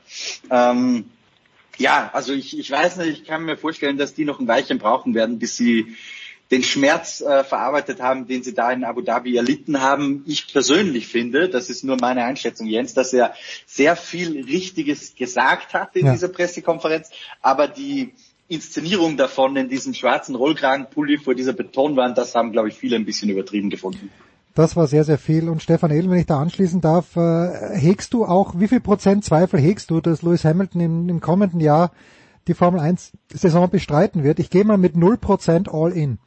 Ja, also ich weiß nicht, ich kann mir vorstellen, dass die noch ein Weilchen brauchen werden, bis sie den Schmerz verarbeitet haben, den sie da in Abu Dhabi erlitten haben. Ich persönlich finde, das ist nur meine Einschätzung, Jens, dass er sehr viel Richtiges gesagt hat in dieser Pressekonferenz, aber die Inszenierung davon in diesem schwarzen Rollkragenpulli vor dieser Betonwand, das haben, glaube ich, viele ein bisschen übertrieben gefunden. Das war sehr, sehr viel. Und Stefan Edl, wenn ich da anschließen darf, hegst du auch, wie viel Prozent Zweifel hegst du, dass Lewis Hamilton im kommenden Jahr die Formel 1 Saison bestreiten wird? Ich gehe mal mit 0% all in.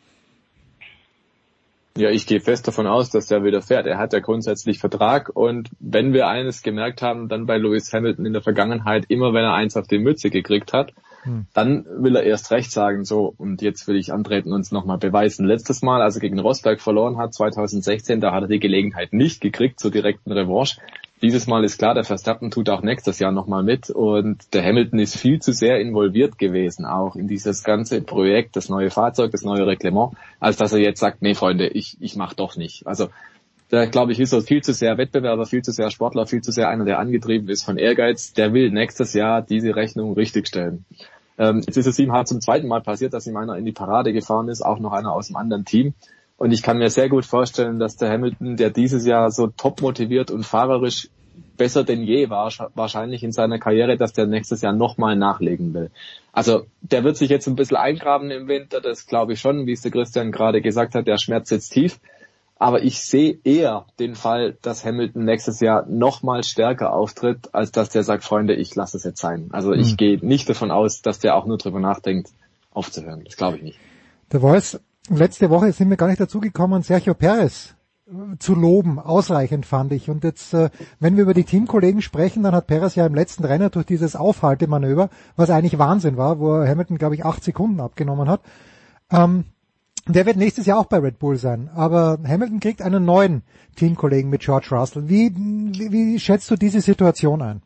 Ja, ich gehe fest davon aus, dass er wieder fährt. Er hat ja grundsätzlich Vertrag, und wenn wir eines gemerkt haben, dann bei Lewis Hamilton in der Vergangenheit, immer wenn er eins auf die Mütze gekriegt hat, dann will er erst recht sagen, so, und jetzt will ich antreten und es nochmal beweisen. Letztes Mal, als er gegen Rosberg verloren hat, 2016, da hat er die Gelegenheit nicht gekriegt zur direkten Revanche. Dieses Mal ist klar, der Verstappen tut auch nächstes Jahr nochmal mit, und der Hamilton ist viel zu sehr involviert gewesen, auch in dieses ganze Projekt, das neue Fahrzeug, das neue Reglement, als dass er jetzt sagt, nee Freunde, ich mach doch nicht. Also da, glaube ich, ist er viel zu sehr Wettbewerber, viel zu sehr Sportler, viel zu sehr einer, der angetrieben ist von Ehrgeiz. Der will nächstes Jahr diese Rechnung richtigstellen. Jetzt ist es ihm halt zum zweiten Mal passiert, dass ihm einer in die Parade gefahren ist, auch noch einer aus einem anderen Team. Und ich kann mir sehr gut vorstellen, dass der Hamilton, der dieses Jahr so top motiviert und fahrerisch besser denn je war, wahrscheinlich in seiner Karriere, dass der nächstes Jahr nochmal nachlegen will. Also der wird sich jetzt ein bisschen eingraben im Winter, das glaube ich schon, wie es der Christian gerade gesagt hat, der Schmerz sitzt tief. Aber ich sehe eher den Fall, dass Hamilton nächstes Jahr nochmal stärker auftritt, als dass der sagt, Freunde, ich lasse es jetzt sein. Also ich gehe nicht davon aus, dass der auch nur drüber nachdenkt, aufzuhören. Das glaube ich nicht. Der Voice, letzte Woche sind wir gar nicht dazu gekommen, Sergio Perez zu loben. Ausreichend fand ich. Und jetzt, wenn wir über die Teamkollegen sprechen, dann hat Perez ja im letzten Rennen durch dieses Aufhaltemanöver, was eigentlich Wahnsinn war, wo Hamilton, glaube ich, 8 Sekunden abgenommen hat, der wird nächstes Jahr auch bei Red Bull sein. Aber Hamilton kriegt einen neuen Teamkollegen mit George Russell. Wie schätzt du diese Situation ein?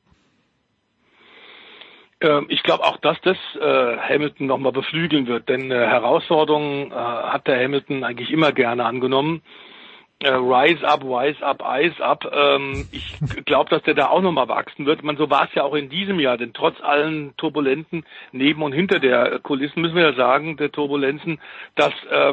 Ich glaube auch, dass das Hamilton nochmal beflügeln wird. Denn Herausforderungen hat der Hamilton eigentlich immer gerne angenommen. Rise up, wise up, eyes up. Ich glaube, dass der da auch nochmal wachsen wird. So war es ja auch in diesem Jahr, denn trotz allen Turbulenten neben und hinter der Kulissen müssen wir ja sagen, der Turbulenzen, dass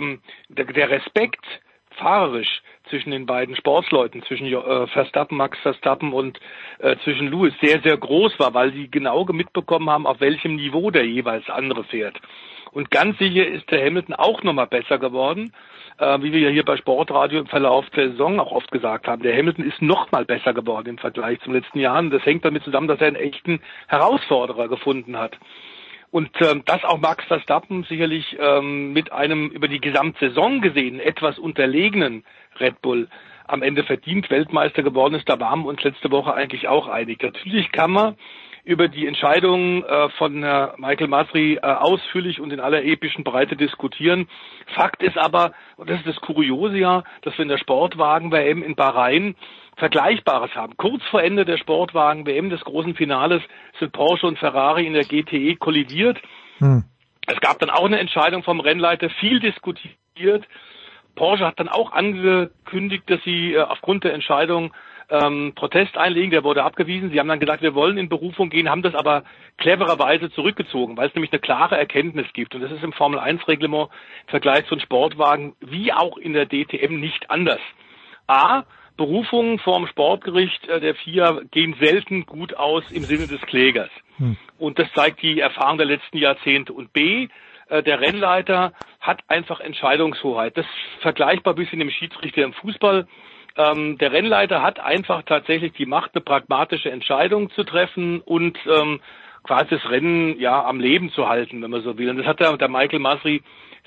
der Respekt fahrerisch zwischen den beiden Sportsleuten, zwischen Max Verstappen und zwischen Lewis sehr, sehr groß war, weil sie genau mitbekommen haben, auf welchem Niveau der jeweils andere fährt. Und ganz sicher ist der Hamilton auch nochmal besser geworden. Wie wir ja hier bei Sportradio im Verlauf der Saison auch oft gesagt haben, der Hamilton ist noch mal besser geworden im Vergleich zum letzten Jahr. Und das hängt damit zusammen, dass er einen echten Herausforderer gefunden hat. Und dass auch Max Verstappen sicherlich mit einem über die Gesamtsaison gesehen etwas unterlegenen Red Bull am Ende verdient Weltmeister geworden ist, da waren wir uns letzte Woche eigentlich auch einig. Natürlich kann man über die Entscheidung von Michael Masri ausführlich und in aller epischen Breite diskutieren. Fakt ist aber, und das ist das Kuriose ja, dass wir in der Sportwagen-WM in Bahrain Vergleichbares haben. Kurz vor Ende der Sportwagen-WM des großen Finales sind Porsche und Ferrari in der GTE kollidiert. Es gab dann auch eine Entscheidung vom Rennleiter, viel diskutiert. Porsche hat dann auch angekündigt, dass sie aufgrund der Entscheidung Protest einlegen, der wurde abgewiesen. Sie haben dann gesagt, wir wollen in Berufung gehen, haben das aber clevererweise zurückgezogen, weil es nämlich eine klare Erkenntnis gibt. Und das ist im Formel-1-Reglement im Vergleich zu den Sportwagen wie auch in der DTM nicht anders. A, Berufungen vorm Sportgericht der FIA gehen selten gut aus im Sinne des Klägers. Und das zeigt die Erfahrung der letzten Jahrzehnte. Und B, der Rennleiter hat einfach Entscheidungshoheit. Das ist vergleichbar ein bisschen dem Schiedsrichter im Fußball. Der Rennleiter hat einfach tatsächlich die Macht, eine pragmatische Entscheidung zu treffen und quasi das Rennen ja am Leben zu halten, wenn man so will. Und das hat der Michael Masri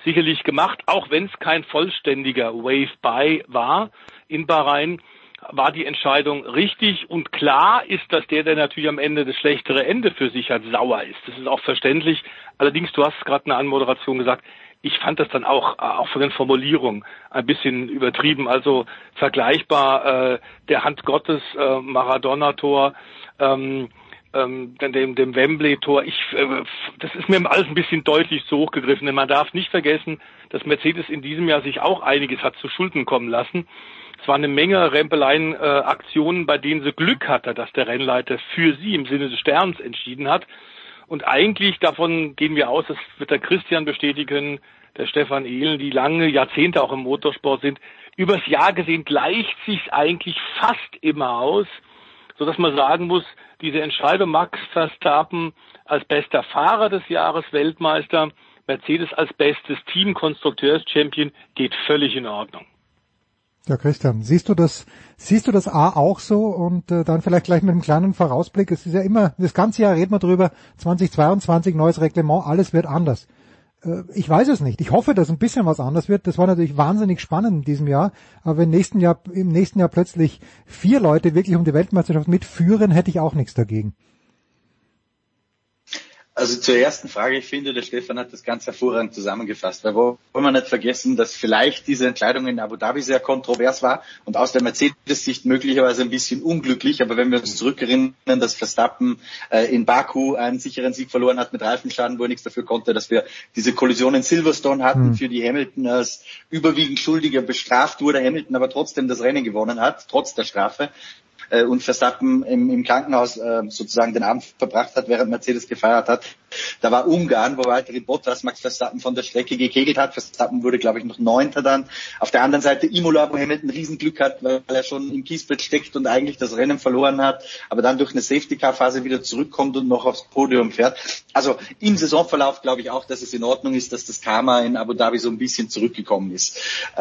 sicherlich gemacht, auch wenn es kein vollständiger Wave-By war in Bahrain, war die Entscheidung richtig und klar ist, dass der natürlich am Ende das schlechtere Ende für sich hat, sauer ist. Das ist auch verständlich. Allerdings, du hast gerade in der Anmoderation gesagt, ich fand das dann auch von den Formulierungen ein bisschen übertrieben, also vergleichbar der Hand Gottes Maradona-Tor, dem Wembley-Tor. Das ist mir alles ein bisschen deutlich zu hoch gegriffen, denn man darf nicht vergessen, dass Mercedes in diesem Jahr sich auch einiges hat zu Schulden kommen lassen. Es war eine Menge Rempeleien, Aktionen, bei denen sie Glück hatte, dass der Rennleiter für sie im Sinne des Sterns entschieden hat. Und eigentlich, davon gehen wir aus, das wird der Christian bestätigen, der Stefan Ehlen, die lange Jahrzehnte auch im Motorsport sind. Übers Jahr gesehen gleicht sich eigentlich fast immer aus, sodass man sagen muss, diese Entscheidung Max Verstappen als bester Fahrer des Jahres, Weltmeister, Mercedes als bestes Team, Konstrukteurs-Champion, geht völlig in Ordnung. Ja, Christian, siehst du das A auch so und dann vielleicht gleich mit einem kleinen Vorausblick. Es ist ja immer, das ganze Jahr reden wir drüber, 2022, neues Reglement, alles wird anders. Ich weiß es nicht. Ich hoffe, dass ein bisschen was anders wird. Das war natürlich wahnsinnig spannend in diesem Jahr, aber im nächsten Jahr plötzlich 4 Leute wirklich um die Weltmeisterschaft mitführen, hätte ich auch nichts dagegen. Also zur ersten Frage, ich finde, der Stefan hat das ganz hervorragend zusammengefasst, weil wollen wir nicht vergessen, dass vielleicht diese Entscheidung in Abu Dhabi sehr kontrovers war und aus der Mercedes-Sicht möglicherweise ein bisschen unglücklich, aber wenn wir uns zurückerinnern, dass Verstappen in Baku einen sicheren Sieg verloren hat mit Reifenschaden, wo er nichts dafür konnte, dass wir diese Kollision in Silverstone hatten, für die Hamilton als überwiegend Schuldiger bestraft wurde, Hamilton aber trotzdem das Rennen gewonnen hat, trotz der Strafe. Und Verstappen im Krankenhaus sozusagen den Abend verbracht hat, während Mercedes gefeiert hat. Da war Ungarn, wo Valtteri Bottas Max Verstappen von der Strecke gekegelt hat. Verstappen wurde, glaube ich, noch 9. dann. Auf der anderen Seite Imola, wo Hamilton Riesenglück hat, weil er schon im Kiesbett steckt und eigentlich das Rennen verloren hat, aber dann durch eine Safety-Car-Phase wieder zurückkommt und noch aufs Podium fährt. Also im Saisonverlauf glaube ich auch, dass es in Ordnung ist, dass das Karma in Abu Dhabi so ein bisschen zurückgekommen ist.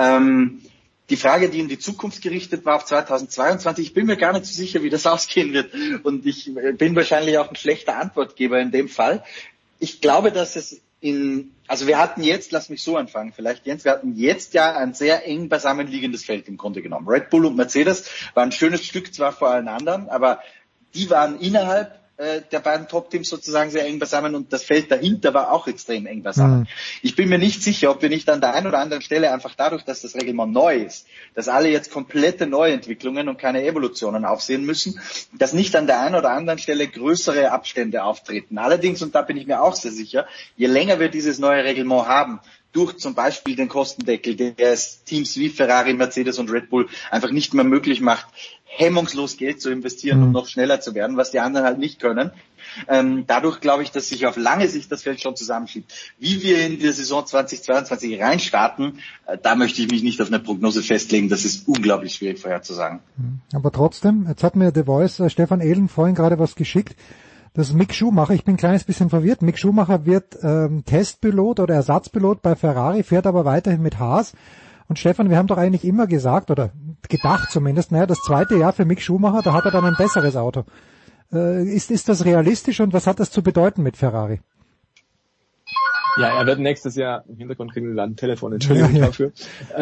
Die Frage, die in die Zukunft gerichtet war auf 2022, ich bin mir gar nicht so sicher, wie das ausgehen wird. Und ich bin wahrscheinlich auch ein schlechter Antwortgeber in dem Fall. Ich glaube, dass es also wir hatten jetzt, lass mich so anfangen vielleicht, Jens, wir hatten jetzt ja ein sehr eng beisammenliegendes Feld im Grunde genommen. Red Bull und Mercedes waren ein schönes Stück zwar vor allen anderen, aber die waren innerhalb der beiden Top-Teams sozusagen sehr eng beisammen und das Feld dahinter war auch extrem eng beisammen. Ich bin mir nicht sicher, ob wir nicht an der einen oder anderen Stelle einfach dadurch, dass das Reglement neu ist, dass alle jetzt komplette Neuentwicklungen und keine Evolutionen aufsehen müssen, dass nicht an der einen oder anderen Stelle größere Abstände auftreten. Allerdings, und da bin ich mir auch sehr sicher, je länger wir dieses neue Reglement haben, durch zum Beispiel den Kostendeckel, der es Teams wie Ferrari, Mercedes und Red Bull einfach nicht mehr möglich macht, hemmungslos Geld zu investieren, um noch schneller zu werden, was die anderen halt nicht können. Dadurch glaube ich, dass sich auf lange Sicht das Feld schon zusammenschiebt. Wie wir in die Saison 2022 reinstarten, da möchte ich mich nicht auf eine Prognose festlegen. Das ist unglaublich schwierig vorherzusagen. Aber trotzdem, jetzt hat mir The Voice Stefan Ehlen vorhin gerade was geschickt. Das Mick Schumacher, ich bin ein kleines bisschen verwirrt. Mick Schumacher wird Testpilot oder Ersatzpilot bei Ferrari, fährt aber weiterhin mit Haas. Und Stefan, wir haben doch eigentlich immer gesagt, oder gedacht zumindest, naja, das zweite Jahr für Mick Schumacher, da hat er dann ein besseres Auto. Ist das realistisch und was hat das zu bedeuten mit Ferrari? Ja, er wird nächstes Jahr, im Hintergrund kriegen wir ein Telefon, Entschuldigung dafür.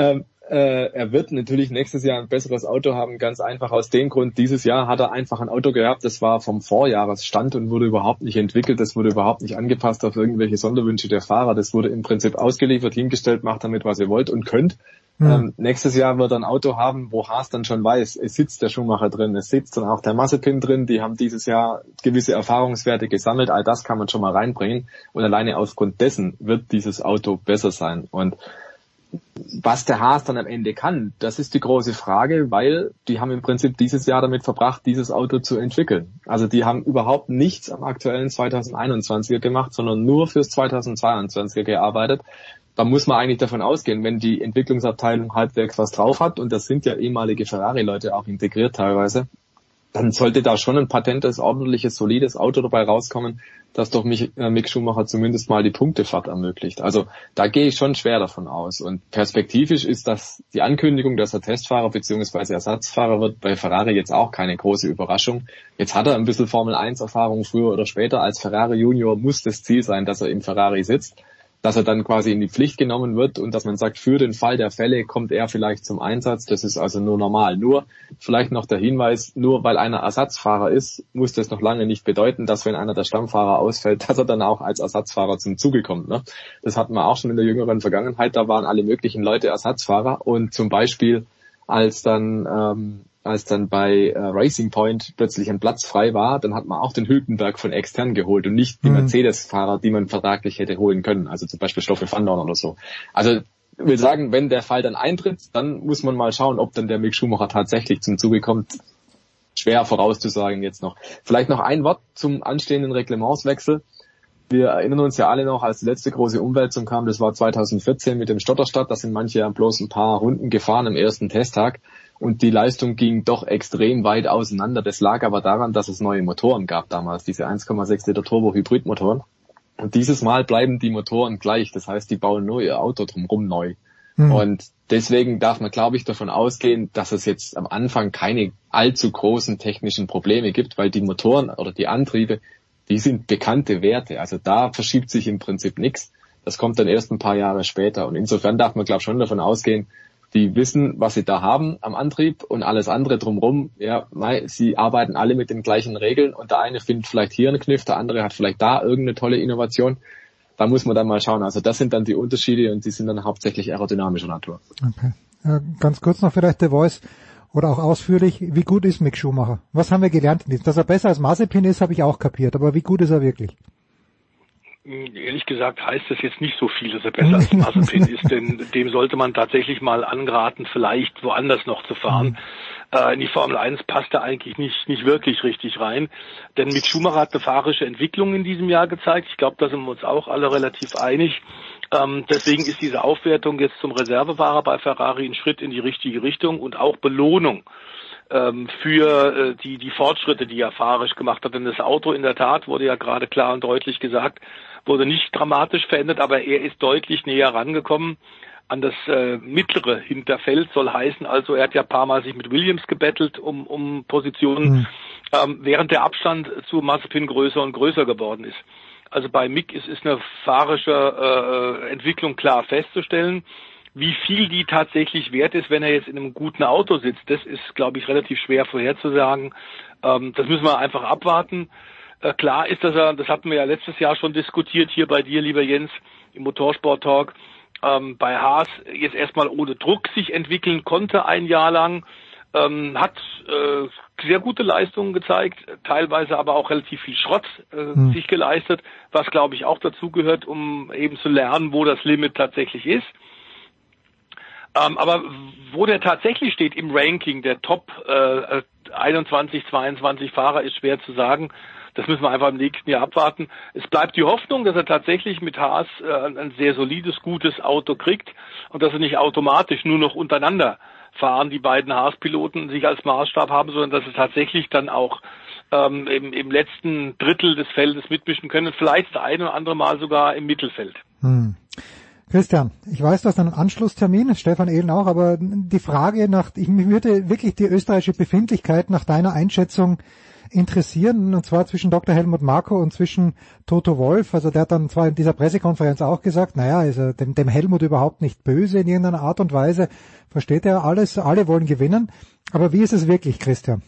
Er wird natürlich nächstes Jahr ein besseres Auto haben, ganz einfach aus dem Grund, dieses Jahr hat er einfach ein Auto gehabt, das war vom Vorjahresstand und wurde überhaupt nicht entwickelt, das wurde überhaupt nicht angepasst auf irgendwelche Sonderwünsche der Fahrer, das wurde im Prinzip ausgeliefert, hingestellt, macht damit, was ihr wollt und könnt. Nächstes Jahr wird er ein Auto haben, wo Haas dann schon weiß, es sitzt der Schumacher drin, es sitzt dann auch der Mazepin drin, die haben dieses Jahr gewisse Erfahrungswerte gesammelt, all das kann man schon mal reinbringen und alleine aufgrund dessen wird dieses Auto besser sein. Und was der Haas dann am Ende kann, das ist die große Frage, weil die haben im Prinzip dieses Jahr damit verbracht, dieses Auto zu entwickeln. Also die haben überhaupt nichts am aktuellen 2021er gemacht, sondern nur fürs 2022er gearbeitet. Da muss man eigentlich davon ausgehen, wenn die Entwicklungsabteilung halbwegs was drauf hat, und das sind ja ehemalige Ferrari-Leute auch integriert teilweise, dann sollte da schon ein patentes, ordentliches, solides Auto dabei rauskommen, das doch Mick Schumacher zumindest mal die Punktefahrt ermöglicht. Also da gehe ich schon schwer davon aus. Und perspektivisch ist das die Ankündigung, dass er Testfahrer bzw. Ersatzfahrer wird, bei Ferrari jetzt auch keine große Überraschung. Jetzt hat er ein bisschen Formel-1-Erfahrung früher oder später. Als Ferrari Junior muss das Ziel sein, dass er im Ferrari sitzt. dass er dann quasi in die Pflicht genommen wird und dass man sagt, für den Fall der Fälle kommt er vielleicht zum Einsatz. Das ist also nur normal. Nur vielleicht noch der Hinweis, nur weil einer Ersatzfahrer ist, muss das noch lange nicht bedeuten, dass wenn einer der Stammfahrer ausfällt, dass er dann auch als Ersatzfahrer zum Zuge kommt. Ne? Das hatten wir auch schon in der jüngeren Vergangenheit. Da waren alle möglichen Leute Ersatzfahrer und zum Beispiel als dann bei Racing Point plötzlich ein Platz frei war, dann hat man auch den Hülkenberg von extern geholt und nicht die Mercedes-Fahrer, die man vertraglich hätte holen können, also zum Beispiel Stoffel van Dorn oder so. Also ich will sagen, wenn der Fall dann eintritt, dann muss man mal schauen, ob dann der Mick Schumacher tatsächlich zum Zuge kommt. Schwer vorauszusagen jetzt noch. Vielleicht noch ein Wort zum anstehenden Reglementswechsel. Wir erinnern uns ja alle noch, als die letzte große Umwälzung kam, das war 2014 mit dem Stotterstadt, da sind manche ja bloß ein paar Runden gefahren am ersten Testtag und die Leistung ging doch extrem weit auseinander. Das lag aber daran, dass es neue Motoren gab damals, diese 1,6 Liter Turbo-Hybrid-Motoren. Und dieses Mal bleiben die Motoren gleich, das heißt, die bauen nur ihr Auto drumherum neu. Und deswegen darf man, glaube ich, davon ausgehen, dass es jetzt am Anfang keine allzu großen technischen Probleme gibt, weil die Motoren oder die Antriebe, die sind bekannte Werte. Also da verschiebt sich im Prinzip nichts. Das kommt dann erst ein paar Jahre später. Und insofern darf man, glaube ich, schon davon ausgehen, die wissen, was sie da haben am Antrieb und alles andere drumherum. Ja, sie arbeiten alle mit den gleichen Regeln und der eine findet vielleicht hier einen Kniff, der andere hat vielleicht da irgendeine tolle Innovation. Da muss man dann mal schauen. Also das sind dann die Unterschiede und die sind dann hauptsächlich aerodynamischer Natur. Okay. Ganz kurz noch vielleicht der Voice. Oder auch ausführlich, wie gut ist Mick Schumacher? Was haben wir gelernt in diesem? Dass er besser als Mazepin ist, habe ich auch kapiert. Aber wie gut ist er wirklich? Ehrlich gesagt heißt das jetzt nicht so viel, dass er besser als Mazepin ist, denn dem sollte man tatsächlich mal anraten, vielleicht woanders noch zu fahren. In die Formel 1 passt er eigentlich nicht wirklich richtig rein. Denn Mick Schumacher hat eine fahrische Entwicklung in diesem Jahr gezeigt. Ich glaube, da sind wir uns auch alle relativ einig. Deswegen ist diese Aufwertung jetzt zum Reservefahrer bei Ferrari ein Schritt in die richtige Richtung und auch Belohnung für die Fortschritte, die er fahrerisch gemacht hat. Denn das Auto in der Tat, wurde ja gerade klar und deutlich gesagt, wurde nicht dramatisch verändert, aber er ist deutlich näher rangekommen an das mittlere Hinterfeld, soll heißen, also er hat ja ein paar Mal sich mit Williams gebettelt um Positionen, während der Abstand zu Mazepin größer und größer geworden ist. Also bei Mick ist eine fahrische Entwicklung klar festzustellen. Wie viel die tatsächlich wert ist, wenn er jetzt in einem guten Auto sitzt, das ist, glaube ich, relativ schwer vorherzusagen. Das müssen wir einfach abwarten. Klar ist, dass er, das hatten wir ja letztes Jahr schon diskutiert, hier bei dir, lieber Jens, im Motorsport-Talk, bei Haas jetzt erstmal ohne Druck sich entwickeln konnte ein Jahr lang, hat sehr gute Leistungen gezeigt, teilweise aber auch relativ viel Schrott sich geleistet, was, glaube ich, auch dazu gehört, um eben zu lernen, wo das Limit tatsächlich ist. Aber wo der tatsächlich steht im Ranking der Top 21, 22 Fahrer, ist schwer zu sagen. Das müssen wir einfach im nächsten Jahr abwarten. Es bleibt die Hoffnung, dass er tatsächlich mit Haas ein sehr solides, gutes Auto kriegt und dass er nicht automatisch nur noch untereinander fahren, die beiden Haas-Piloten sich als Maßstab haben, sondern dass sie tatsächlich dann auch im letzten Drittel des Feldes mitmischen können, vielleicht das eine oder andere Mal sogar im Mittelfeld. Christian, ich weiß, du hast einen Anschlusstermin, Stefan Ehlen auch, aber die Frage mich würde wirklich die österreichische Befindlichkeit nach deiner Einschätzung interessieren, und zwar zwischen Dr. Helmut Marko und zwischen Toto Wolff. Also der hat dann zwar in dieser Pressekonferenz auch gesagt, naja, ist er dem Helmut überhaupt nicht böse in irgendeiner Art und Weise, versteht er alles, alle wollen gewinnen. Aber wie ist es wirklich, Christian?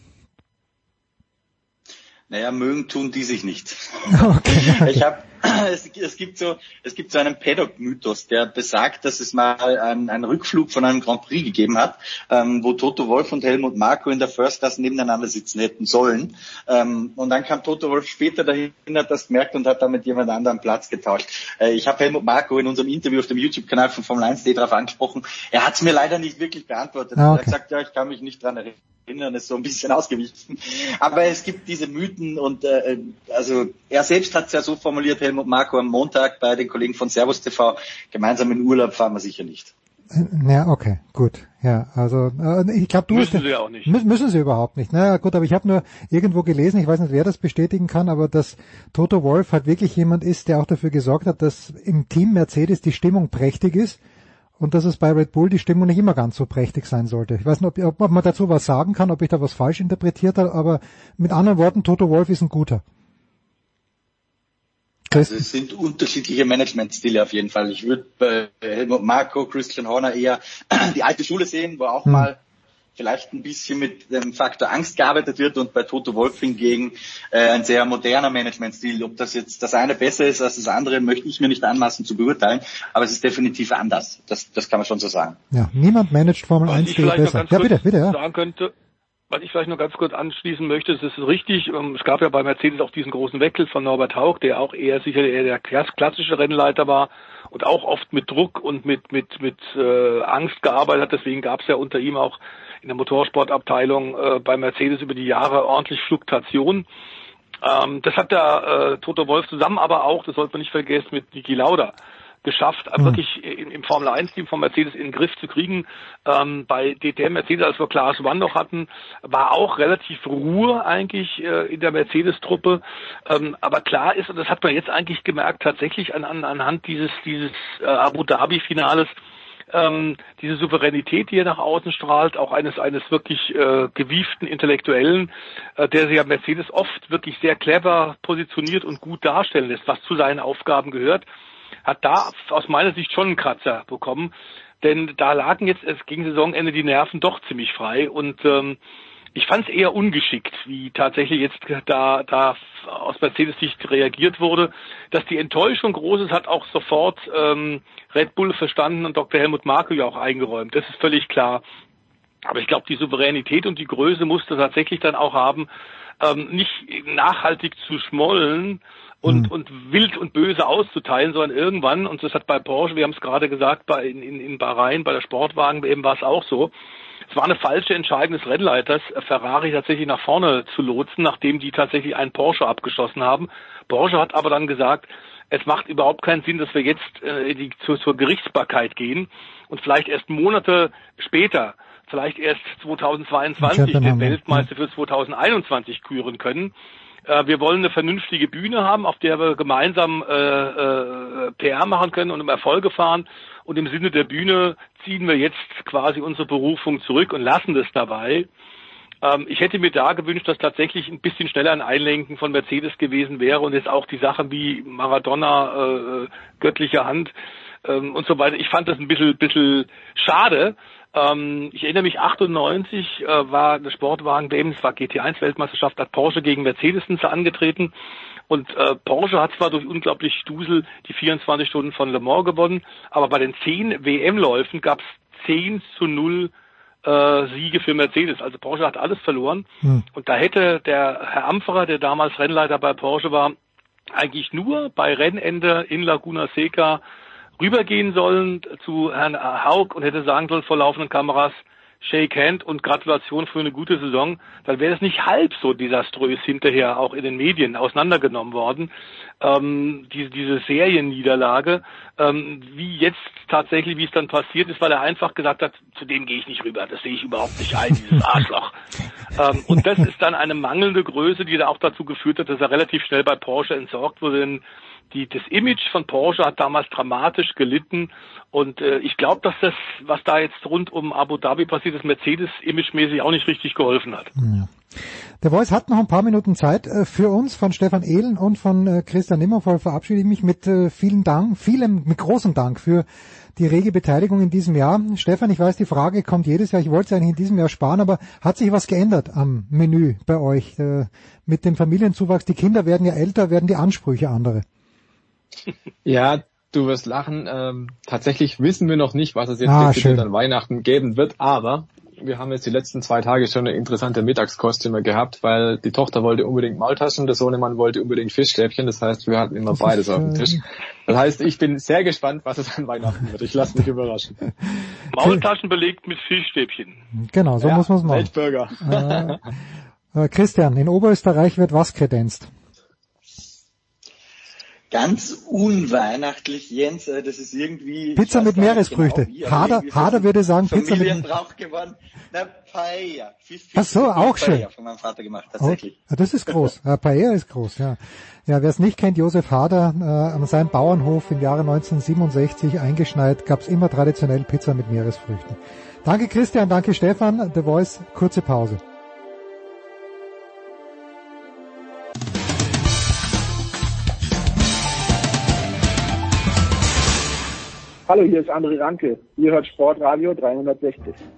Naja, mögen tun die sich nicht. Okay. Es gibt so einen Paddock-Mythos, der besagt, dass es mal einen Rückflug von einem Grand Prix gegeben hat, wo Toto Wolff und Helmut Marko in der First Class nebeneinander sitzen hätten sollen. Und dann kam Toto Wolff später dahin, hat das gemerkt und hat dann mit jemand anderem Platz getauscht. Ich habe Helmut Marko in unserem Interview auf dem YouTube-Kanal von Formel 1.de darauf angesprochen. Er hat es mir leider nicht wirklich beantwortet. Er hat gesagt, ja, ich kann mich nicht dran erinnern, ist so ein bisschen ausgewichen. Aber es gibt diese Mythen und also er selbst hat es ja so formuliert, Helmut Marko, am Montag bei den Kollegen von Servus TV, gemeinsam in Urlaub fahren wir sicher nicht. Ja, okay, gut. Ja, also ich glaube, müssen sie auch nicht. Müssen sie überhaupt nicht. Naja, gut, aber ich habe nur irgendwo gelesen, ich weiß nicht, wer das bestätigen kann, aber dass Toto Wolff halt wirklich jemand ist, der auch dafür gesorgt hat, dass im Team Mercedes die Stimmung prächtig ist und dass es bei Red Bull die Stimmung nicht immer ganz so prächtig sein sollte. Ich weiß nicht, ob man dazu was sagen kann, ob ich da was falsch interpretiert habe, aber mit anderen Worten, Toto Wolff ist ein guter. Also es sind unterschiedliche Managementstile auf jeden Fall. Ich würde bei Helmut Marko, Christian Horner eher die alte Schule sehen, wo auch mal vielleicht ein bisschen mit dem Faktor Angst gearbeitet wird, und bei Toto Wolff hingegen ein sehr moderner Managementstil. Ob das jetzt das eine besser ist als das andere, möchte ich mir nicht anmaßen zu beurteilen, aber es ist definitiv anders. Das kann man schon so sagen. Ja, niemand managt Formel 1 besser. Ja, bitte, ja. Sagen könnte, was ich vielleicht noch ganz kurz anschließen möchte, es ist richtig, es gab ja bei Mercedes auch diesen großen Wechsel von Norbert Hauck, der auch eher der klassische Rennleiter war und auch oft mit Druck und mit Angst gearbeitet hat. Deswegen gab es ja unter ihm auch in der Motorsportabteilung bei Mercedes über die Jahre ordentlich Fluktuation. Das hat der Toto Wolff zusammen aber auch, das sollte man nicht vergessen, mit Niki Lauda geschafft, wirklich im Formel-1-Team von Mercedes in den Griff zu kriegen. Bei DTM Mercedes, als wir Class One noch hatten, war auch relativ Ruhe eigentlich in der Mercedes-Truppe. Aber klar ist, und das hat man jetzt eigentlich gemerkt, tatsächlich anhand dieses Abu Dhabi-Finales, diese Souveränität, die er nach außen strahlt, auch eines wirklich gewieften Intellektuellen, der sich ja Mercedes oft wirklich sehr clever positioniert und gut darstellen lässt, was zu seinen Aufgaben gehört, hat da aus meiner Sicht schon einen Kratzer bekommen, denn da lagen jetzt gegen Saisonende die Nerven doch ziemlich frei, und ich fand es eher ungeschickt, wie tatsächlich jetzt da aus Mercedes-Sicht reagiert wurde. Dass die Enttäuschung groß ist, hat auch sofort Red Bull verstanden und Dr. Helmut Marko ja auch eingeräumt. Das ist völlig klar. Aber ich glaube, die Souveränität und die Größe musste tatsächlich dann auch haben, nicht nachhaltig zu schmollen und wild und böse auszuteilen, sondern irgendwann, und das hat bei Porsche, wir haben es gerade gesagt, in Bahrain, bei der Sportwagen-WM war es auch so, es war eine falsche Entscheidung des Rennleiters, Ferrari tatsächlich nach vorne zu lotsen, nachdem die tatsächlich einen Porsche abgeschossen haben. Porsche hat aber dann gesagt, es macht überhaupt keinen Sinn, dass wir jetzt zur Gerichtsbarkeit gehen und vielleicht erst Monate später, vielleicht erst 2022 den Weltmeister für 2021 küren können. Wir wollen eine vernünftige Bühne haben, auf der wir gemeinsam PR machen können und um Erfolge fahren. Und im Sinne der Bühne ziehen wir jetzt quasi unsere Berufung zurück und lassen das dabei. Ich hätte mir da gewünscht, dass tatsächlich ein bisschen schneller ein Einlenken von Mercedes gewesen wäre und jetzt auch die Sachen wie Maradona, göttliche Hand und so weiter. Ich fand das ein bisschen schade. Ich erinnere mich, 98 war eine Sportwagen-WM, es war GT1-Weltmeisterschaft, hat Porsche gegen Mercedes angetreten. Und Porsche hat zwar durch unglaublich Dusel die 24 Stunden von Le Mans gewonnen, aber bei den 10 WM-Läufen gab es 10-0 Siege für Mercedes. Also Porsche hat alles verloren. Und da hätte der Herr Ampferer, der damals Rennleiter bei Porsche war, eigentlich nur bei Rennende in Laguna Seca rübergehen sollen zu Herrn Hauck und hätte sagen sollen vor laufenden Kameras, Shake Hand und Gratulation für eine gute Saison, dann wäre es nicht halb so desaströs hinterher auch in den Medien auseinandergenommen worden, diese Serienniederlage, wie jetzt tatsächlich, wie es dann passiert ist, weil er einfach gesagt hat, zu dem gehe ich nicht rüber, das sehe ich überhaupt nicht ein, dieses Arschloch. Und das ist dann eine mangelnde Größe, die da auch dazu geführt hat, dass er relativ schnell bei Porsche entsorgt wurde, denn das Image von Porsche hat damals dramatisch gelitten und ich glaube, dass das, was da jetzt rund um Abu Dhabi passiert ist, Mercedes imagemäßig auch nicht richtig geholfen hat. Ja. Der Voice hat noch ein paar Minuten Zeit für uns. Von Stefan Ehlen und von Christian Nimmervoll verabschiede ich mich mit mit großem Dank für die rege Beteiligung in diesem Jahr. Stefan, ich weiß, die Frage kommt jedes Jahr, ich wollte es eigentlich in diesem Jahr sparen, aber hat sich was geändert am Menü bei euch mit dem Familienzuwachs? Die Kinder werden ja älter, werden die Ansprüche andere? Ja, du wirst lachen. Tatsächlich wissen wir noch nicht, was es jetzt an Weihnachten geben wird, aber wir haben jetzt die letzten 2 Tage schon eine interessante Mittagskost immer gehabt, weil die Tochter wollte unbedingt Maultaschen, der Sohnemann wollte unbedingt Fischstäbchen, das heißt, wir hatten immer beides auf dem Tisch. Das heißt, ich bin sehr gespannt, was es an Weihnachten wird. Ich lasse mich überraschen. Maultaschen belegt mit Fischstäbchen. Genau, so muss man es machen. Weltburger. Christian, in Oberösterreich wird was kredenzt? Ganz unweihnachtlich, Jens, das ist irgendwie... Pizza mit Meeresfrüchte. Genau, Hader würde sagen Pizza mit... Familienbrauch geworden. Na, Paella. Ach so, auch schön. Paella von meinem Vater gemacht, tatsächlich. Oh, das ist groß. Paella ist groß, ja. Ja, wer es nicht kennt, Josef Hader, an seinem Bauernhof im Jahre 1967 eingeschneit, gab's immer traditionell Pizza mit Meeresfrüchten. Danke Christian, danke Stefan. The Voice, kurze Pause. Hallo, hier ist André Ranke. Ihr hört Sportradio 360.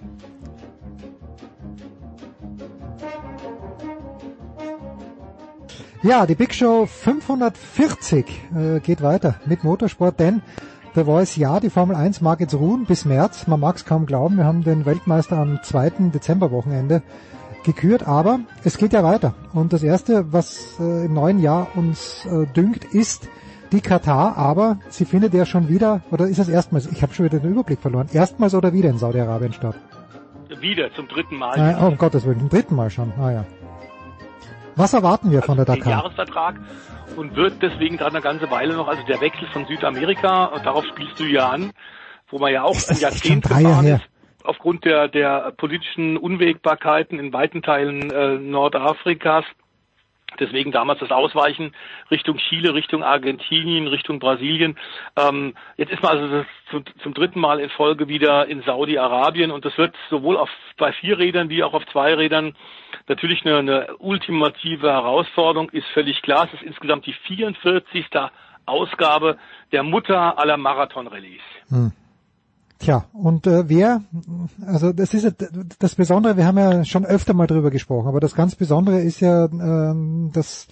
Ja, die Big Show 540 geht weiter mit Motorsport, denn The Voice, ja, die Formel 1 mag jetzt ruhen bis März. Man mag es kaum glauben, wir haben den Weltmeister am 2. Dezemberwochenende gekürt, aber es geht ja weiter. Und das Erste, was im neuen Jahr uns dünkt, ist die Katar, aber sie findet ja schon wieder, oder ist es erstmals, ich habe schon wieder den Überblick verloren, erstmals oder wieder in Saudi-Arabien statt? Wieder, zum 3. Mal. Oh, um Gottes Willen, zum 3. Mal schon, ja. Was erwarten wir von der Dakar? Jahresvertrag und wird deswegen gerade eine ganze Weile noch, also der Wechsel von Südamerika, und darauf spielst du ja an, wo man ja auch ein Jahrzehnt gefahren ist, aufgrund der politischen Unwägbarkeiten in weiten Teilen Nordafrikas. Deswegen damals das Ausweichen Richtung Chile, Richtung Argentinien, Richtung Brasilien. Jetzt ist man also zum 3. Mal in Folge wieder in Saudi-Arabien, und das wird sowohl bei 4 Rädern wie auch auf 2 Rädern natürlich eine ultimative Herausforderung, ist völlig klar. Es ist insgesamt die 44. Ausgabe der Mutter aller Marathon-Rallyes. Tja, und also das ist das Besondere, wir haben ja schon öfter mal drüber gesprochen, aber das ganz Besondere ist ja, das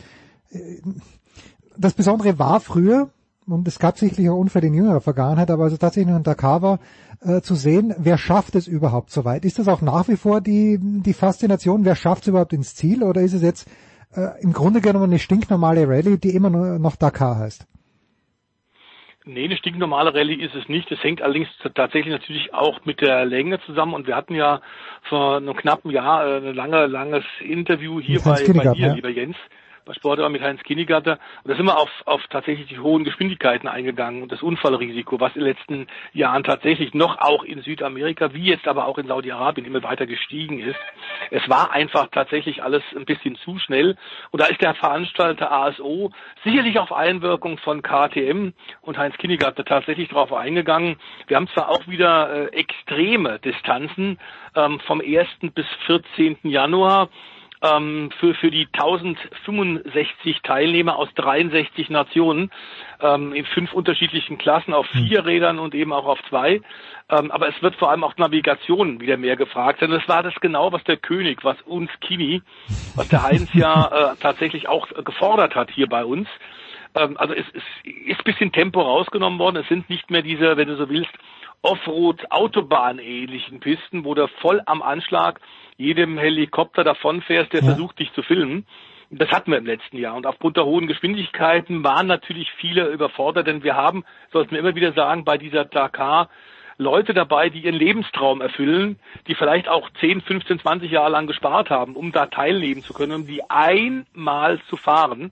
Besondere war früher, und es gab sicherlich auch Unfälle in jüngerer Vergangenheit, aber also tatsächlich noch in Dakar war, zu sehen, wer schafft es überhaupt so weit? Ist das auch nach wie vor die Faszination, wer schafft es überhaupt ins Ziel, oder ist es jetzt im Grunde genommen eine stinknormale Rallye, die immer nur noch Dakar heißt? Nee, eine stinknormale Rallye ist es nicht. Es hängt allerdings tatsächlich natürlich auch mit der Länge zusammen. Und wir hatten ja vor einem knappen Jahr ein langes Interview hier bei dir, lieber Jens, bei Sportradio mit Heinz Kinnigatter. Und da sind wir auf tatsächlich die hohen Geschwindigkeiten eingegangen und das Unfallrisiko, was in den letzten Jahren tatsächlich noch auch in Südamerika, wie jetzt aber auch in Saudi-Arabien immer weiter gestiegen ist. Es war einfach tatsächlich alles ein bisschen zu schnell. Und da ist der Veranstalter ASO sicherlich auf Einwirkung von KTM und Heinz Kinnigatter tatsächlich darauf eingegangen. Wir haben zwar auch wieder extreme Distanzen vom 1. bis 14. Januar, für die 1065 Teilnehmer aus 63 Nationen in 5 unterschiedlichen Klassen auf 4 Rädern und eben auch auf 2. Aber es wird vor allem auch Navigation wieder mehr gefragt. Denn das war das genau, was der König, was uns Kini, was der Heinz ja tatsächlich auch gefordert hat hier bei uns. Also es ist ein bisschen Tempo rausgenommen worden. Es sind nicht mehr diese, wenn du so willst, Offroad-Autobahn-ähnlichen Pisten, wo du voll am Anschlag jedem Helikopter davonfährst, der versucht, dich zu filmen. Das hatten wir im letzten Jahr. Und aufgrund der hohen Geschwindigkeiten waren natürlich viele überfordert, denn wir haben, sollten wir immer wieder sagen, bei dieser Dakar Leute dabei, die ihren Lebenstraum erfüllen, die vielleicht auch 10, 15, 20 Jahre lang gespart haben, um da teilnehmen zu können, um die einmal zu fahren.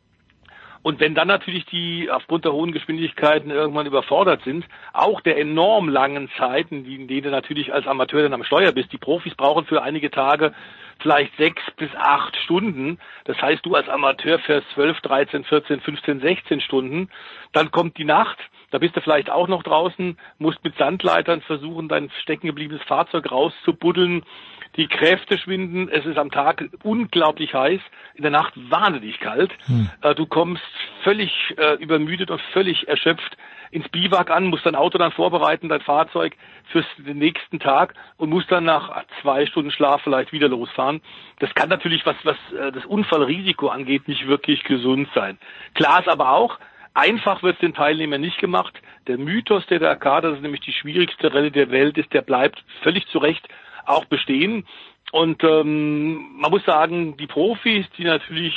Und wenn dann natürlich die aufgrund der hohen Geschwindigkeiten irgendwann überfordert sind, auch der enorm langen Zeiten, in denen du natürlich als Amateur dann am Steuer bist, die Profis brauchen für einige Tage vielleicht 6 bis 8 Stunden. Das heißt, du als Amateur fährst 12, 13, 14, 15, 16 Stunden. Dann kommt die Nacht, da bist du vielleicht auch noch draußen, musst mit Sandleitern versuchen, dein stecken gebliebenes Fahrzeug rauszubuddeln. Die Kräfte schwinden, es ist am Tag unglaublich heiß, in der Nacht wahnsinnig kalt. Du kommst völlig übermüdet und völlig erschöpft ins Biwak an, musst dein Auto dann vorbereiten, dein Fahrzeug für den nächsten Tag und musst dann nach 2 Stunden Schlaf vielleicht wieder losfahren. Das kann natürlich, was das Unfallrisiko angeht, nicht wirklich gesund sein. Klar ist aber auch, einfach wird es den Teilnehmern nicht gemacht. Der Mythos der Dakar, dass es nämlich die schwierigste Rallye der Welt ist, der bleibt völlig zu Recht auch bestehen. Und man muss sagen, die Profis, die natürlich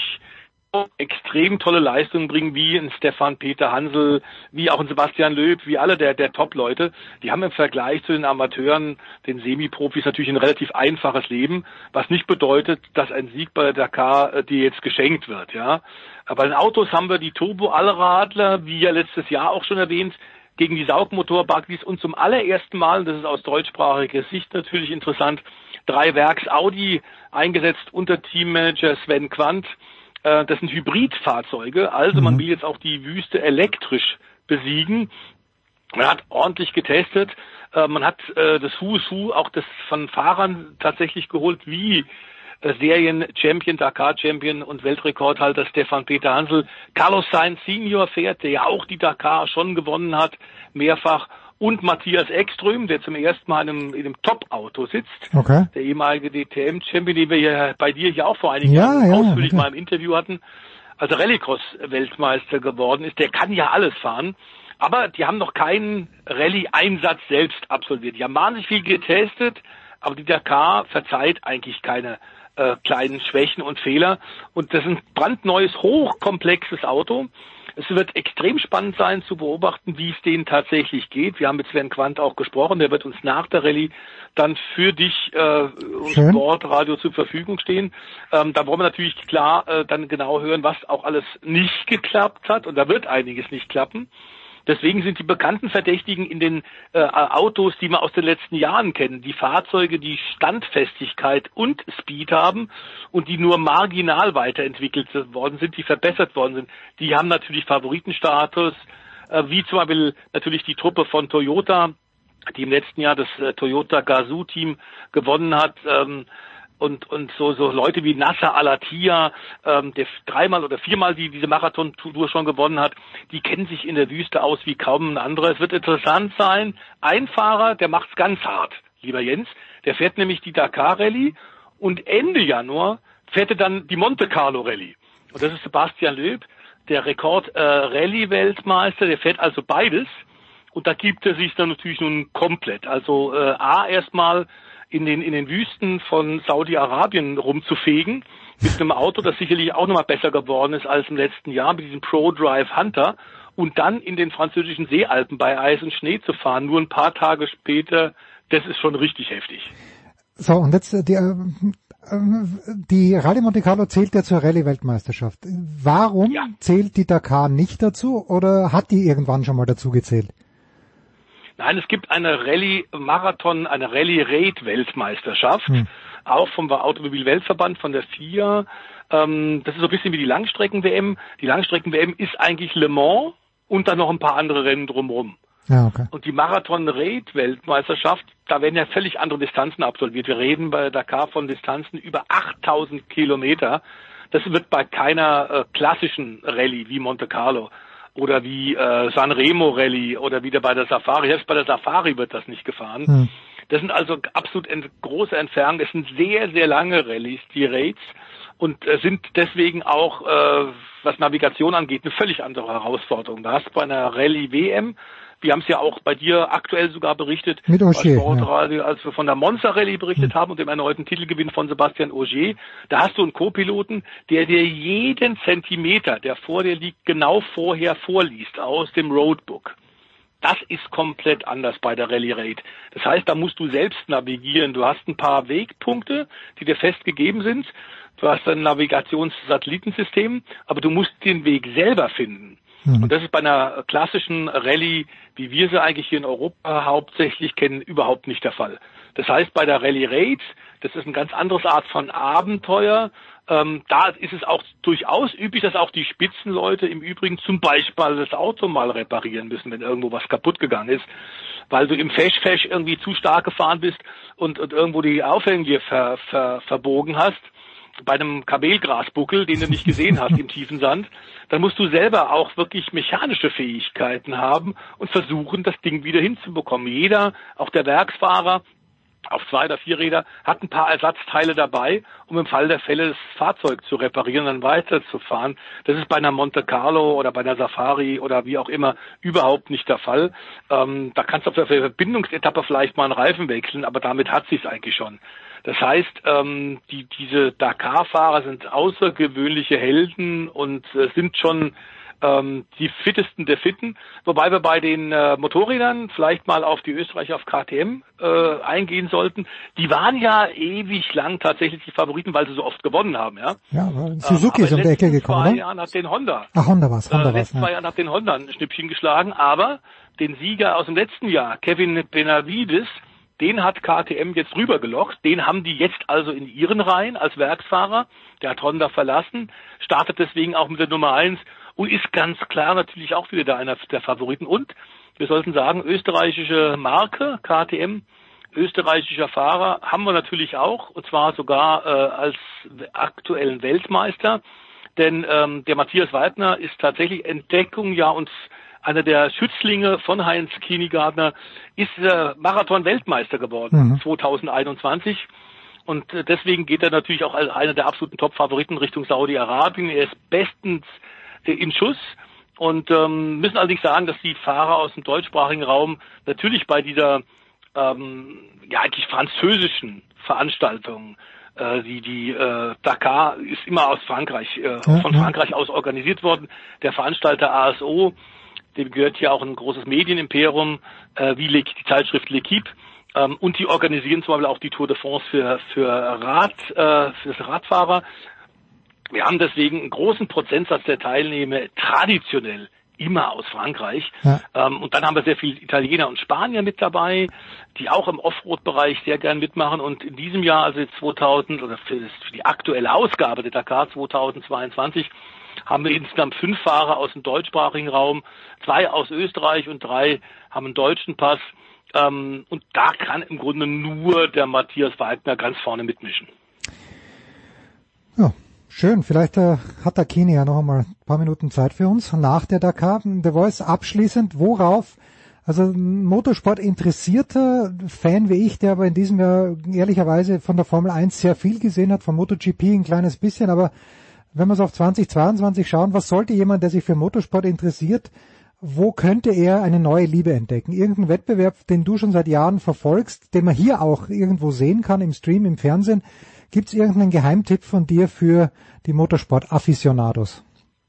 extrem tolle Leistungen bringen, wie ein Stefan Peter Hansel, wie auch ein Sebastian Loeb, wie alle der Top-Leute, die haben im Vergleich zu den Amateuren, den Semi-Profis natürlich ein relativ einfaches Leben, was nicht bedeutet, dass ein Sieg bei der Dakar dir jetzt geschenkt wird. Ja, bei den Autos haben wir die Turbo-Allradler, wie ja letztes Jahr auch schon erwähnt, gegen die Saugmotor-Buggies und zum allerersten Mal, das ist aus deutschsprachiger Sicht natürlich interessant, 3 Werks Audi eingesetzt unter Teammanager Sven Quandt. Das sind Hybridfahrzeuge, also man will jetzt auch die Wüste elektrisch besiegen. Man hat ordentlich getestet, man hat das Who's Who auch das von Fahrern tatsächlich geholt, wie Serien-Champion, Dakar-Champion und Weltrekordhalter Stefan Peter Hansel. Carlos Sainz Senior fährt, der ja auch die Dakar schon gewonnen hat, mehrfach. und Matthias Ekström, der zum ersten Mal in einem Top-Auto sitzt. Okay. Der ehemalige DTM-Champion, den wir ja bei dir hier auch vor einigen Jahren ausführlich mal im Interview hatten, also Rallycross-Weltmeister geworden ist. Der kann ja alles fahren. Aber die haben noch keinen Rallye-Einsatz selbst absolviert. Die haben wahnsinnig viel getestet, aber die Dakar verzeiht eigentlich keine kleinen Schwächen und Fehler. Und das ist ein brandneues, hochkomplexes Auto. Es wird extrem spannend sein zu beobachten, wie es denen tatsächlich geht. Wir haben mit Sven Quandt auch gesprochen. Der wird uns nach der Rallye dann für dich und Sportradio zur Verfügung stehen. Da wollen wir natürlich klar dann genau hören, was auch alles nicht geklappt hat. Und da wird einiges nicht klappen. Deswegen sind die bekannten Verdächtigen in den Autos, die wir aus den letzten Jahren kennen, die Fahrzeuge, die Standfestigkeit und Speed haben und die nur marginal weiterentwickelt worden sind, die verbessert worden sind, die haben natürlich Favoritenstatus, wie zum Beispiel natürlich die Truppe von Toyota, die im letzten Jahr das Toyota Gazoo-Team gewonnen hat, und so Leute wie Nasser Al-Attiyah, der 3-mal oder 4-mal diese Marathon-Tour schon gewonnen hat, die kennen sich in der Wüste aus wie kaum ein anderer. Es wird interessant sein. Ein Fahrer, der macht's ganz hart, lieber Jens. Der fährt nämlich die Dakar-Rallye und Ende Januar fährt er dann die Monte Carlo Rallye. Und das ist Sebastian Loeb, der Rekord-Rallye-Weltmeister. Der fährt also beides. Und da gibt er sich dann natürlich nun komplett. Also erstmal in den Wüsten von Saudi-Arabien rumzufegen, mit einem Auto, das sicherlich auch nochmal besser geworden ist als im letzten Jahr, mit diesem ProDrive Hunter, und dann in den französischen Seealpen bei Eis und Schnee zu fahren, nur ein paar Tage später, das ist schon richtig heftig. So, und jetzt die Rallye Monte Carlo zählt ja zur Rallye-Weltmeisterschaft. Warum zählt die Dakar nicht dazu, oder hat die irgendwann schon mal dazu gezählt? Nein, es gibt eine Rallye-Marathon, eine Rallye-Raid-Weltmeisterschaft, auch vom Automobil-Weltverband, von der FIA. Das ist so ein bisschen wie die Langstrecken-WM. Die Langstrecken-WM ist eigentlich Le Mans und dann noch ein paar andere Rennen drumherum. Ja, okay. Und die Marathon-Raid-Weltmeisterschaft, da werden ja völlig andere Distanzen absolviert. Wir reden bei Dakar von Distanzen über 8000 Kilometer. Das wird bei keiner klassischen Rallye wie Monte Carlo oder wie Sanremo Rallye oder wieder bei der Safari. Selbst bei der Safari wird das nicht gefahren. Das sind also absolut große Entfernungen. Das sind sehr, sehr lange Rallyes, die Raids, und sind deswegen auch, was Navigation angeht, eine völlig andere Herausforderung. Da hast du bei einer Rallye-WM, wir haben es ja auch bei dir aktuell sogar berichtet, mit Ogier, Sportradio, als wir von der Monza Rallye berichtet haben und dem erneuten Titelgewinn von Sebastian Ogier. Da hast du einen Co-Piloten, der dir jeden Zentimeter, der vor dir liegt, genau vorher vorliest aus dem Roadbook. Das ist komplett anders bei der Rallye Raid. Das heißt, da musst du selbst navigieren. Du hast ein paar Wegpunkte, die dir festgegeben sind. Du hast ein Navigationssatellitensystem, aber du musst den Weg selber finden. Und das ist bei einer klassischen Rallye, wie wir sie eigentlich hier in Europa hauptsächlich kennen, überhaupt nicht der Fall. Das heißt, bei der Rallye Raid, das ist eine ganz andere Art von Abenteuer. Da ist es auch durchaus üblich, dass auch die Spitzenleute im Übrigen zum Beispiel das Auto mal reparieren müssen, wenn irgendwo was kaputt gegangen ist, weil du im Fesch irgendwie zu stark gefahren bist und irgendwo die Aufhängung verbogen hast, bei einem Kamelgrasbuckel, den du nicht gesehen hast im tiefen Sand, dann musst du selber auch wirklich mechanische Fähigkeiten haben und versuchen, das Ding wieder hinzubekommen. Jeder, auch der Werksfahrer, auf 2 oder 4 Räder, hat ein paar Ersatzteile dabei, um im Fall der Fälle das Fahrzeug zu reparieren und dann weiterzufahren. Das ist bei einer Monte Carlo oder bei einer Safari oder wie auch immer überhaupt nicht der Fall. Da kannst du auf der Verbindungsetappe vielleicht mal einen Reifen wechseln, aber damit hat sich's eigentlich schon. Das heißt, diese Dakar-Fahrer sind außergewöhnliche Helden und sind schon die Fittesten der Fitten, wobei wir bei den Motorrädern vielleicht mal auf die Österreicher auf KTM eingehen sollten. Die waren ja ewig lang tatsächlich die Favoriten, weil sie so oft gewonnen haben, ja. Ja, aber Suzuki ist um die Ecke gekommen, ne? In den letzten 2 Jahren hat den Honda. Honda war's. In den letzten 2 Jahren hat den Honda ein Schnippchen geschlagen, aber den Sieger aus dem letzten Jahr, Kevin Benavides, den hat KTM jetzt rübergelockt, den haben die jetzt also in ihren Reihen als Werksfahrer, der hat Honda verlassen, startet deswegen auch mit der Nummer 1 und ist ganz klar natürlich auch wieder einer der Favoriten. Und wir sollten sagen, österreichische Marke, KTM, österreichischer Fahrer haben wir natürlich auch, und zwar sogar als aktuellen Weltmeister, denn der Matthias Waldner ist tatsächlich Entdeckung, ja, und einer der Schützlinge von Heinz Kienigardner, ist Marathon-Weltmeister geworden 2021. Und deswegen geht er natürlich auch als einer der absoluten Top-Favoriten Richtung Saudi-Arabien. Er ist bestens in Schuss. Und müssen allerdings sagen, dass die Fahrer aus dem deutschsprachigen Raum natürlich bei dieser eigentlich französischen Veranstaltung, die Dakar ist immer aus Frankreich, von Frankreich aus organisiert worden. Der Veranstalter ASO, dem gehört hier auch ein großes Medienimperium, wie die Zeitschrift L'Equipe. Und die organisieren zum Beispiel auch die Tour de France für Radfahrer. Wir haben deswegen einen großen Prozentsatz der Teilnehmer traditionell immer aus Frankreich. Ja. Und dann haben wir sehr viele Italiener und Spanier mit dabei, die auch im Offroad-Bereich sehr gern mitmachen. Und in diesem Jahr, also 2000 oder für die aktuelle Ausgabe der Dakar 2022, haben wir insgesamt 5 Fahrer aus dem deutschsprachigen Raum, 2 aus Österreich und 3 haben einen deutschen Pass. Und da kann im Grunde nur der Matthias Wagner ganz vorne mitmischen. Ja. Schön, vielleicht hat der Kini ja noch einmal ein paar Minuten Zeit für uns nach der Dakar. The Voice abschließend, worauf, also Motorsport interessierter Fan wie ich, der aber in diesem Jahr ehrlicherweise von der Formel 1 sehr viel gesehen hat, von MotoGP ein kleines bisschen, aber wenn wir es auf 2022 schauen, was sollte jemand, der sich für Motorsport interessiert, wo könnte er eine neue Liebe entdecken? Irgendein Wettbewerb, den du schon seit Jahren verfolgst, den man hier auch irgendwo sehen kann, im Stream, im Fernsehen. Gibt es irgendeinen Geheimtipp von dir für die Motorsport-Afficionados?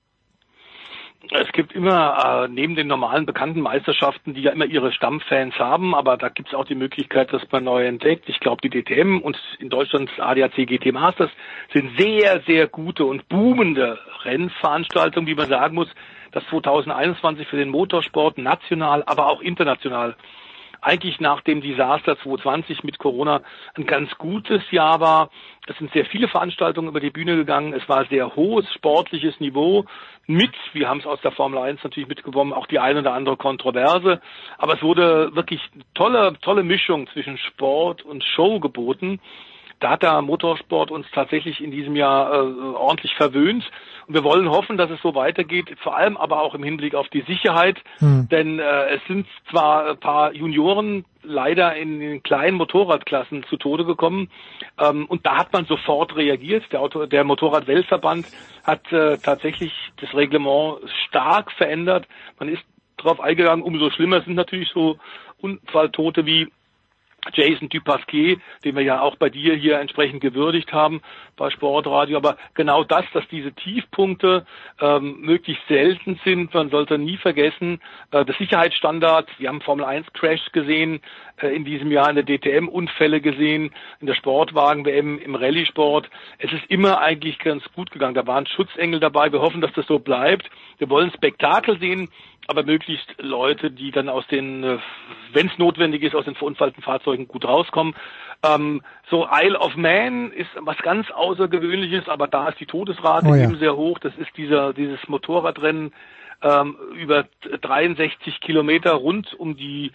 Es gibt immer neben den normalen bekannten Meisterschaften, die ja immer ihre Stammfans haben, aber da gibt es auch die Möglichkeit, dass man neu entdeckt. Ich glaube, die DTM und in Deutschland das ADAC GT Masters sind sehr, sehr gute und boomende Rennveranstaltungen, wie man sagen muss, dass 2021 für den Motorsport national, aber auch international eigentlich nach dem Desaster 2020 mit Corona ein ganz gutes Jahr war. Es sind sehr viele Veranstaltungen über die Bühne gegangen. Es war sehr hohes sportliches Niveau mit, wir haben es aus der Formel 1 natürlich mitgenommen, auch die eine oder andere Kontroverse. Aber es wurde wirklich tolle Mischung zwischen Sport und Show geboten. Da hat der Motorsport uns tatsächlich in diesem Jahr ordentlich verwöhnt. Und wir wollen hoffen, dass es so weitergeht, vor allem aber auch im Hinblick auf die Sicherheit. Denn es sind zwar ein paar Junioren leider in den kleinen Motorradklassen zu Tode gekommen. Und da hat man sofort reagiert. Der Motorradweltverband hat tatsächlich das Reglement stark verändert. Man ist darauf eingegangen, umso schlimmer sind natürlich so Unfalltote wie Jason Dupasquier, den wir ja auch bei dir hier entsprechend gewürdigt haben bei Sportradio, aber genau das, dass diese Tiefpunkte möglichst selten sind, man sollte nie vergessen, das Sicherheitsstandard, wir haben Formel 1 Crash gesehen, in diesem Jahr in der DTM Unfälle gesehen, in der Sportwagen-WM, im Rallye-Sport, es ist immer eigentlich ganz gut gegangen, da waren Schutzengel dabei, wir hoffen, dass das so bleibt, wir wollen Spektakel sehen, aber möglichst Leute, die dann aus den, wenn es notwendig ist, aus den verunfallten Fahrzeugen gut rauskommen. So Isle of Man ist was ganz Außergewöhnliches, aber da ist die Todesrate eben sehr hoch. Das ist dieses Motorradrennen über 63 Kilometer rund um die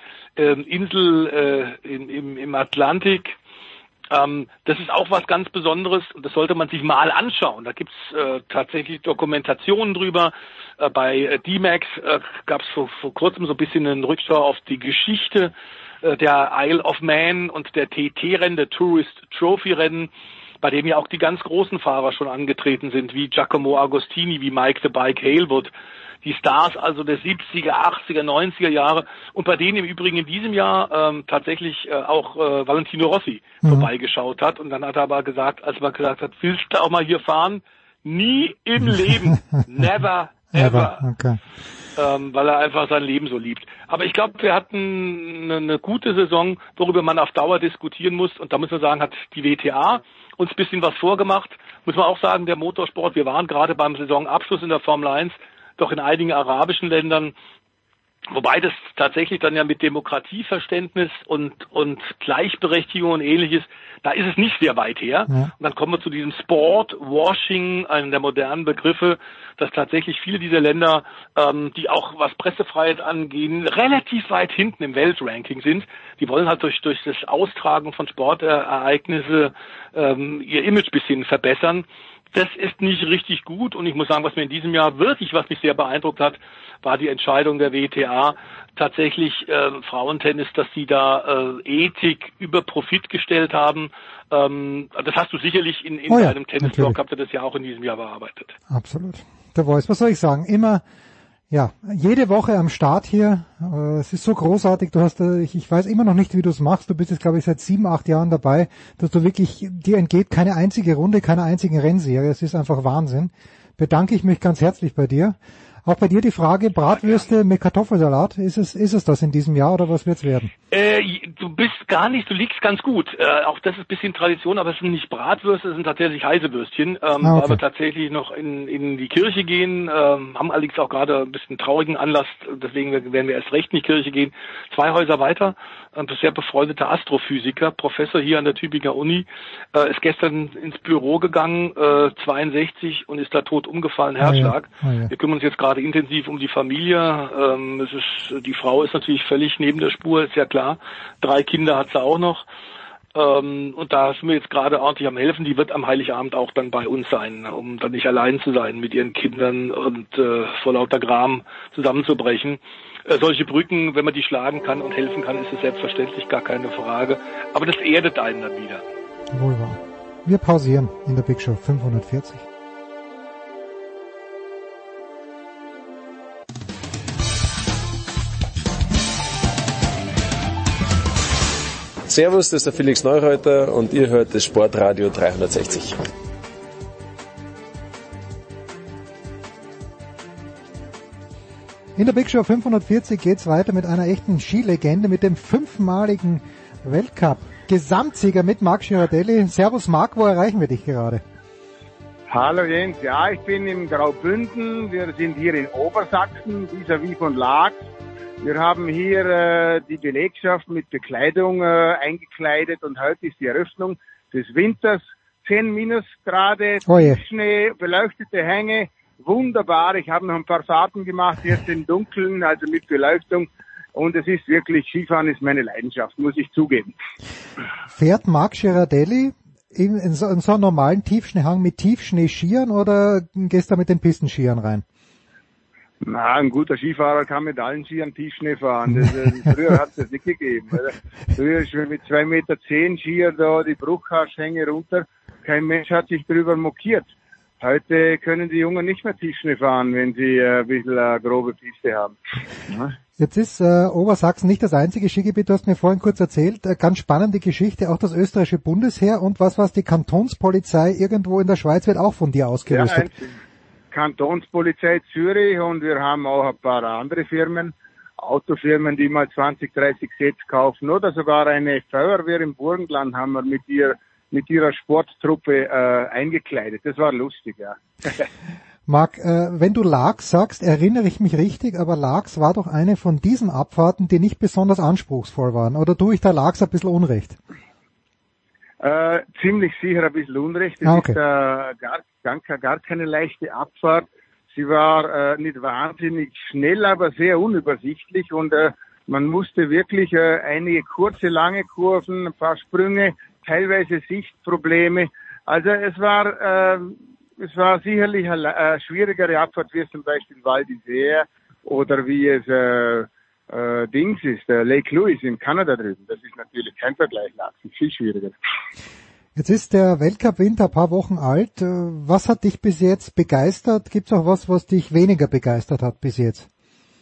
Insel im Atlantik. Das ist auch was ganz Besonderes und das sollte man sich mal anschauen. Da gibt's tatsächlich Dokumentationen drüber. Bei D-Max gab's vor kurzem so ein bisschen einen Rückschau auf die Geschichte der Isle of Man und der TT-Rennen, der Tourist Trophy-Rennen, bei dem ja auch die ganz großen Fahrer schon angetreten sind, wie Giacomo Agostini, wie Mike the Bike Hailwood. Die Stars also der 70er, 80er, 90er Jahre und bei denen im Übrigen in diesem Jahr tatsächlich auch Valentino Rossi vorbeigeschaut hat und dann hat er aber gesagt, als man gesagt hat, willst du auch mal hier fahren? Nie im Leben. Never, ever. Okay. Weil er einfach sein Leben so liebt. Aber ich glaube, wir hatten eine gute Saison, worüber man auf Dauer diskutieren muss und da muss man sagen, hat die WTA uns ein bisschen was vorgemacht. Muss man auch sagen, der Motorsport, wir waren gerade beim Saisonabschluss in der Formel 1 doch in einigen arabischen Ländern, wobei das tatsächlich dann ja mit Demokratieverständnis und Gleichberechtigung und Ähnliches, da ist es nicht sehr weit her. Ja. Und dann kommen wir zu diesem Sportwashing, einem der modernen Begriffe, dass tatsächlich viele dieser Länder, die auch was Pressefreiheit angehen, relativ weit hinten im Weltranking sind. Die wollen halt durch das Austragen von Sportereignisse ihr Image ein bisschen verbessern. Das ist nicht richtig gut und ich muss sagen, was mir in diesem Jahr wirklich, was mich sehr beeindruckt hat, war die Entscheidung der WTA, tatsächlich Frauentennis, dass sie da Ethik über Profit gestellt haben. Das hast du sicherlich in deinem Tennisblog, habt ihr das ja auch in diesem Jahr bearbeitet. Absolut. Der Voice, was soll ich sagen? Immer, ja, jede Woche am Start hier. Es ist so großartig. Du hast, ich weiß immer noch nicht, wie du es machst. Du bist jetzt, glaube ich, seit 7-8 Jahren dabei, dass du wirklich, dir entgeht keine einzige Runde, keine einzige Rennserie. Es ist einfach Wahnsinn. Bedanke ich mich ganz herzlich bei dir. Auch bei dir die Frage, Bratwürste mit Kartoffelsalat, ist es das in diesem Jahr oder was wird's werden? Du liegst ganz gut. Auch das ist ein bisschen Tradition, aber es sind nicht Bratwürste, es sind tatsächlich Heisewürstchen, weil wir tatsächlich noch in die Kirche gehen, haben allerdings auch gerade ein bisschen traurigen Anlass, deswegen werden wir erst recht in die Kirche gehen. 2 Häuser weiter, ein sehr befreundeter Astrophysiker, Professor hier an der Tübinger Uni, ist gestern ins Büro gegangen, 62 und ist da tot umgefallen, Herzschlag. Wir kümmern uns jetzt gerade intensiv um die Familie. Die Frau ist natürlich völlig neben der Spur, ist ja klar. 3 Kinder hat sie auch noch. Und da sind wir jetzt gerade ordentlich am helfen. Die wird am Heiligabend auch dann bei uns sein, um dann nicht allein zu sein mit ihren Kindern und vor lauter Gram zusammenzubrechen. Solche Brücken, wenn man die schlagen kann und helfen kann, ist es selbstverständlich gar keine Frage. Aber das erdet einen dann wieder. Wohl wahr. Wir pausieren in der Big Show 540. Servus, das ist der Felix Neureuter und ihr hört das Sportradio 360. In der Big Show 540 geht's weiter mit einer echten Skilegende, mit dem 5-maligen Weltcup-Gesamtsieger mit Marc Girardelli. Servus Marc, wo erreichen wir dich gerade? Hallo Jens, ja, ich bin in Graubünden, wir sind hier in Obersachsen, vis-à-vis von Laax. Wir haben hier die Belegschaft mit Bekleidung eingekleidet und heute ist die Eröffnung des Winters. 10 Minusgrade, Schnee, beleuchtete Hänge, wunderbar. Ich habe noch ein paar Fahrten gemacht, jetzt im Dunkeln, also mit Beleuchtung. Und es ist wirklich, Skifahren ist meine Leidenschaft, muss ich zugeben. Fährt Marc Girardelli in so einen normalen Tiefschneehang mit Tiefschneeskiern oder gehst du mit den Pistenskiern rein? Na, ein guter Skifahrer kann mit allen Skiern Tiefschnee fahren. Früher hat es das nicht gegeben. Oder? Früher ist mit 2,10 Meter Skier da die Bruchhashänge runter. Kein Mensch hat sich drüber mokiert. Heute können die Jungen nicht mehr Tiefschnee fahren, wenn sie ein bisschen eine grobe Piste haben. Ja. Jetzt ist Obersachsen nicht das einzige Skigebiet, du hast mir vorhin kurz erzählt, ganz spannende Geschichte, auch das österreichische Bundesheer und was die Kantonspolizei irgendwo in der Schweiz wird auch von dir ausgerüstet. Ja, Kantonspolizei Zürich und wir haben auch ein paar andere Firmen, Autofirmen, die mal 20, 30 Sets kaufen oder sogar eine Feuerwehr im Burgenland haben wir mit ihrer Sporttruppe eingekleidet. Das war lustig, ja. Marc, wenn du Laax sagst, erinnere ich mich richtig, aber Laax war doch eine von diesen Abfahrten, die nicht besonders anspruchsvoll waren. Oder tue ich da Laax ein bisschen Unrecht? Ziemlich sicher ein bisschen Unrecht. Es ist gar keine leichte Abfahrt. Sie war nicht wahnsinnig schnell, aber sehr unübersichtlich und man musste wirklich einige kurze, lange Kurven, ein paar Sprünge, teilweise Sichtprobleme. Also es war sicherlich eine schwierigere Abfahrt wie es zum Beispiel Val d'Isère oder wie es Dings ist, Lake Louise in Kanada drüben. Das ist natürlich kein Vergleich, das ist viel schwieriger. Jetzt ist der Weltcup-Winter ein paar Wochen alt. Was hat dich bis jetzt begeistert? Gibt es auch was dich weniger begeistert hat bis jetzt?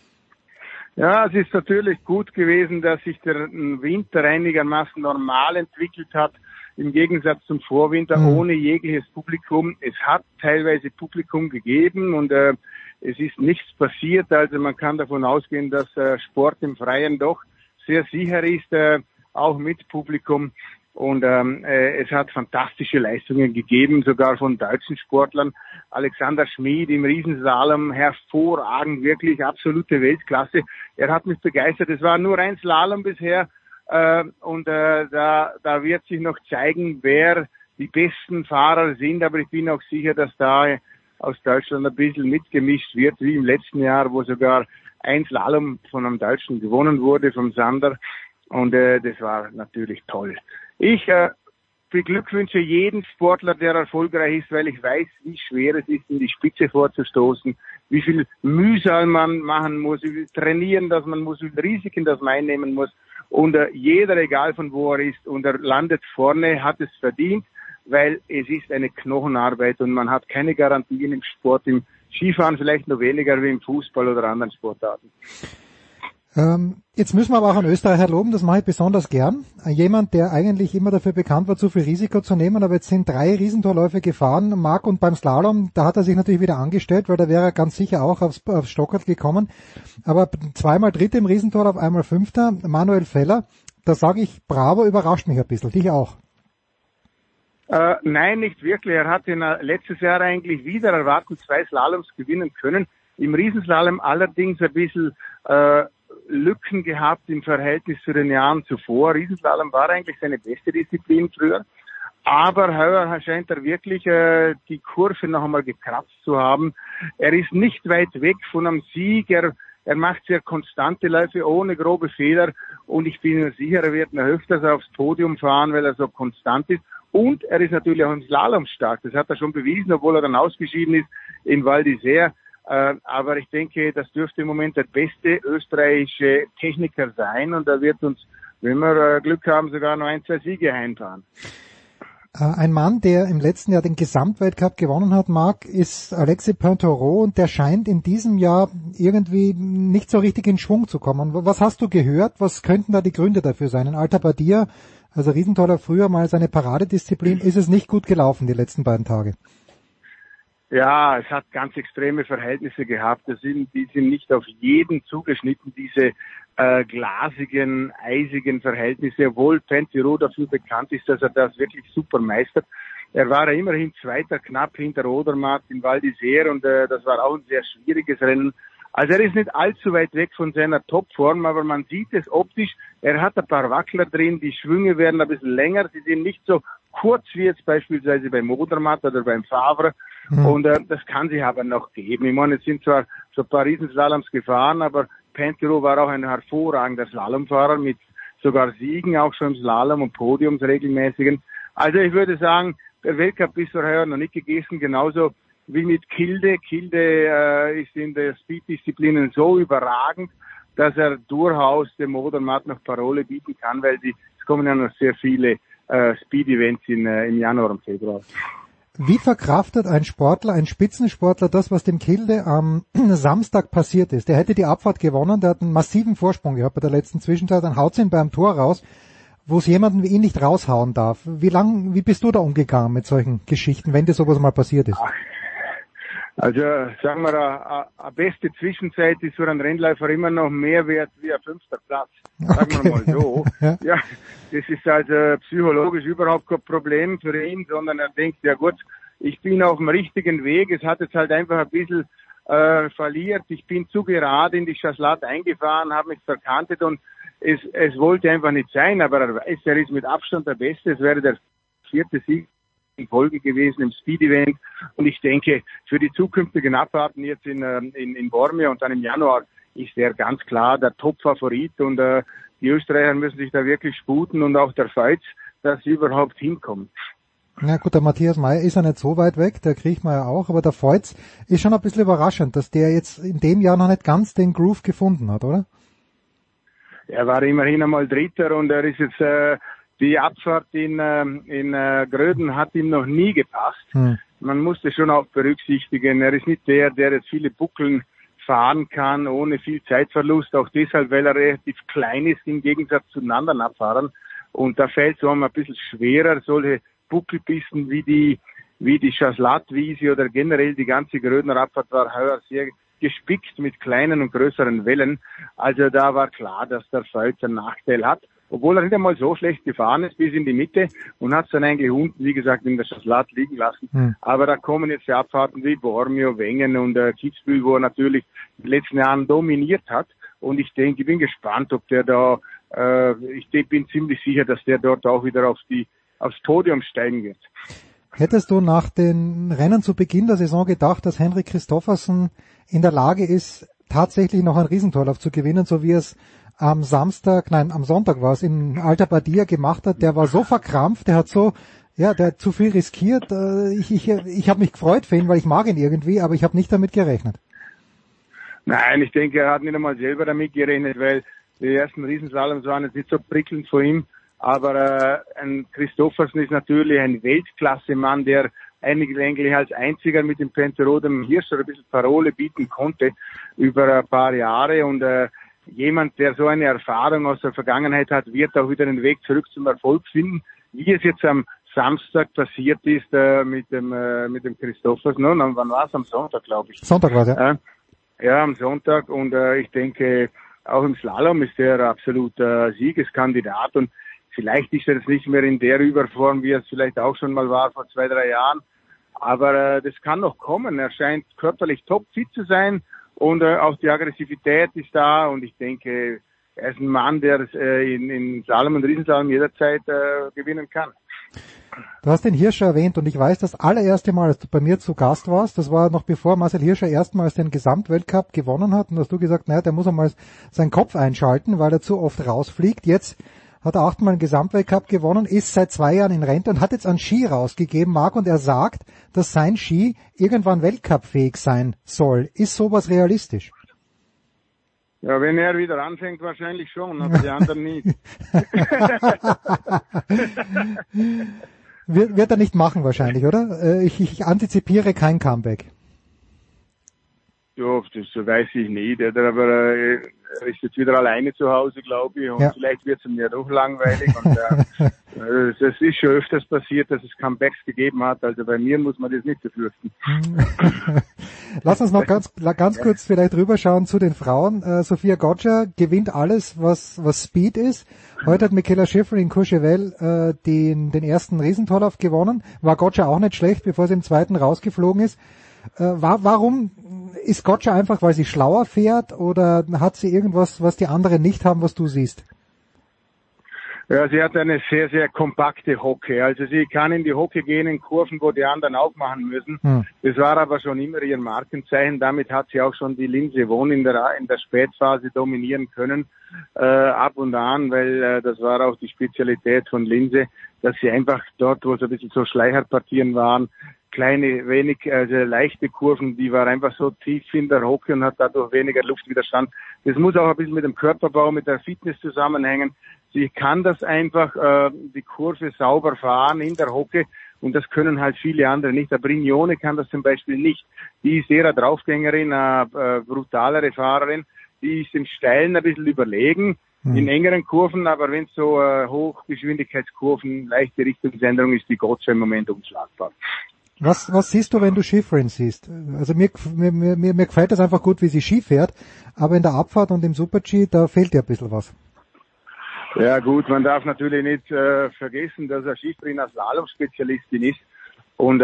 Ja, es ist natürlich gut gewesen, dass sich der Winter einigermaßen normal entwickelt hat, im Gegensatz zum Vorwinter ohne jegliches Publikum. Es hat teilweise Publikum gegeben und es ist nichts passiert. Also man kann davon ausgehen, dass Sport im Freien doch sehr sicher ist, auch mit Publikum. Und es hat fantastische Leistungen gegeben, sogar von deutschen Sportlern. Alexander Schmid im Riesenslalom, hervorragend, wirklich absolute Weltklasse. Er hat mich begeistert. Es war nur ein Slalom bisher. Und da wird sich noch zeigen, wer die besten Fahrer sind. Aber ich bin auch sicher, dass da aus Deutschland ein bisschen mitgemischt wird, wie im letzten Jahr, wo sogar ein Slalom von einem Deutschen gewonnen wurde, vom Sander. Und das war natürlich toll. Ich beglückwünsche jeden Sportler, der erfolgreich ist, weil ich weiß, wie schwer es ist, in die Spitze vorzustoßen, wie viel Mühsal man machen muss, wie viel trainieren das man muss, wie viel Risiken das man einnehmen muss. Und jeder, egal von wo er ist, und er landet vorne, hat es verdient, weil es ist eine Knochenarbeit und man hat keine Garantien im Sport, im Skifahren vielleicht noch weniger wie im Fußball oder anderen Sportarten. Jetzt müssen wir aber auch einen Österreicher loben, das mache ich besonders gern. Jemand, der eigentlich immer dafür bekannt war, zu viel Risiko zu nehmen, aber jetzt sind 3 Riesentorläufe gefahren, Marc, und beim Slalom, da hat er sich natürlich wieder angestellt, weil da wäre er ganz sicher auch aufs Stockert gekommen. Aber 2-mal Dritter im Riesentorlauf, 1-mal Fünfter, Manuel Feller, da sage ich, bravo, überrascht mich ein bisschen, dich auch. Nein, nicht wirklich. Er hat letztes Jahr eigentlich wieder erwartet 2 Slaloms gewinnen können. Im Riesenslalom allerdings ein bisschen Lücken gehabt im Verhältnis zu den Jahren zuvor. Riesenslalom war eigentlich seine beste Disziplin früher. Aber heuer scheint er wirklich die Kurve noch einmal gekratzt zu haben. Er ist nicht weit weg von einem Sieg. Er macht sehr konstante Läufe ohne grobe Fehler. Und ich bin mir sicher, er wird noch öfters aufs Podium fahren, weil er so konstant ist. Und er ist natürlich auch im Slalom stark. Das hat er schon bewiesen, obwohl er dann ausgeschieden ist in Val d'Isère. Aber ich denke, das dürfte im Moment der beste österreichische Techniker sein. Und er wird uns, wenn wir Glück haben, sogar noch 1-2 Siege einfahren. Ein Mann, der im letzten Jahr den Gesamtweltcup gewonnen hat, Marc, ist Alexis Pinturault, und der scheint in diesem Jahr irgendwie nicht so richtig in Schwung zu kommen. Was hast du gehört? Was könnten da die Gründe dafür sein? Ein alter Badia, also Riesentorlauf früher mal seine Paradedisziplin, ist es nicht gut gelaufen die letzten beiden Tage? Ja, es hat ganz extreme Verhältnisse gehabt. Die sind nicht auf jeden zugeschnitten, diese glasigen, eisigen Verhältnisse, obwohl Pinturault dafür bekannt ist, dass er das wirklich super meistert. Er war immerhin Zweiter, knapp hinter Odermatt in Val d'Isère, und das war auch ein sehr schwieriges Rennen. Also er ist nicht allzu weit weg von seiner Topform, aber man sieht es optisch. Er hat ein paar Wackler drin, die Schwünge werden ein bisschen länger, sie sind nicht so kurz wie jetzt beispielsweise beim Odermatt oder beim Favre. Und das kann sich aber noch geben. Ich meine, es sind zwar so ein paar Riesenslaloms gefahren, aber Pinturault war auch ein hervorragender Slalomfahrer mit sogar Siegen, auch schon im Slalom und Podiums regelmäßigen. Also ich würde sagen, der Weltcup ist für heuer noch nicht gegessen, genauso wie mit Kilde. Kilde ist in der Speed-Disziplinen so überragend, dass er durchaus dem Odermatt noch Parole bieten kann, weil es kommen ja noch sehr viele Speed-Events im Januar und Februar. Wie verkraftet ein Sportler, ein Spitzensportler, das, was dem Kilde am Samstag passiert ist? Der hätte die Abfahrt gewonnen, der hat einen massiven Vorsprung gehabt bei der letzten Zwischenzeit, dann haut's ihn beim Tor raus, wo es jemanden wie ihn nicht raushauen darf. Wie bist du da umgegangen mit solchen Geschichten, wenn dir sowas mal passiert ist? Also sagen wir, eine beste Zwischenzeit ist für einen Rennläufer immer noch mehr wert wie ein 5. Platz. Sagen wir mal so. Ja, das ist also psychologisch überhaupt kein Problem für ihn, sondern er denkt, ja gut, ich bin auf dem richtigen Weg. Es hat jetzt halt einfach ein bisschen verliert. Ich bin zu gerade in die Chasselat eingefahren, habe mich verkantet, und es wollte einfach nicht sein, aber er weiß, er ist mit Abstand der Beste. Es wäre der 4. Sieg in Folge gewesen im Speed-Event, und ich denke, für die zukünftigen Abfahrten jetzt in Bormio und dann im Januar ist er ganz klar der Top-Favorit, und die Österreicher müssen sich da wirklich sputen, und auch der Feuz, dass sie überhaupt hinkommen. Na gut, der Matthias Mayr ist ja nicht so weit weg, der kriegt man ja auch, aber der Feuz ist schon ein bisschen überraschend, dass der jetzt in dem Jahr noch nicht ganz den Groove gefunden hat, oder? Er war immerhin einmal Dritter, und er ist jetzt die Abfahrt in Gröden hat ihm noch nie gepasst. Man musste schon auch berücksichtigen, er ist nicht der jetzt viele Buckeln fahren kann, ohne viel Zeitverlust, auch deshalb, weil er relativ klein ist im Gegensatz zu den anderen Abfahrern. Und da fällt es so ein bisschen schwerer, solche Buckelpisten wie die Chasselat-Wiese oder generell die ganze Grödener Abfahrt war heuer sehr gespickt mit kleinen und größeren Wellen. Also da war klar, dass der Feuz einen Nachteil hat. Obwohl er nicht einmal so schlecht gefahren ist bis in die Mitte und hat es dann eigentlich unten, wie gesagt, in der Chasselat liegen lassen. Aber da kommen jetzt die Abfahrten wie Bormio, Wengen und Kitzbühel, wo er natürlich in den letzten Jahren dominiert hat. Und ich bin gespannt, ob der da, ich bin ziemlich sicher, dass der dort auch wieder aufs Podium steigen wird. Hättest du nach den Rennen zu Beginn der Saison gedacht, dass Henrik Kristoffersen in der Lage ist, tatsächlich noch einen Riesentorlauf zu gewinnen, so wie es am Sonntag war es, in Alta Badia gemacht hat? Der war so verkrampft, der hat so Ja, der hat zu viel riskiert. Ich habe mich gefreut für ihn, weil ich mag ihn irgendwie, aber ich habe nicht damit gerechnet. Nein, ich denke, er hat nicht einmal selber damit gerechnet, weil die ersten Riesenslaloms waren jetzt nicht so prickelnd vor ihm. Aber ein Christoffersen ist natürlich ein Weltklasse-Mann, der eigentlich als einziger mit dem Pentarol dem Hirscher ein bisschen Parole bieten konnte über ein paar Jahre. Und jemand, der so eine Erfahrung aus der Vergangenheit hat, wird auch wieder den Weg zurück zum Erfolg finden, wie es jetzt am Samstag passiert ist mit dem Christoffersen. Und wann war es? Am Sonntag, glaube ich. Sonntag war es, ja. Ja, am Sonntag. Und ich denke, auch im Slalom ist er absolut Siegeskandidat. Und vielleicht ist er jetzt nicht mehr in der Überform, wie es vielleicht auch schon mal war vor 2-3 Jahren. Aber das kann noch kommen. Er scheint körperlich topfit zu sein und auch die Aggressivität ist da. Und ich denke, er ist ein Mann, der in Slalom und Riesenslalom jederzeit gewinnen kann. Du hast den Hirscher erwähnt und ich weiß, das allererste Mal, als du bei mir zu Gast warst, das war noch bevor Marcel Hirscher erstmals den Gesamtweltcup gewonnen hat und hast du gesagt, naja, der muss einmal seinen Kopf einschalten, weil er zu oft rausfliegt. Jetzt hat er 8-mal einen Gesamtweltcup gewonnen, ist seit 2 Jahren in Rente und hat jetzt einen Ski rausgegeben, Marc, und er sagt, dass sein Ski irgendwann weltcupfähig sein soll. Ist sowas realistisch? Ja, wenn er wieder anfängt, wahrscheinlich schon, aber die anderen nicht. Wird er nicht machen wahrscheinlich, oder? Ich antizipiere kein Comeback. Ja, das weiß ich nicht. Aber er ist jetzt wieder alleine zu Hause, glaube ich. Und ja, vielleicht wird es mir doch langweilig. Und das ist schon öfters passiert, dass es Comebacks gegeben hat. Also bei mir muss man das nicht befürchten. Lass uns noch ganz kurz vielleicht rüberschauen zu den Frauen. Sophia Gotcha gewinnt alles, was Speed ist. Heute hat Michaela Schifrin in Courchevel den ersten Riesentorlauf gewonnen. War Gotcha auch nicht schlecht, bevor sie im zweiten rausgeflogen ist. Warum ist Gotcha einfach, weil sie schlauer fährt oder hat sie irgendwas, was die anderen nicht haben, was du siehst? Ja, sie hat eine sehr, sehr kompakte Hocke. Also sie kann in die Hocke gehen in Kurven, wo die anderen aufmachen müssen. Das war aber schon immer ihr Markenzeichen. Damit hat sie auch schon die Linse Won in der Spätphase dominieren können, ab und an, weil das war auch die Spezialität von Linse, dass sie einfach dort, wo so ein bisschen so Schleicherpartien waren, leichte Kurven, die war einfach so tief in der Hocke und hat dadurch weniger Luftwiderstand. Das muss auch ein bisschen mit dem Körperbau, mit der Fitness zusammenhängen. Sie kann das einfach, die Kurve sauber fahren in der Hocke und das können halt viele andere nicht. Der Brignone kann das zum Beispiel nicht. Die ist eher eine Draufgängerin, eine brutalere Fahrerin. Die ist im Steilen ein bisschen überlegen, in engeren Kurven, aber wenn es so Hochgeschwindigkeitskurven, leichte Richtungsänderung ist, die Gotcha im Moment unschlagbar. Was siehst du, wenn du Schifrin siehst? Also mir gefällt das einfach gut, wie sie Ski fährt, aber in der Abfahrt und im Super-G, da fehlt dir ein bisschen was. Ja gut, man darf natürlich nicht vergessen, dass Schifrin eine Slalom-Spezialistin ist und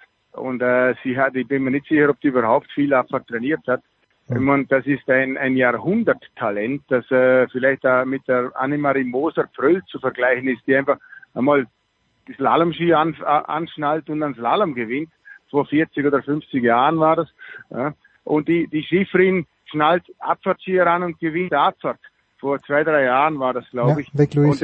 sie hat, ich bin mir nicht sicher, ob die überhaupt viel Abfahrt trainiert hat. Ich meine, das ist ein Jahrhunderttalent, das vielleicht mit der Annemarie Moser-Pröll zu vergleichen ist, die einfach einmal die Slalom-Ski anschnallt und dann Slalom gewinnt. Vor 40 oder 50 Jahren war das. Ja. Und die Schifrin schnallt Abfahrtski ran und gewinnt Abfahrt. Vor 2-3 Jahren war das, glaube ich. Und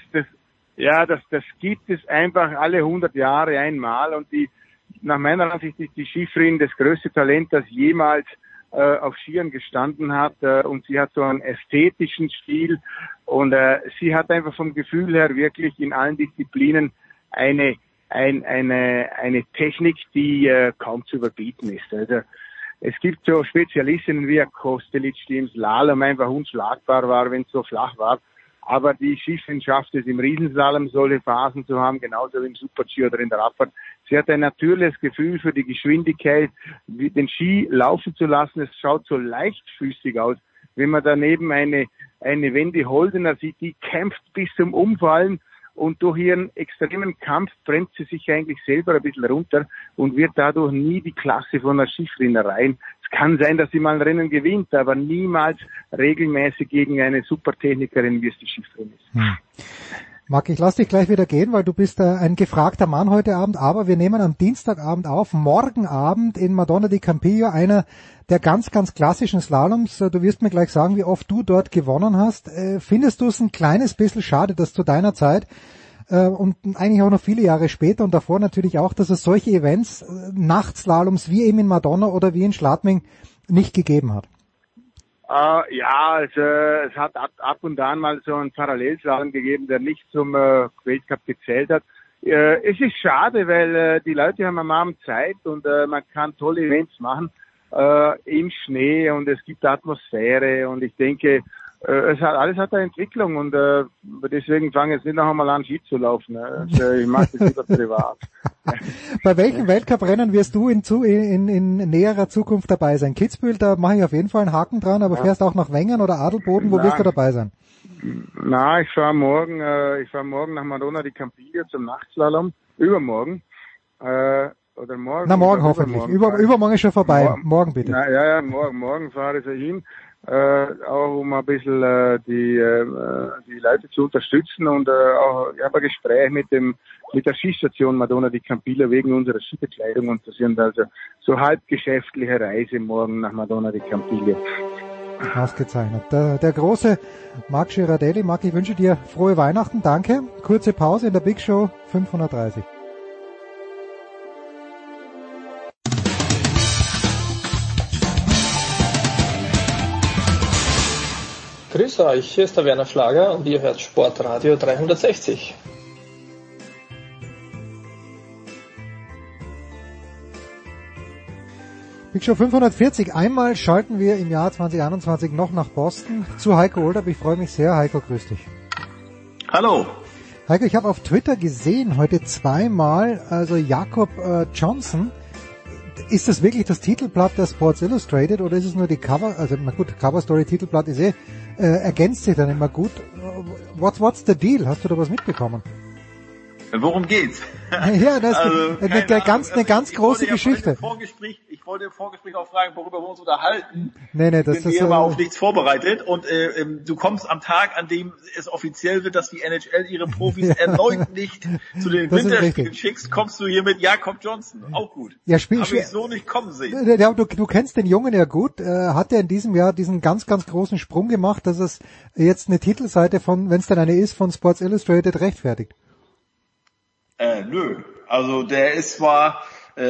das gibt es einfach alle 100 Jahre einmal. Und nach meiner Ansicht ist die Schifrin das größte Talent, das jemals auf Skiern gestanden hat, und sie hat so einen ästhetischen Stil und sie hat einfach vom Gefühl her wirklich in allen Disziplinen eine Technik, die kaum zu überbieten ist. Also es gibt so Spezialistinnen wie Kostelic, die im Slalom einfach unschlagbar war, wenn es so flach war. Aber die Schifrin schafft es im Riesenslalom, solche Phasen zu haben, genauso wie im Super-G oder in der Abfahrt. Sie hat ein natürliches Gefühl für die Geschwindigkeit, den Ski laufen zu lassen. Es schaut so leichtfüßig aus. Wenn man daneben eine Wendy Holdener sieht, die kämpft bis zum Umfallen und durch ihren extremen Kampf bremst sie sich eigentlich selber ein bisschen runter und wird dadurch nie die Klasse von einer Skifrin erreichen. Es kann sein, dass sie mal ein Rennen gewinnt, aber niemals regelmäßig gegen eine Supertechnikerin, wie es die Skifrin ist. Marc, ich lasse dich gleich wieder gehen, weil du bist ein gefragter Mann heute Abend, aber wir nehmen am Dienstagabend auf, morgen Abend in Madonna di Campillo, einer der ganz, ganz klassischen Slaloms. Du wirst mir gleich sagen, wie oft du dort gewonnen hast. Findest du es ein kleines bisschen schade, dass zu deiner Zeit und eigentlich auch noch viele Jahre später und davor natürlich auch, dass es solche Events, Nachtslaloms wie eben in Madonna oder wie in Schladming nicht gegeben hat. Ja, es hat ab und an mal so einen Parallelslalom gegeben, der nicht zum Weltcup gezählt hat. Es ist schade, weil die Leute haben am Abend Zeit und man kann tolle Events machen im Schnee und es gibt Atmosphäre und ich denke, alles hat eine Entwicklung und deswegen fange ich jetzt nicht noch einmal an, Ski zu laufen. Also, ich mache das lieber privat. Bei welchem Weltcuprennen wirst du in näherer Zukunft dabei sein? Kitzbühel, da mache ich auf jeden Fall einen Haken dran, aber fährst auch nach Wengen oder Adelboden, wo wirst du dabei sein? Na, ich fahre morgen nach Madonna di Campiglio zum Nachtslalom. Übermorgen. Oder morgen. Na, morgen hoffentlich. Übermorgen ist schon vorbei. Morgen bitte. Na, ja, morgen fahre ich hin. Auch um ein bisschen die Leute zu unterstützen und auch ich habe ein Gespräch mit der Skistation Madonna di Campiglio wegen unserer Skibekleidung und das sind also so halbgeschäftliche Reise morgen nach Madonna di Campiglio. Ausgezeichnet. Der große Marc Girardelli. Marc, ich wünsche dir frohe Weihnachten. Danke. Kurze Pause in der Big Show 530. Grüß euch, hier ist der Werner Schlager und ihr hört Sportradio 360. Big Show 540. Einmal schalten wir im Jahr 2021 noch nach Boston zu Heiko Olderb. Ich freue mich sehr. Heiko, grüß dich. Hallo. Heiko, ich habe auf Twitter gesehen heute zweimal, also Jakob Johnson. Ist das wirklich das Titelblatt der Sports Illustrated oder ist es nur die Cover, also na gut, Cover Story Titelblatt ist ergänzt sich dann immer gut. What's the deal? Hast du da was mitbekommen? Worum geht's? Ja, das ist eine ganz große Geschichte. Ich wollte im Vorgespräch auch fragen, worüber wir uns unterhalten. Nee, das ist immer auf nichts vorbereitet und du kommst am Tag, an dem es offiziell wird, dass die NHL ihre Profis erneut nicht zu den Winterspielen schickst, kommst du hier mit Jakob Johnson. Auch gut. Ja, habe ich so nicht kommen sehen. Ja, du kennst den Jungen ja gut. Hat er in diesem Jahr diesen ganz, ganz großen Sprung gemacht, dass es jetzt eine Titelseite von, wenn es denn eine ist, von Sports Illustrated rechtfertigt? Nö. Also der ist zwar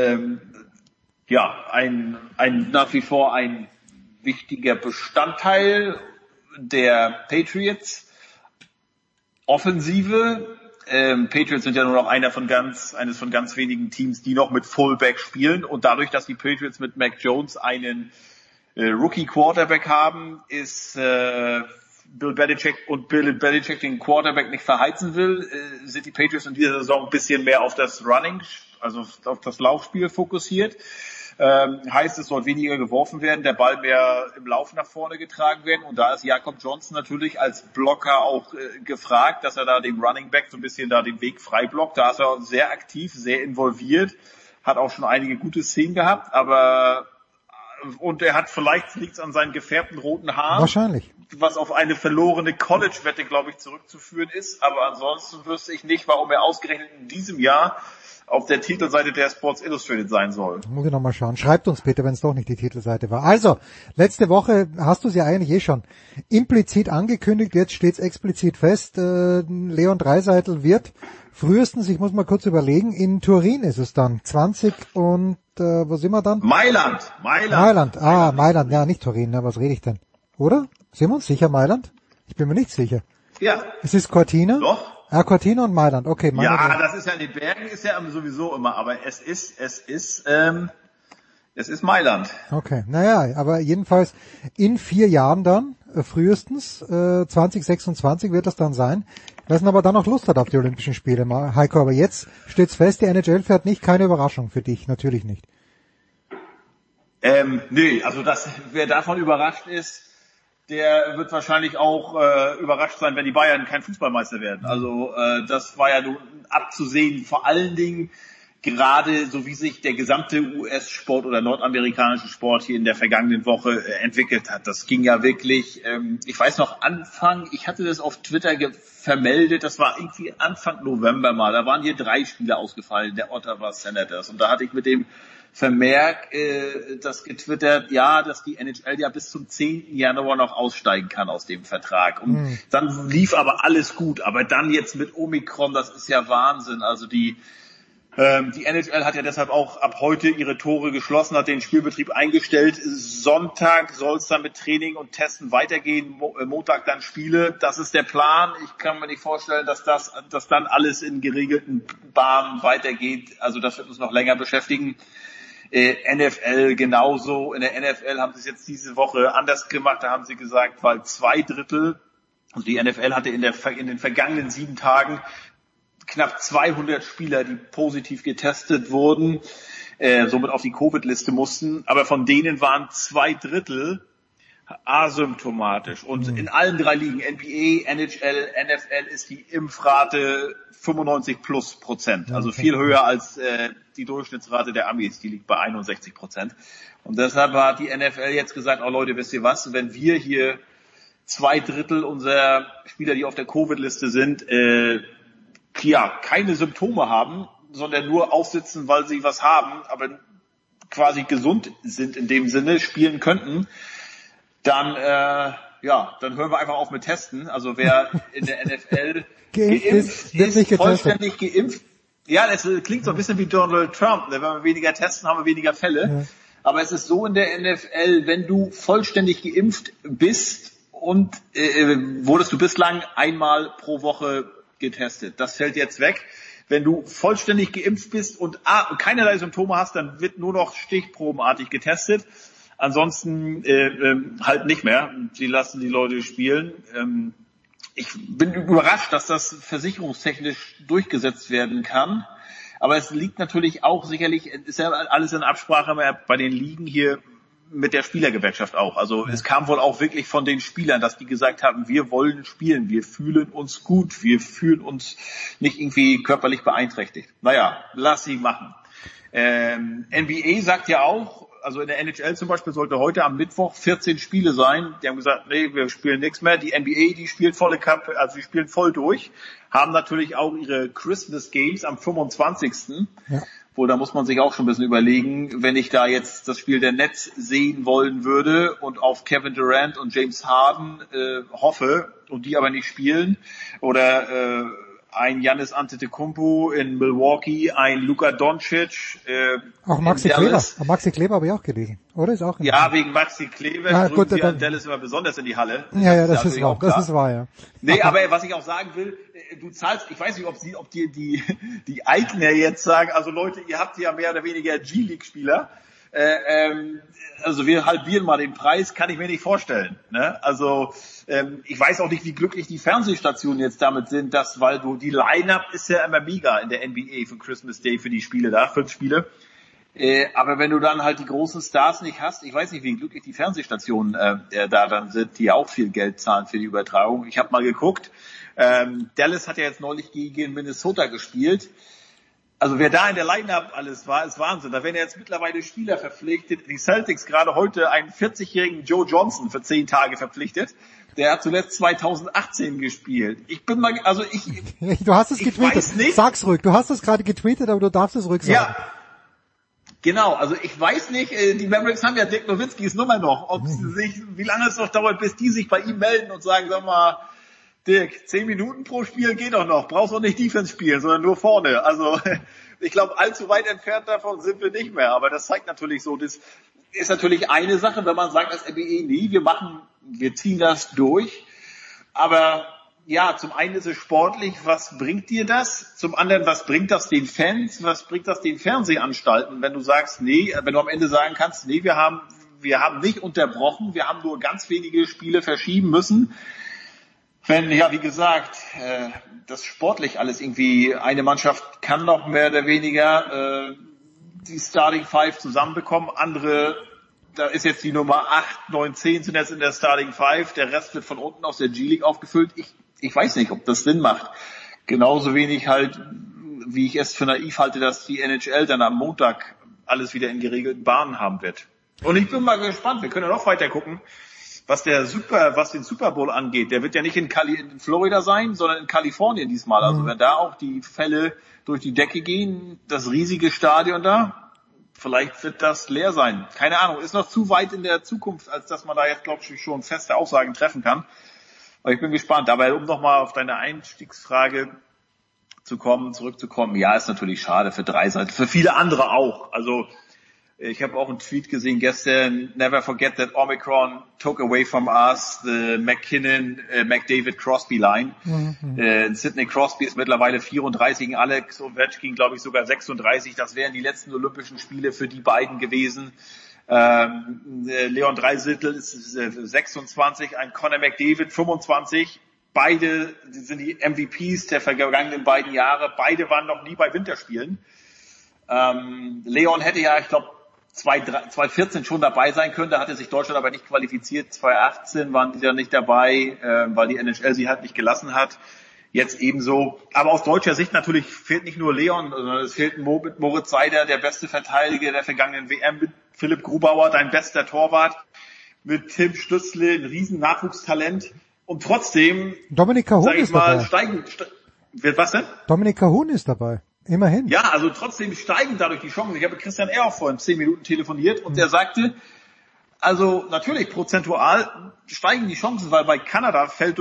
ein nach wie vor ein wichtiger Bestandteil der Patriots Offensive. Patriots sind ja nur noch eines von ganz wenigen Teams, die noch mit Fullback spielen und dadurch, dass die Patriots mit Mac Jones einen Rookie Quarterback haben, ist Bill Belichick den Quarterback nicht verheizen will, sind die Patriots in dieser Saison ein bisschen mehr auf das Running, also auf das Laufspiel fokussiert. Heißt, es soll weniger geworfen werden, der Ball mehr im Lauf nach vorne getragen werden und da ist Jakob Johnson natürlich als Blocker auch gefragt, dass er da dem Running Back so ein bisschen da den Weg frei blockt. Da ist er sehr aktiv, sehr involviert, hat auch schon einige gute Szenen gehabt, und er hat vielleicht liegt's an seinen gefärbten roten Haaren. Wahrscheinlich. Was auf eine verlorene College-Wette, glaube ich, zurückzuführen ist. Aber ansonsten wüsste ich nicht, warum er ausgerechnet in diesem Jahr auf der Titelseite der Sports Illustrated sein soll. Muss ich nochmal schauen. Schreibt uns bitte, wenn es doch nicht die Titelseite war. Also, letzte Woche hast du es ja eigentlich schon implizit angekündigt, jetzt steht es explizit fest. Leon Dreiseitel wird frühestens, ich muss mal kurz überlegen, in Turin ist es dann. 20 und wo sind wir dann? Mailand. Mailand, ja, nicht Turin, ne? Was rede ich denn? Oder? Sind wir uns sicher Mailand? Ich bin mir nicht sicher. Ja. Es ist Cortina? Doch. Ah, Cortina und Mailand, okay. Mailand. Ja, das ist ja in den Bergen, ist ja sowieso immer, aber es ist Mailand. Okay, naja, aber jedenfalls in 4 Jahren dann, frühestens, 2026 wird das dann sein. Wer aber dann noch Lust hat auf die Olympischen Spiele, Heiko, aber jetzt steht's fest, die NHL fährt nicht, keine Überraschung für dich, natürlich nicht. Nee, also wer davon überrascht ist, der wird wahrscheinlich auch überrascht sein, wenn die Bayern kein Fußballmeister werden. Also das war ja nun abzusehen, vor allen Dingen gerade so wie sich der gesamte US-Sport oder nordamerikanische Sport hier in der vergangenen Woche entwickelt hat. Das ging ja wirklich, ich weiß noch, ich hatte das auf Twitter vermeldet, das war irgendwie Anfang November mal, da waren hier 3 Spieler ausgefallen, der Ottawa Senators. Und da hatte ich mit dem Vermerk das getwittert, ja, dass die NHL ja bis zum 10. Januar noch aussteigen kann aus dem Vertrag. Und dann lief aber alles gut. Aber dann jetzt mit Omikron, das ist ja Wahnsinn. Also die NHL hat ja deshalb auch ab heute ihre Tore geschlossen, hat den Spielbetrieb eingestellt. Sonntag soll es dann mit Training und Testen weitergehen. Montag dann Spiele. Das ist der Plan. Ich kann mir nicht vorstellen, dass dann alles in geregelten Bahnen weitergeht. Also das wird uns noch länger beschäftigen. NFL genauso. In der NFL haben sie es jetzt diese Woche anders gemacht. Da haben sie gesagt, weil 2/3, also die NFL hatte in den vergangenen 7 Tagen knapp 200 Spieler, die positiv getestet wurden, somit auf die Covid-Liste mussten. Aber von denen waren 2/3 asymptomatisch. Und in allen 3 Ligen, NBA, NHL, NFL, ist die Impfrate 95+%. Also viel höher als die Durchschnittsrate der Amis, die liegt bei 61%. Und deshalb hat die NFL jetzt gesagt, oh Leute, wisst ihr was, wenn wir hier 2/3 unserer Spieler, die auf der Covid-Liste sind, keine Symptome haben, sondern nur aufsitzen, weil sie was haben, aber quasi gesund sind in dem Sinne, spielen könnten, dann hören wir einfach auf mit Testen. Also wer in der NFL geimpft ist, vollständig geimpft. Ja, das klingt so ein bisschen wie Donald Trump. Wenn wir weniger testen, haben wir weniger Fälle. Ja. Aber es ist so in der NFL, wenn du vollständig geimpft bist und wurdest du bislang einmal pro Woche getestet. Das fällt jetzt weg. Wenn du vollständig geimpft bist und keinerlei Symptome hast, dann wird nur noch stichprobenartig getestet. Ansonsten halt nicht mehr. Sie lassen die Leute spielen. Ich bin überrascht, dass das versicherungstechnisch durchgesetzt werden kann. Aber es liegt natürlich auch sicherlich, ist ja alles in Absprache bei den Ligen hier mit der Spielergewerkschaft auch. Also es kam wohl auch wirklich von den Spielern, dass die gesagt haben, wir wollen spielen, wir fühlen uns gut, wir fühlen uns nicht irgendwie körperlich beeinträchtigt. Naja, lass sie machen. NBA sagt ja auch, also in der NHL zum Beispiel sollte heute am Mittwoch 14 Spiele sein. Die haben gesagt, nee, wir spielen nichts mehr. Die NBA, die spielt volle Cup, also die spielen voll durch. Haben natürlich auch ihre Christmas Games am 25. Ja. Wohl, da muss man sich auch schon ein bisschen überlegen, wenn ich da jetzt das Spiel der Nets sehen wollen würde und auf Kevin Durant und James Harden hoffe und die aber nicht spielen, oder ein Giannis Antetokounmpo in Milwaukee, ein Luka Doncic auch Maxi Kleber. Maxi Kleber habe ich auch gelesen, oder? Ist auch wegen Maxi Kleber drücken wir in Dallas immer besonders in die Halle. Ja, das ist wahr. Das ist wahr, ja. Nee, aber was ich auch sagen will, du zahlst, ich weiß nicht, ob dir die Eigner jetzt sagen, also Leute, ihr habt ja mehr oder weniger G-League-Spieler, also wir halbieren mal den Preis, kann ich mir nicht vorstellen. Ne? Also ich weiß auch nicht, wie glücklich die Fernsehstationen jetzt damit sind, weil die Line-Up ist ja immer mega in der NBA für Christmas Day für die Spiele da, 5 Spiele. Aber wenn du dann halt die großen Stars nicht hast, ich weiß nicht, wie glücklich die Fernsehstationen da dann sind, die auch viel Geld zahlen für die Übertragung. Ich habe mal geguckt, Dallas hat ja jetzt neulich gegen Minnesota gespielt. Also wer da in der Line-Up alles war, ist Wahnsinn. Da werden jetzt mittlerweile Spieler verpflichtet. Die Celtics gerade heute einen 40-jährigen Joe Johnson für 10 Tage verpflichtet. Der hat zuletzt 2018 gespielt. Ich bin mal, also Du hast es getweetet. Weiß nicht. Sag's ruhig. Du hast es gerade getweetet, aber du darfst es ruhig sagen. Ja. Genau, also ich weiß nicht, die Mavericks haben ja Dirk Nowitzkis Nummer noch, wie lange es noch dauert, bis die sich bei ihm melden und sagen, sag mal, Dirk, 10 Minuten pro Spiel geht doch noch, brauchst auch nicht Defense spielen, sondern nur vorne. Also ich glaube, allzu weit entfernt davon sind wir nicht mehr, aber das zeigt natürlich so, das ist natürlich eine Sache, wenn man sagt als NBA, nee, wir ziehen das durch, aber ja, zum einen ist es sportlich, was bringt dir das? Zum anderen, was bringt das den Fans? Was bringt das den Fernsehanstalten? Wenn du sagst, nee, wenn du am Ende sagen kannst, nee, wir haben nicht unterbrochen, wir haben nur ganz wenige Spiele verschieben müssen. Wenn, ja, wie gesagt, das sportlich alles irgendwie, eine Mannschaft kann noch mehr oder weniger die Starting Five zusammenbekommen, andere, da ist jetzt die Nummer 8, 9, 10 sind jetzt in der Starting Five, der Rest wird von unten aus der G-League aufgefüllt. Ich weiß nicht, ob das Sinn macht. Genauso wenig halt wie ich es für naiv halte, dass die NHL dann am Montag alles wieder in geregelten Bahnen haben wird. Und ich bin mal gespannt, wir können ja noch weiter gucken, was den Super Bowl angeht. Der wird ja nicht in Florida sein, sondern in Kalifornien diesmal. Also wenn da auch die Fälle durch die Decke gehen, das riesige Stadion da, vielleicht wird das leer sein. Keine Ahnung, ist noch zu weit in der Zukunft, als dass man da jetzt, glaube ich, schon feste Aussagen treffen kann. Aber ich bin gespannt. Aber um nochmal auf deine Einstiegsfrage zurückzukommen, ja, ist natürlich schade für drei Seiten, für viele andere auch. Also ich habe auch einen Tweet gesehen gestern, never forget that Omicron took away from us the McDavid Crosby line. Sidney Crosby ist mittlerweile 34, Alex Ovechkin glaube ich sogar 36. Das wären die letzten Olympischen Spiele für die beiden gewesen. Leon Draisaitl ist 26, ein Connor McDavid 25. Beide sind die MVPs der vergangenen beiden Jahre. Beide waren noch nie bei Winterspielen. Leon hätte ja, ich glaube, 2014 schon dabei sein können, da hatte sich Deutschland aber nicht qualifiziert. 2018 waren die dann nicht dabei, weil die NHL sie halt nicht gelassen hat. Jetzt ebenso. Aber aus deutscher Sicht natürlich fehlt nicht nur Leon, sondern es fehlt mit Moritz Seider, der beste Verteidiger der vergangenen WM, mit Philipp Grubauer, dein bester Torwart, mit Tim Stützle, ein riesen Nachwuchstalent. Und trotzdem, Dominik Kahun ist dabei. Was denn? Dominik Kahun ist dabei. Immerhin. Ja, also trotzdem steigen dadurch die Chancen. Ich habe mit Christian Ehrhoff vorhin 10 Minuten telefoniert und der sagte, also natürlich prozentual steigen die Chancen, weil bei Kanada fallen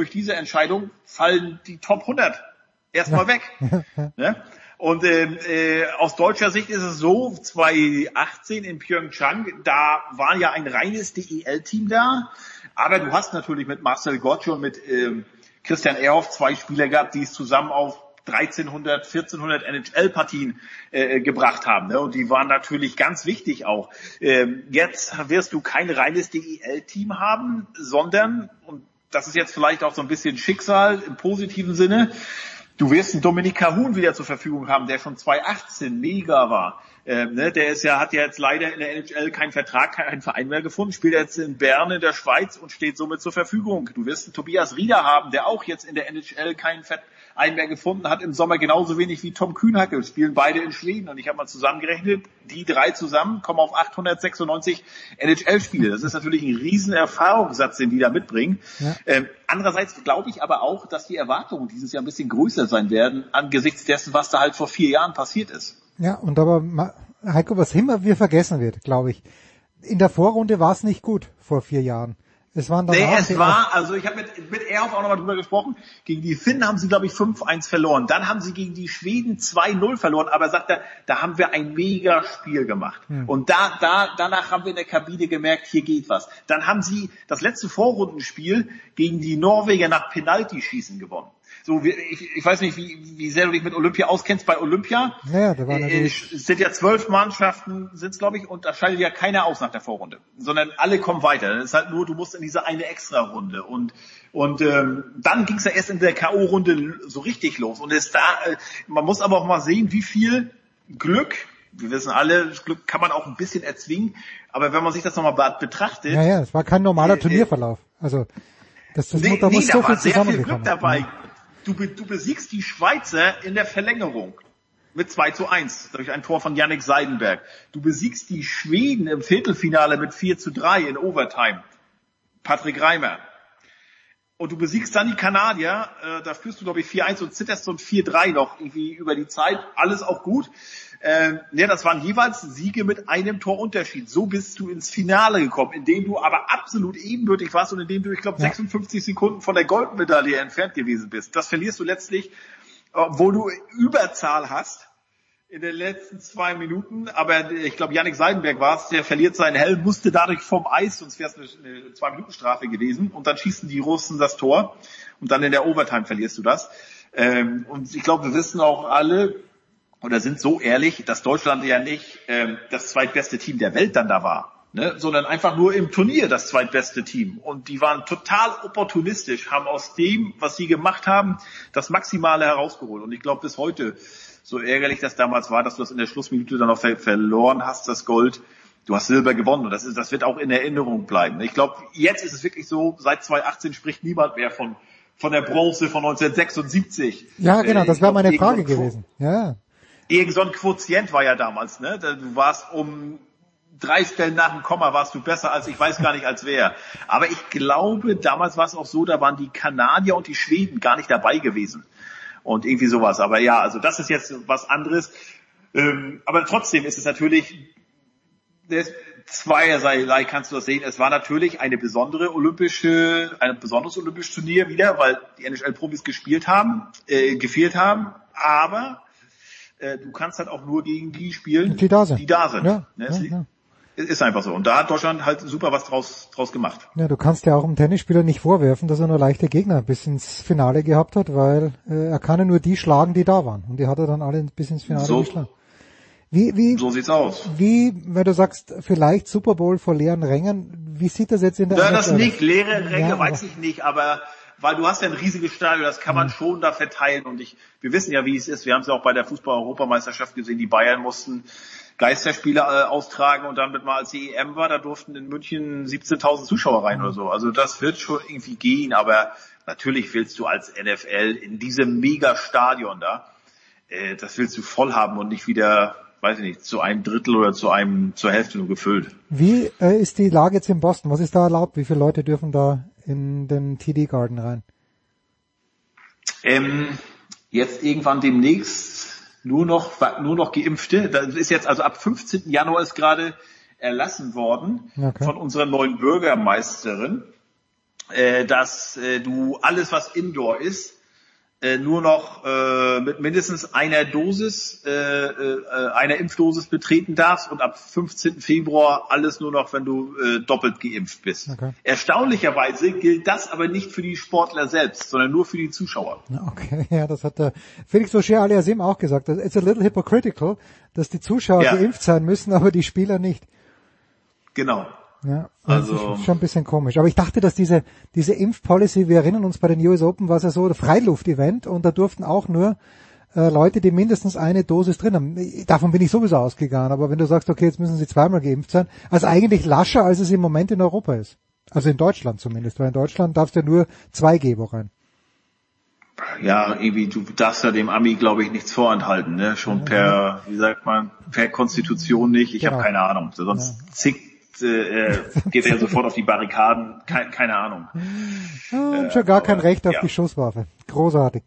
die Top 100 erstmal weg. Ne? Und aus deutscher Sicht ist es so, 2018 in Pyeongchang, da war ja ein reines DEL-Team da, aber du hast natürlich mit Marcel Gottsch und mit Christian Ehrhoff 2 Spieler gehabt, die es zusammen auf 1300, 1400 NHL-Partien gebracht haben. Ne? Und die waren natürlich ganz wichtig auch. Jetzt wirst du kein reines DEL-Team haben, sondern, und das ist jetzt vielleicht auch so ein bisschen Schicksal im positiven Sinne, du wirst einen Dominik Kahun wieder zur Verfügung haben, der schon 2018 mega war. Der hat ja jetzt leider in der NHL keinen Vertrag, keinen Verein mehr gefunden, spielt jetzt in Bern in der Schweiz und steht somit zur Verfügung. Du wirst einen Tobias Rieder haben, der auch jetzt in der NHL keinen Verein mehr gefunden hat, im Sommer genauso wenig wie Tom Kühnhackl, spielen beide in Schweden. Und ich habe mal zusammengerechnet, die 3 zusammen kommen auf 896 NHL-Spiele. Das ist natürlich ein riesen Erfahrungssatz, den die da mitbringen. Ja. Andererseits glaube ich aber auch, dass die Erwartungen dieses Jahr ein bisschen größer sein werden, angesichts dessen, was da halt vor 4 Jahren passiert ist. Ja, und aber, Heiko, was immer wir vergessen wird, glaube ich. In der Vorrunde war es nicht gut vor 4 Jahren. Es waren dann also ich habe mit Ehrhoff auch nochmal drüber gesprochen, gegen die Finnen haben sie, glaube ich, 5-1 verloren. Dann haben sie gegen die Schweden 2-0 verloren, aber sagt er, da haben wir ein mega Spiel gemacht. Und danach haben wir in der Kabine gemerkt, hier geht was. Dann haben sie das letzte Vorrundenspiel gegen die Norweger nach Penaltyschießen gewonnen. So, ich weiß nicht, wie sehr du dich mit Olympia auskennst. Bei Olympia sind ja 12 Mannschaften, sind's glaube ich, und da scheidet ja keiner aus nach der Vorrunde, sondern alle kommen weiter. Das ist halt nur, du musst in diese eine Extra-Runde und dann ging's ja erst in der K.O.-Runde so richtig los. Und man muss aber auch mal sehen, wie viel Glück, wir wissen alle, Glück kann man auch ein bisschen erzwingen, aber wenn man sich das nochmal betrachtet. Ja, es war kein normaler Turnierverlauf. Also, da muss so viel zusammengekommen. Dabei. Du besiegst die Schweizer in der Verlängerung mit 2-1 durch ein Tor von Jannik Seidenberg. Du besiegst die Schweden im Viertelfinale mit 4-3 in Overtime. Patrick Reimer. Und du besiegst dann die Kanadier, da führst du glaube ich 4-1 und zitterst so ein 4-3 noch irgendwie über die Zeit. Alles auch gut. Das waren jeweils Siege mit einem Torunterschied. So bist du ins Finale gekommen, indem du aber absolut ebenbürtig warst und indem du, ich glaube, 56 Sekunden von der Goldmedaille entfernt gewesen bist. Das verlierst du letztlich, obwohl du Überzahl hast in den letzten 2 Minuten. Aber ich glaube, Jannik Seidenberg war es, der verliert seinen Helm, musste dadurch vom Eis, sonst wäre es eine 2-Minuten-Strafe gewesen. Und dann schießen die Russen das Tor und dann in der Overtime verlierst du das. Und ich glaube, wir wissen auch alle, oder sind so ehrlich, dass Deutschland ja nicht das zweitbeste Team der Welt dann da war, ne? Sondern einfach nur im Turnier das zweitbeste Team. Und die waren total opportunistisch, haben aus dem, was sie gemacht haben, das Maximale herausgeholt. Und ich glaube bis heute, so ärgerlich das damals war, dass du das in der Schlussminute dann noch verloren hast, das Gold, du hast Silber gewonnen. Und das wird auch in Erinnerung bleiben. Ich glaube, jetzt ist es wirklich so, seit 2018 spricht niemand mehr von der Bronze von 1976. Ja, genau, das wäre meine Frage gewesen. Ja. Irgend so ein Quotient war ja damals, ne? Du warst um 3 Stellen nach dem Komma warst du besser als ich weiß gar nicht als wer. Aber ich glaube, damals war es auch so, da waren die Kanadier und die Schweden gar nicht dabei gewesen. Und irgendwie sowas. Aber ja, also das ist jetzt was anderes. Aber trotzdem ist es natürlich, zweierlei kannst du das sehen. Es war natürlich ein besonderes olympisches Turnier wieder, weil die NHL-Profis gefehlt haben. Aber du kannst halt auch nur gegen die spielen, die da sind. Ja, ja. Ist einfach so. Und da hat Deutschland halt super was draus gemacht. Ja, du kannst ja auch einem Tennisspieler nicht vorwerfen, dass er nur leichte Gegner bis ins Finale gehabt hat, weil er kann ja nur die schlagen, die da waren. Und die hat er dann alle bis ins Finale geschlagen. So sieht's aus. Wenn du sagst, vielleicht Super Bowl vor leeren Rängen, wie sieht das jetzt in der das nicht, leere Ränge weiß ich nicht, aber weil du hast ja ein riesiges Stadion, das kann man schon da verteilen und wir wissen ja, wie es ist. Wir haben es ja auch bei der Fußball-Europameisterschaft gesehen, die Bayern mussten Geisterspiele austragen und dann mal als die EM war, da durften in München 17.000 Zuschauer rein oder so. Also das wird schon irgendwie gehen, aber natürlich willst du als NFL in diesem Megastadion da, das willst du voll haben und nicht wieder, weiß ich nicht, zu einem Drittel oder zur Hälfte nur gefüllt. Wie ist die Lage jetzt in Boston? Was ist da erlaubt? Wie viele Leute dürfen da in den TD Garden rein? Jetzt irgendwann demnächst nur noch Geimpfte. Das ist jetzt also ab 15. Januar ist gerade erlassen worden von unserer neuen Bürgermeisterin, dass du alles, was Indoor ist, nur noch mit mindestens einer Impfdosis betreten darfst und ab 15. Februar alles nur noch, wenn du doppelt geimpft bist. Okay. Erstaunlicherweise gilt das aber nicht für die Sportler selbst, sondern nur für die Zuschauer. Okay, ja, das hat der Felix Auger-Aliassime auch gesagt. It's a little hypocritical, dass die Zuschauer geimpft sein müssen, aber die Spieler nicht. Genau. Ja, also das ist schon ein bisschen komisch. Aber ich dachte, dass diese Impfpolicy, wir erinnern uns, bei den US Open war es ja so, ein Freiluft-Event und da durften auch nur Leute, die mindestens eine Dosis drin haben. Davon bin ich sowieso ausgegangen. Aber wenn du sagst, okay, jetzt müssen sie zweimal geimpft sein, also eigentlich lascher, als es im Moment in Europa ist. Also in Deutschland zumindest, weil in Deutschland darfst du ja nur 2G rein. Ja, irgendwie, du darfst ja dem Ami, glaube ich, nichts vorenthalten, ne? Schon per Konstitution nicht. Ich habe keine Ahnung. Sonst geht er sofort auf die Barrikaden. Keine Ahnung. Schon gar kein Recht auf die Schusswaffe. Großartig.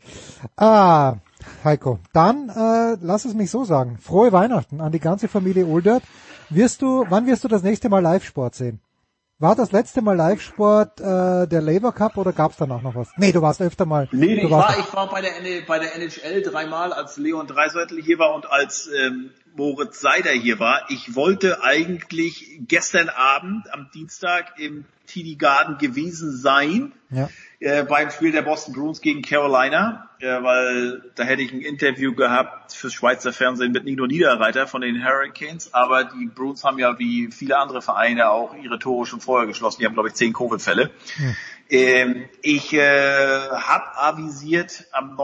Heiko, dann lass es mich so sagen. Frohe Weihnachten an die ganze Familie Uldert. Wann wirst du das nächste Mal Live-Sport sehen? War das letzte Mal Live-Sport der Labour Cup oder gab's danach noch was? Nee, du warst öfter mal. Nee, ich war bei der NHL 3-mal, als Leon Draisaitl hier war und als Moritz Seider hier war. Ich wollte eigentlich gestern Abend am Dienstag im TD Garden gewesen sein, beim Spiel der Boston Bruins gegen Carolina, weil da hätte ich ein Interview gehabt fürs Schweizer Fernsehen mit Nino Niederreiter von den Hurricanes, aber die Bruins haben ja wie viele andere Vereine auch ihre Tore schon vorher geschlossen. Die haben, glaube ich, 10 Covid-Fälle. Ich habe avisiert, am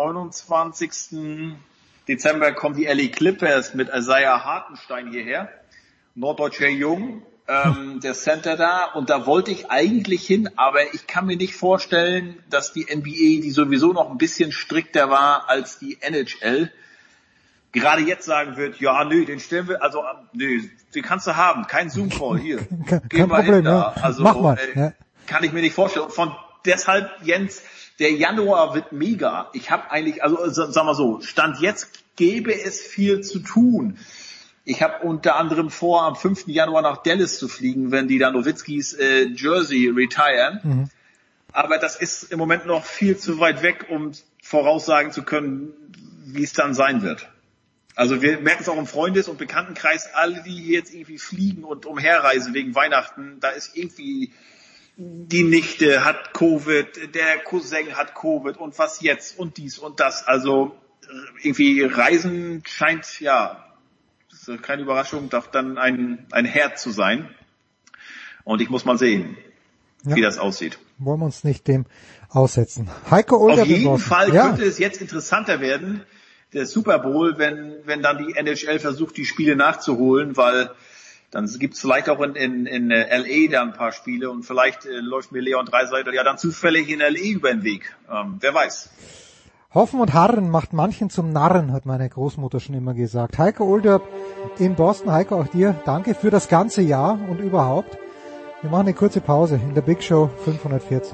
29. Dezember kommen die LA Clippers mit Isaiah Hartenstein hierher, norddeutscher Jung, der Center da, und da wollte ich eigentlich hin, aber ich kann mir nicht vorstellen, dass die NBA, die sowieso noch ein bisschen strikter war als die NHL, gerade jetzt sagen wird, ja, nö, den stellen wir, also, nö, den kannst du haben, kein Zoom-Call hier. Kein Problem, ja. Also, mach mal. Kann ich mir nicht vorstellen. Deshalb, Jens, der Januar wird mega. Ich habe eigentlich, also sagen wir so, Stand jetzt gäbe es viel zu tun. Ich habe unter anderem vor, am 5. Januar nach Dallas zu fliegen, wenn die da Nowitzkis Jersey retiren. Aber das ist im Moment noch viel zu weit weg, um voraussagen zu können, wie es dann sein wird. Also wir merken es auch im Freundes- und Bekanntenkreis, alle, die hier jetzt irgendwie fliegen und umherreisen wegen Weihnachten, da ist irgendwie die Nichte hat Covid, der Cousin hat Covid und was jetzt und dies und das. Also irgendwie Reisen scheint, ja, das ist keine Überraschung, darf dann ein Herd zu sein. Und ich muss mal sehen, wie das aussieht. Wollen wir uns nicht dem aussetzen. Heiko Uldert. Auf jeden Fall könnte es jetzt interessanter werden, der Super Bowl, wenn dann die NHL versucht, die Spiele nachzuholen, weil dann gibt's vielleicht auch in LA da ein paar Spiele und vielleicht läuft mir Leon Draisaitl ja dann zufällig in LA über den Weg. Wer weiß. Hoffen und Harren macht manchen zum Narren, hat meine Großmutter schon immer gesagt. Heiko Olderb in Boston. Heiko, auch dir danke für das ganze Jahr und überhaupt. Wir machen eine kurze Pause in der Big Show 540.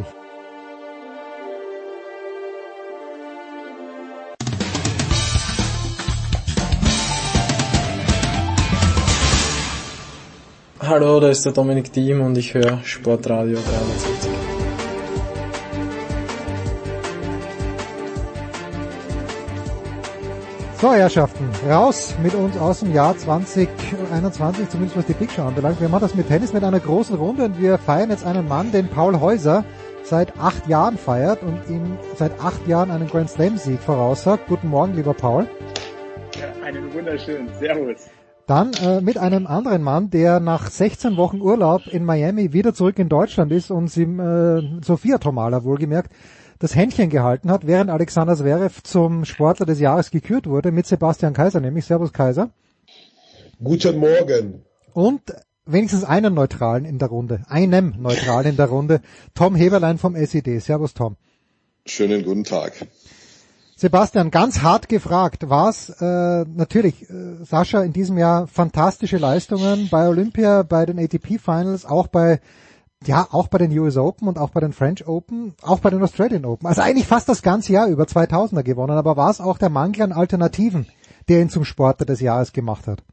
Hallo, da ist der Dominik Thiem und ich höre Sportradio 360. So, Herrschaften, raus mit uns aus dem Jahr 2021, zumindest was die Big Show anbelangt. Wir machen das mit Tennis mit einer großen Runde und wir feiern jetzt einen Mann, den Paul Häuser seit 8 Jahren feiert und ihm seit 8 Jahren einen Grand Slam Sieg voraussagt. Guten Morgen, lieber Paul. Ja, einen wunderschönen Servus. Dann mit einem anderen Mann, der nach 16 Wochen Urlaub in Miami wieder zurück in Deutschland ist und Sofia Tomala wohlgemerkt das Händchen gehalten hat, während Alexander Zverev zum Sportler des Jahres gekürt wurde, mit Sebastian Kaiser nämlich. Servus Kaiser. Guten Morgen. Und wenigstens einem Neutralen in der Runde, Tom Heberlein vom SED. Servus Tom. Schönen guten Tag. Sebastian, ganz hart gefragt, war's natürlich, Sascha, in diesem Jahr fantastische Leistungen bei Olympia, bei den ATP Finals, auch bei den US Open und auch bei den French Open, auch bei den Australian Open. Also eigentlich fast das ganze Jahr über 2000er gewonnen, aber war es auch der Mangel an Alternativen, der ihn zum Sportler des Jahres gemacht hat?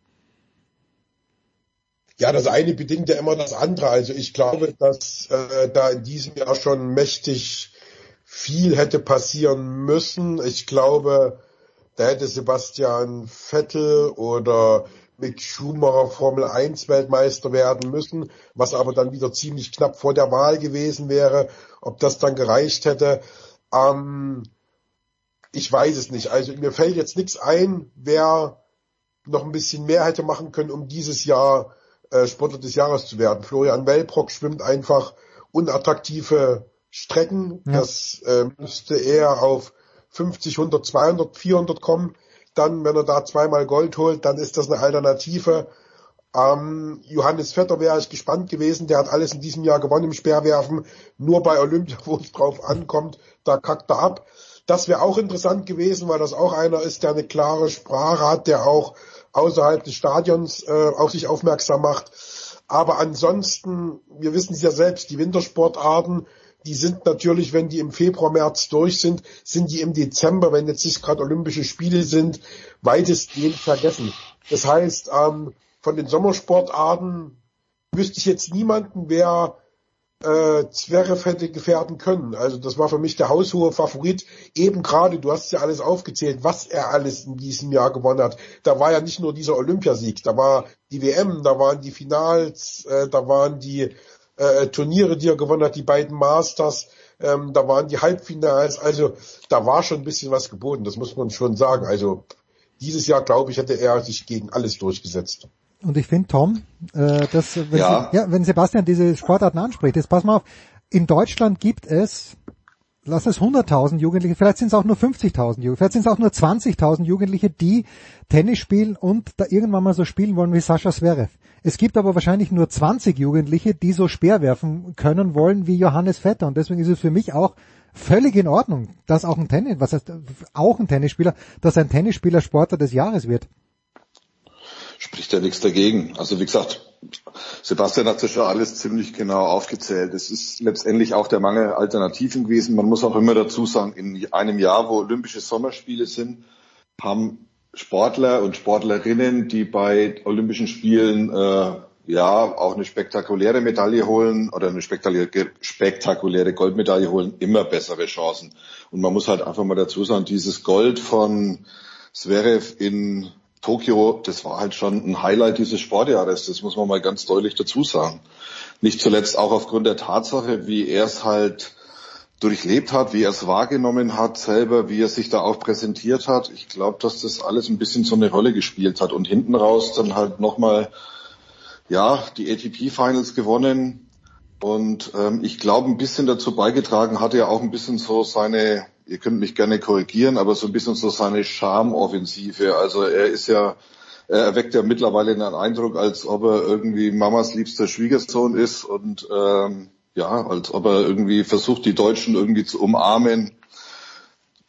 Ja, das eine bedingt ja immer das andere. Also ich glaube, dass da in diesem Jahr schon mächtig viel hätte passieren müssen. Ich glaube, da hätte Sebastian Vettel oder Mick Schumacher Formel 1 Weltmeister werden müssen, was aber dann wieder ziemlich knapp vor der Wahl gewesen wäre. Ob das dann gereicht hätte, ich weiß es nicht. Also mir fällt jetzt nichts ein, wer noch ein bisschen mehr hätte machen können, um dieses Jahr Sportler des Jahres zu werden. Florian Wellbrock schwimmt einfach unattraktive Strecken. Ja. Das müsste eher auf 50, 100, 200, 400 kommen. Dann, wenn er da zweimal Gold holt, dann ist das eine Alternative. Johannes Vetter wäre ich gespannt gewesen. Der hat alles in diesem Jahr gewonnen im Speerwerfen. Nur bei Olympia, wo es drauf ankommt, da kackt er ab. Das wäre auch interessant gewesen, weil das auch einer ist, der eine klare Sprache hat, der auch außerhalb des Stadions auf sich aufmerksam macht. Aber ansonsten, wir wissen es ja selbst, die Wintersportarten, die sind natürlich, wenn die im Februar, März durch sind die im Dezember, wenn jetzt nicht gerade Olympische Spiele sind, weitestgehend vergessen. Das heißt, von den Sommersportarten wüsste ich jetzt niemanden, wer Zverev hätte gefährden können. Also das war für mich der haushohe Favorit. Eben gerade, du hast ja alles aufgezählt, was er alles in diesem Jahr gewonnen hat. Da war ja nicht nur dieser Olympiasieg, da war die WM, da waren die Finals, da waren die Turniere, die er gewonnen hat, die beiden Masters, da waren die Halbfinals, also da war schon ein bisschen was geboten, das muss man schon sagen. Also dieses Jahr, glaube ich, hätte er sich gegen alles durchgesetzt. Und ich finde, Tom, wenn Sebastian diese Sportarten anspricht, jetzt pass mal auf, in Deutschland gibt es, lass es 100.000 Jugendliche, vielleicht sind es auch nur 50.000 Jugendliche, vielleicht sind es auch nur 20.000 Jugendliche, die Tennis spielen und da irgendwann mal so spielen wollen wie Sascha Zverev. Es gibt aber wahrscheinlich nur 20 Jugendliche, die so Speer werfen können wollen wie Johannes Vetter. Und deswegen ist es für mich auch völlig in Ordnung, dass auch ein Tennisspieler, dass ein Tennisspieler Sportler des Jahres wird. Spricht ja nichts dagegen. Also wie gesagt, Sebastian hat ja schon alles ziemlich genau aufgezählt. Es ist letztendlich auch der Mangel Alternativen gewesen. Man muss auch immer dazu sagen, in einem Jahr, wo Olympische Sommerspiele sind, haben Sportler und Sportlerinnen, die bei Olympischen Spielen auch eine spektakuläre Medaille holen oder eine spektakuläre Goldmedaille holen, immer bessere Chancen. Und man muss halt einfach mal dazu sagen, dieses Gold von Zverev in Tokio, das war halt schon ein Highlight dieses Sportjahres, das muss man mal ganz deutlich dazu sagen. Nicht zuletzt auch aufgrund der Tatsache, wie er es halt durchlebt hat, wie er es wahrgenommen hat selber, wie er sich da auch präsentiert hat. Ich glaube, dass das alles ein bisschen so eine Rolle gespielt hat und hinten raus dann halt nochmal, die ATP Finals gewonnen und ich glaube ein bisschen dazu beigetragen hat er auch ein bisschen so seine, ihr könnt mich gerne korrigieren, aber so ein bisschen so seine Charme-Offensive. Also er erweckt ja mittlerweile einen Eindruck, als ob er irgendwie Mamas liebster Schwiegersohn ist und als ob er irgendwie versucht, die Deutschen irgendwie zu umarmen.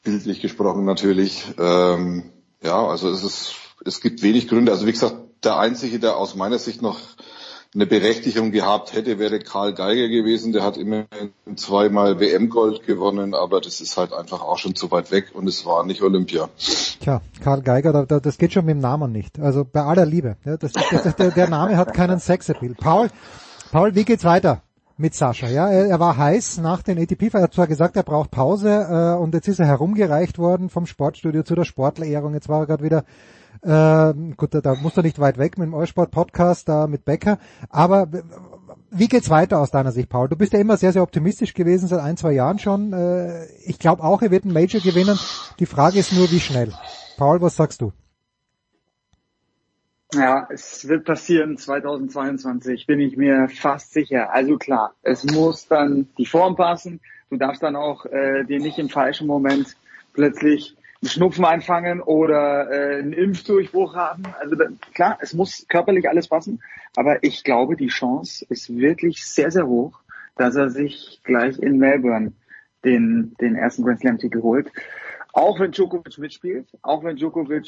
bildlich gesprochen natürlich. Also es gibt wenig Gründe. Also wie gesagt, der Einzige, der aus meiner Sicht noch eine Berechtigung gehabt hätte, wäre Karl Geiger gewesen. Der hat immerhin 2-mal WM-Gold gewonnen, aber das ist halt einfach auch schon zu weit weg und es war nicht Olympia. Tja, Karl Geiger, das geht schon mit dem Namen nicht. Also bei aller Liebe. Ja, der Name hat keinen Sexappeal. Paul, wie geht's weiter mit Sascha? Ja, er war heiß nach den ATP. Er hat zwar gesagt, er braucht Pause und jetzt ist er herumgereicht worden vom Sportstudio zu der Sportlerehrung. Jetzt war er gerade wieder gut, da musst du nicht weit weg mit dem Eurosport-Podcast da mit Becker. Aber wie geht's weiter aus deiner Sicht, Paul? Du bist ja immer sehr, sehr optimistisch gewesen, seit 1-2 Jahren schon. Ich glaube auch, er wird einen Major gewinnen. Die Frage ist nur, wie schnell. Paul, was sagst du? Ja, es wird passieren 2022, bin ich mir fast sicher. Also klar, es muss dann die Form passen. Du darfst dann auch dir nicht im falschen Moment plötzlich einen Schnupfen einfangen oder einen Impfdurchbruch haben. Also klar, es muss körperlich alles passen, aber ich glaube, die Chance ist wirklich sehr, sehr hoch, dass er sich gleich in Melbourne den ersten Grand Slam-Titel holt. Auch wenn Djokovic mitspielt, auch wenn Djokovic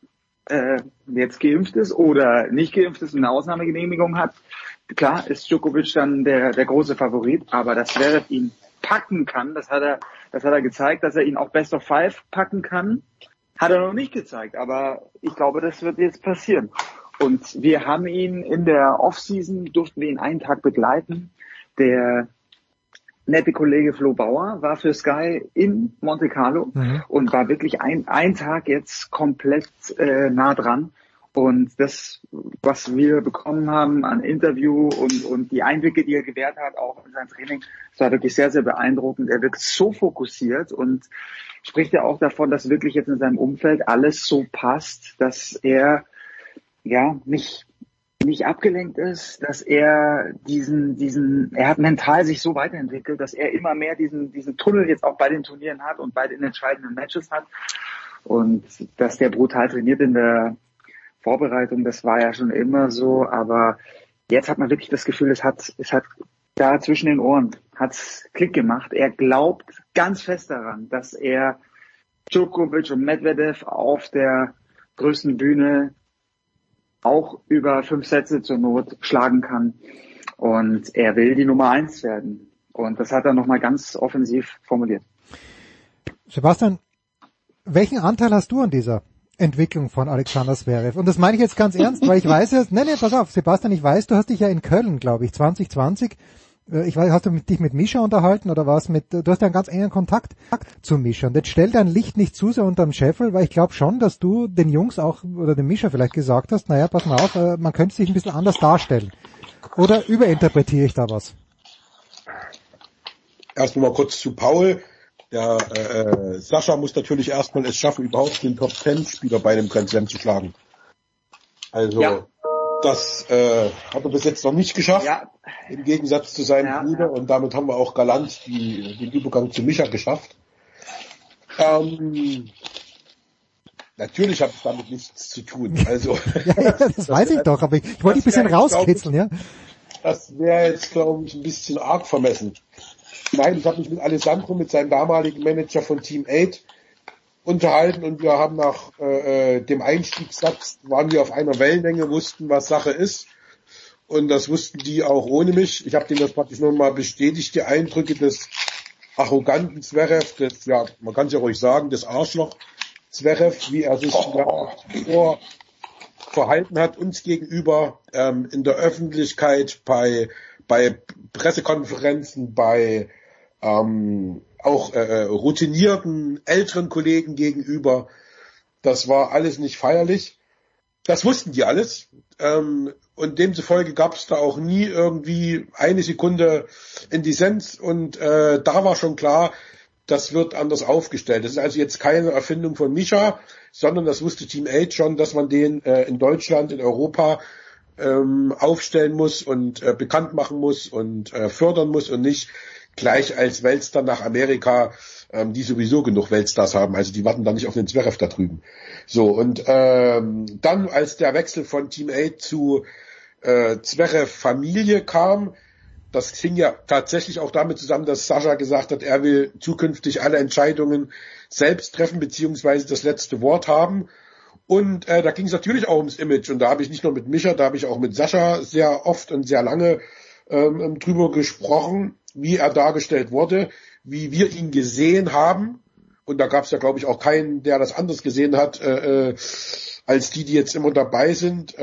jetzt geimpft ist oder nicht geimpft ist und eine Ausnahmegenehmigung hat. Klar ist Djokovic dann der große Favorit, aber dass Zverev ihn packen kann, das hat er gezeigt, dass er ihn auch Best of Five packen kann, hat er noch nicht gezeigt, aber ich glaube, das wird jetzt passieren. Und wir haben ihn in der Offseason, durften wir ihn einen Tag begleiten. Der nette Kollege Flo Bauer war für Sky in Monte Carlo und war wirklich ein Tag jetzt komplett nah dran. Und das, was wir bekommen haben an Interview und die Einblicke, die er gewährt hat, auch in sein Training, das war wirklich sehr, sehr beeindruckend. Er wirkt so fokussiert und spricht ja auch davon, dass wirklich jetzt in seinem Umfeld alles so passt, dass er ja nicht abgelenkt ist, dass er er hat mental sich so weiterentwickelt, dass er immer mehr diesen Tunnel jetzt auch bei den Turnieren hat und bei den entscheidenden Matches hat und dass der brutal trainiert in der Vorbereitung, das war ja schon immer so, aber jetzt hat man wirklich das Gefühl, es hat da zwischen den Ohren hat's Klick gemacht. Er glaubt ganz fest daran, dass er Djokovic und Medvedev auf der größten Bühne auch über 5 Sätze zur Not schlagen kann. Und er will die Nummer 1 werden. Und das hat er nochmal ganz offensiv formuliert. Sebastian, welchen Anteil hast du an dieser Entwicklung von Alexander Zverev? Und das meine ich jetzt ganz ernst, weil ich weiß ja, nee, pass auf, Sebastian, ich weiß, du hast dich ja in Köln, glaube ich, 2020, ich weiß, hast du dich mit Mischa unterhalten oder was du hast ja einen ganz engen Kontakt zu Mischa. Und jetzt stell dein Licht nicht zu sehr unterm Scheffel, weil ich glaube schon, dass du den Jungs auch, oder dem Mischa vielleicht gesagt hast, naja, pass mal auf, man könnte sich ein bisschen anders darstellen. Oder überinterpretiere ich da was? Erstmal mal kurz zu Paul. Der Sascha muss natürlich erstmal es schaffen, überhaupt den Top-10-Spieler bei einem Grand Slam zu schlagen. Also ja. Das hat er bis jetzt noch nicht geschafft, im Gegensatz zu seinem Bruder. Und damit haben wir auch galant den Übergang zu Mischa geschafft. Natürlich hat es damit nichts zu tun. Also das weiß ich doch, aber ich wollte ein bisschen rauskitzeln, ja. Das wäre jetzt, glaube ich, ein bisschen arg vermessen. Nein, ich habe mich mit Alessandro, mit seinem damaligen Manager von Team 8 unterhalten und wir haben nach dem Einstiegssatz, waren wir auf einer Wellenlänge, wussten, was Sache ist und das wussten die auch ohne mich. Ich habe denen das praktisch nochmal bestätigt, die Eindrücke des arroganten Zverev, des, ja, man kann es ja ruhig sagen, des Arschloch Zverev, wie er sich verhalten hat uns gegenüber in der Öffentlichkeit, bei Pressekonferenzen, bei auch routinierten älteren Kollegen gegenüber. Das war alles nicht feierlich. Das wussten die alles. Und demzufolge gab es da auch nie irgendwie eine Sekunde in Dissens. Und da war schon klar, das wird anders aufgestellt. Das ist also jetzt keine Erfindung von Mischa, sondern das wusste Team 8 schon, dass man den in Deutschland, in Europa aufstellen muss und bekannt machen muss und fördern muss und nicht gleich als Weltstar nach Amerika, die sowieso genug Weltstars haben. Also die warten da nicht auf den Zverev da drüben. So, und dann, als der Wechsel von Team 8 zu Zverev Familie kam, das hing ja tatsächlich auch damit zusammen, dass Sascha gesagt hat, er will zukünftig alle Entscheidungen selbst treffen beziehungsweise das letzte Wort haben. Und da ging es natürlich auch ums Image. Und da habe ich nicht nur mit Micha, da habe ich auch mit Sascha sehr oft und sehr lange drüber gesprochen, wie er dargestellt wurde, wie wir ihn gesehen haben. Und da gab es ja, glaube ich, auch keinen, der das anders gesehen hat, als die jetzt immer dabei sind.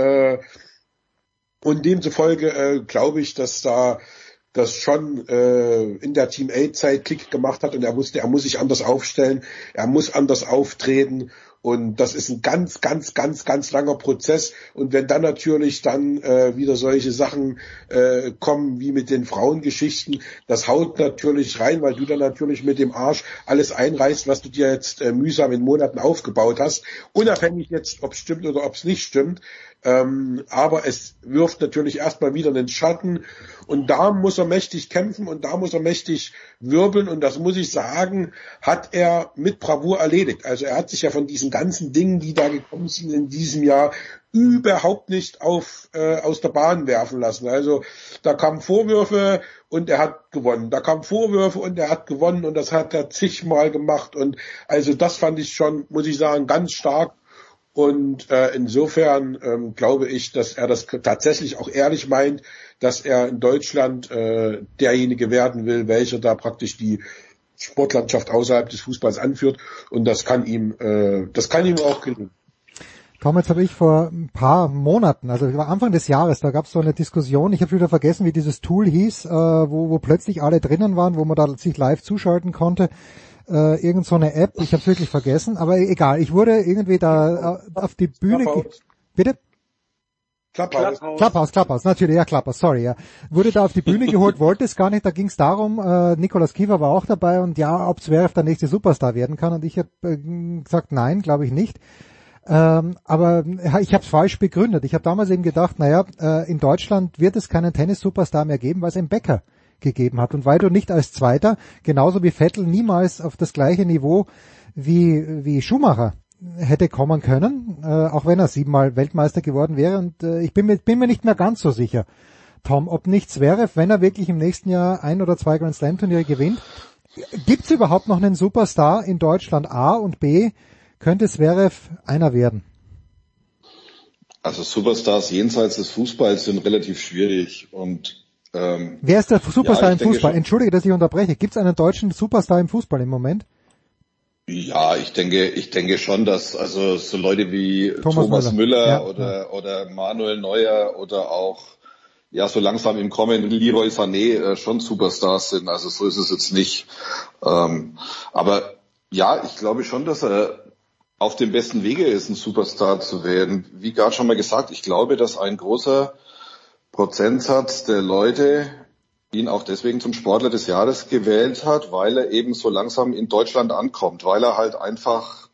Und demzufolge glaube ich, dass da das schon in der Team A-Zeit Klick gemacht hat und er wusste, er muss sich anders aufstellen, er muss anders auftreten. Und das ist ein ganz, ganz, ganz, ganz langer Prozess. Und wenn dann natürlich dann wieder solche Sachen kommen wie mit den Frauengeschichten, das haut natürlich rein, weil du dann natürlich mit dem Arsch alles einreißt, was du dir jetzt mühsam in Monaten aufgebaut hast. Unabhängig jetzt, ob es stimmt oder ob es nicht stimmt. Aber es wirft natürlich erstmal wieder einen Schatten. Und da muss er mächtig kämpfen und da muss er mächtig wirbeln. Und das muss ich sagen, hat er mit Bravour erledigt. Also er hat sich ja von diesen ganzen Dingen, die da gekommen sind in diesem Jahr, überhaupt nicht aus der Bahn werfen lassen. Also da kamen Vorwürfe und er hat gewonnen. Da kamen Vorwürfe und er hat gewonnen und das hat er zigmal gemacht. Und also das fand ich schon, muss ich sagen, ganz stark. Und insofern glaube ich, dass er das tatsächlich auch ehrlich meint, dass er in Deutschland derjenige werden will, welcher da praktisch die Sportlandschaft außerhalb des Fußballs anführt. Und das kann ihm auch gelingen. Tom, jetzt habe ich vor ein paar Monaten, also Anfang des Jahres, da gab es so eine Diskussion, ich habe wieder vergessen, wie dieses Tool hieß, wo plötzlich alle drinnen waren, wo man da sich live zuschalten konnte. Irgend so eine App, ich habe es wirklich vergessen, aber egal, ich wurde irgendwie da auf die Bühne... Bitte? Clubhouse, natürlich, ja, Clubhouse, sorry, ja. Wurde da auf die Bühne geholt, wollte es gar nicht, da ging es darum, Nikolaus Kiefer war auch dabei und ja, ob Zverev der nächste Superstar werden kann und ich habe gesagt, nein, glaube ich nicht. Aber ich habe es falsch begründet. Ich habe damals eben gedacht, in Deutschland wird es keinen Tennis-Superstar mehr geben, weil es einen Becker gegeben hat. Und weil du nicht als Zweiter, genauso wie Vettel, niemals auf das gleiche Niveau wie Schumacher hätte kommen können, auch wenn er 7-mal Weltmeister geworden wäre. Und ich bin mir nicht mehr ganz so sicher, Tom, ob nicht Zverev, wenn er wirklich im nächsten Jahr 1 oder 2 Grand Slam Turniere gewinnt, gibt es überhaupt noch einen Superstar in Deutschland? A und B, könnte Zverev einer werden? Also Superstars jenseits des Fußballs sind relativ schwierig und wer ist der Superstar im Fußball? Entschuldige, dass ich unterbreche. Gibt es einen deutschen Superstar im Fußball im Moment? Ja, ich denke schon, dass also so Leute wie Thomas Müller oder Manuel Neuer oder auch so langsam im Kommen Leroy Sané schon Superstars sind. Also so ist es jetzt nicht. Aber ja, ich glaube schon, dass er auf dem besten Wege ist, ein Superstar zu werden. Wie gerade schon mal gesagt, ich glaube, dass ein großer Prozentsatz der Leute ihn auch deswegen zum Sportler des Jahres gewählt hat, weil er eben so langsam in Deutschland ankommt, weil er halt einfach,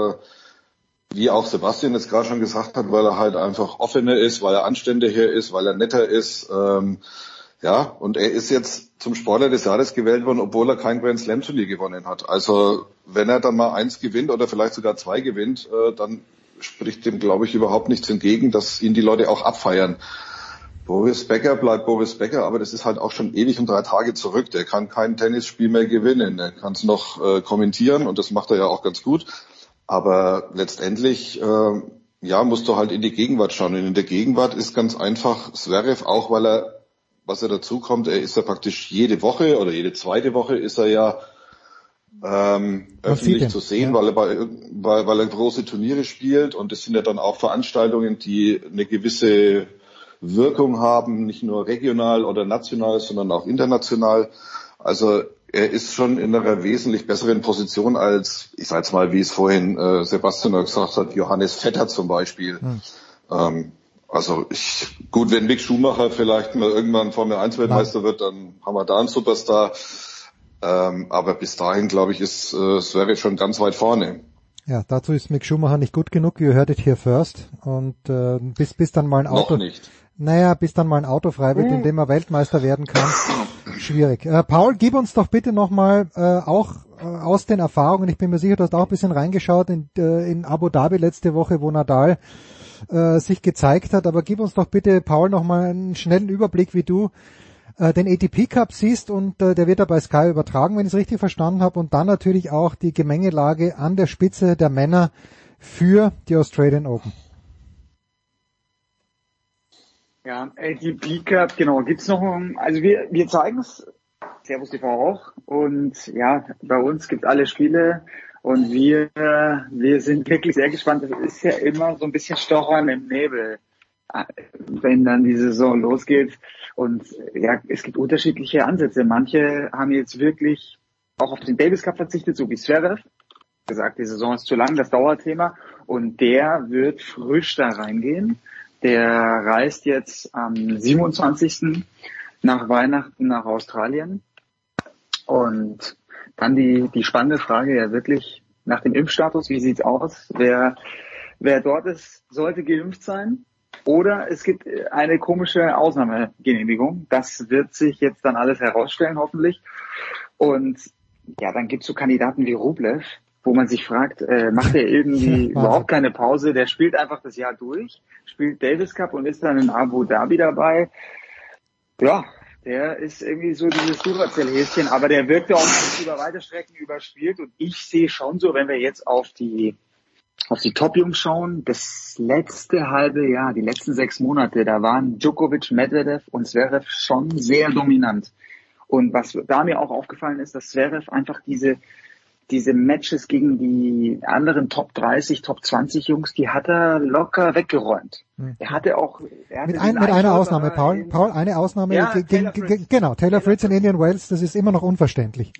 wie auch Sebastian jetzt gerade schon gesagt hat, weil er halt einfach offener ist, weil er anständiger ist, weil er netter ist. Und er ist jetzt zum Sportler des Jahres gewählt worden, obwohl er kein Grand Slam Turnier gewonnen hat. Also wenn er dann mal 1 gewinnt oder vielleicht sogar 2 gewinnt, dann spricht dem, glaube ich, überhaupt nichts entgegen, dass ihn die Leute auch abfeiern. Boris Becker bleibt Boris Becker, aber das ist halt auch schon ewig und 3 Tage zurück. Der kann kein Tennisspiel mehr gewinnen. Der kann es noch kommentieren und das macht er ja auch ganz gut. Aber letztendlich, musst du halt in die Gegenwart schauen. Und in der Gegenwart ist ganz einfach Zverev, auch weil er, was er dazu kommt, er ist ja praktisch jede Woche oder jede zweite Woche ist er ja öffentlich zu sehen, weil er große Turniere spielt und es sind ja dann auch Veranstaltungen, die eine gewisse Wirkung haben, nicht nur regional oder national, sondern auch international. Also er ist schon in einer wesentlich besseren Position als, ich sage jetzt mal, wie es vorhin Sebastian gesagt hat, Johannes Vetter zum Beispiel. Gut, wenn Mick Schumacher vielleicht mal irgendwann Formel 1 Weltmeister wird, dann haben wir da einen Superstar. Aber bis dahin, glaube ich, ist Zverev schon ganz weit vorne. Ja, dazu ist Mick Schumacher nicht gut genug. You heard it here first. Und bis dann mal ein Auto... Noch nicht. Bis dann mal ein Auto frei wird, in dem er Weltmeister werden kann. Schwierig. Paul, gib uns doch bitte nochmal auch aus den Erfahrungen, ich bin mir sicher, du hast auch ein bisschen reingeschaut in Abu Dhabi letzte Woche, wo Nadal sich gezeigt hat, aber gib uns doch bitte, Paul, nochmal einen schnellen Überblick, wie du den ATP Cup siehst und der wird ja bei Sky übertragen, wenn ich es richtig verstanden habe, und dann natürlich auch die Gemengelage an der Spitze der Männer für die Australian Open. Ja, ATP Cup, genau, gibt's noch, also wir zeigen es, Servus TV auch, und ja, bei uns gibt's alle Spiele und wir sind wirklich sehr gespannt. Es ist ja immer so ein bisschen Stochern im Nebel, wenn dann die Saison losgeht, und ja, es gibt unterschiedliche Ansätze. Manche haben jetzt wirklich auch auf den Davis Cup verzichtet, so wie Zverev, gesagt, die Saison ist zu lang, das Dauerthema, und der wird frisch da reingehen. Der reist jetzt am 27. nach Weihnachten nach Australien. Und dann die spannende Frage ja wirklich nach dem Impfstatus, wie sieht's aus? Wer dort ist, sollte geimpft sein. Oder es gibt eine komische Ausnahmegenehmigung. Das wird sich jetzt dann alles herausstellen, hoffentlich. Und ja, dann gibt's so Kandidaten wie Rublev, wo man sich fragt, macht er irgendwie überhaupt keine Pause? Der spielt einfach das Jahr durch, spielt Davis Cup und ist dann in Abu Dhabi dabei. Ja, der ist irgendwie so dieses Duracell-Häschen, aber der wirkte auch über weite Strecken überspielt, und ich sehe schon so, wenn wir jetzt auf die Top-Jungs schauen, das letzte halbe Jahr, die letzten 6 Monate, da waren Djokovic, Medvedev und Zverev schon sehr dominant. Und was da mir auch aufgefallen ist, dass Zverev einfach diese Matches gegen die anderen Top 30, Top 20 Jungs, die hat er locker weggeräumt. Er hatte mit einer Ausnahme, Paul, eine Ausnahme, ja, genau, Taylor Fritz in Indian Wells, das ist immer noch unverständlich.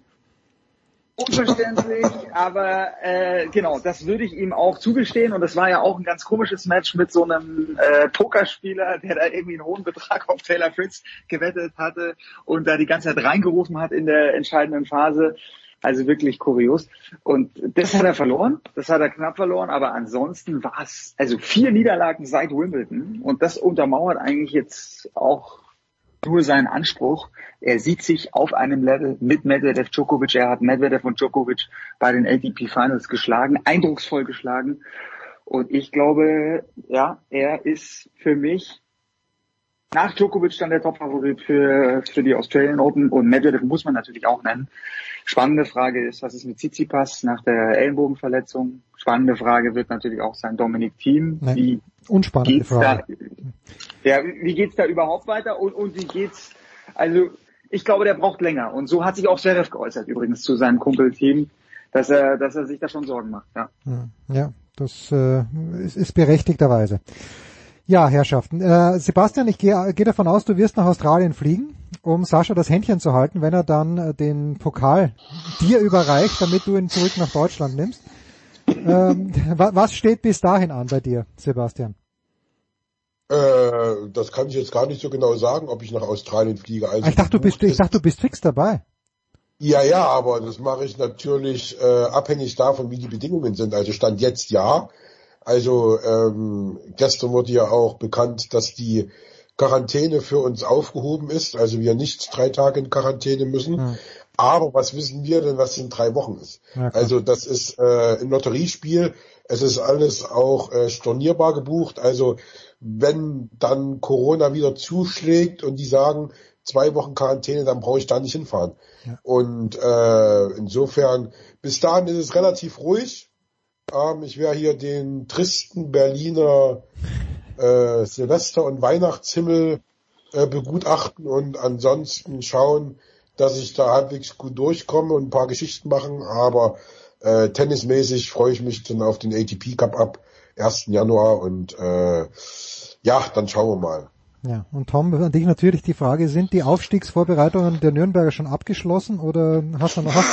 Unverständlich, aber genau, das würde ich ihm auch zugestehen, und das war ja auch ein ganz komisches Match mit so einem Pokerspieler, der da irgendwie einen hohen Betrag auf Taylor Fritz gewettet hatte und da die ganze Zeit reingerufen hat in der entscheidenden Phase. Also wirklich kurios. Und das hat er verloren, das hat er knapp verloren, aber ansonsten war es, also 4 Niederlagen seit Wimbledon, und das untermauert eigentlich jetzt auch nur seinen Anspruch. Er sieht sich auf einem Level mit Medvedev, Djokovic. Er hat Medvedev und Djokovic bei den ATP Finals geschlagen, eindrucksvoll geschlagen. Und ich glaube, ja, er ist für mich nach Djokovic dann der Top-Favorit für die Australian Open, und Medvedev muss man natürlich auch nennen. Spannende Frage ist, was ist mit Tsitsipas nach der Ellenbogenverletzung? Spannende Frage wird natürlich auch sein Dominic Thiem. Unspannende Frage. Wie geht's da überhaupt weiter? Und wie geht's, also ich glaube, der braucht länger. Und so hat sich auch Zverev geäußert übrigens zu seinem Kumpel Thiem, dass er sich da schon Sorgen macht. Ja, das ist berechtigterweise. Ja, Herrschaften. Sebastian, ich gehe davon aus, du wirst nach Australien fliegen, um Sascha das Händchen zu halten, wenn er dann den Pokal dir überreicht, damit du ihn zurück nach Deutschland nimmst. Was steht bis dahin an bei dir, Sebastian? Das kann ich jetzt gar nicht so genau sagen, ob ich nach Australien fliege. Also ich dachte, du bist fix dabei. Ja, aber das mache ich natürlich abhängig davon, wie die Bedingungen sind. Also Stand jetzt ja. Also gestern wurde ja auch bekannt, dass die Quarantäne für uns aufgehoben ist, also wir nicht 3 Tage in Quarantäne müssen. Ja. Aber was wissen wir denn, was in 3 Wochen ist? Ja, also das ist ein Lotteriespiel, es ist alles auch stornierbar gebucht. Also wenn dann Corona wieder zuschlägt und die sagen 2 Wochen Quarantäne, dann brauche ich da nicht hinfahren. Ja. Und insofern, bis dahin ist es relativ ruhig. Ich werde hier den tristen Berliner Silvester- und Weihnachtshimmel begutachten und ansonsten schauen, dass ich da halbwegs gut durchkomme und ein paar Geschichten machen. Aber tennismäßig freue ich mich dann auf den ATP Cup ab 1. Januar und ja, dann schauen wir mal. Ja, und Tom, an dich natürlich die Frage, sind die Aufstiegsvorbereitungen der Nürnberger schon abgeschlossen oder hast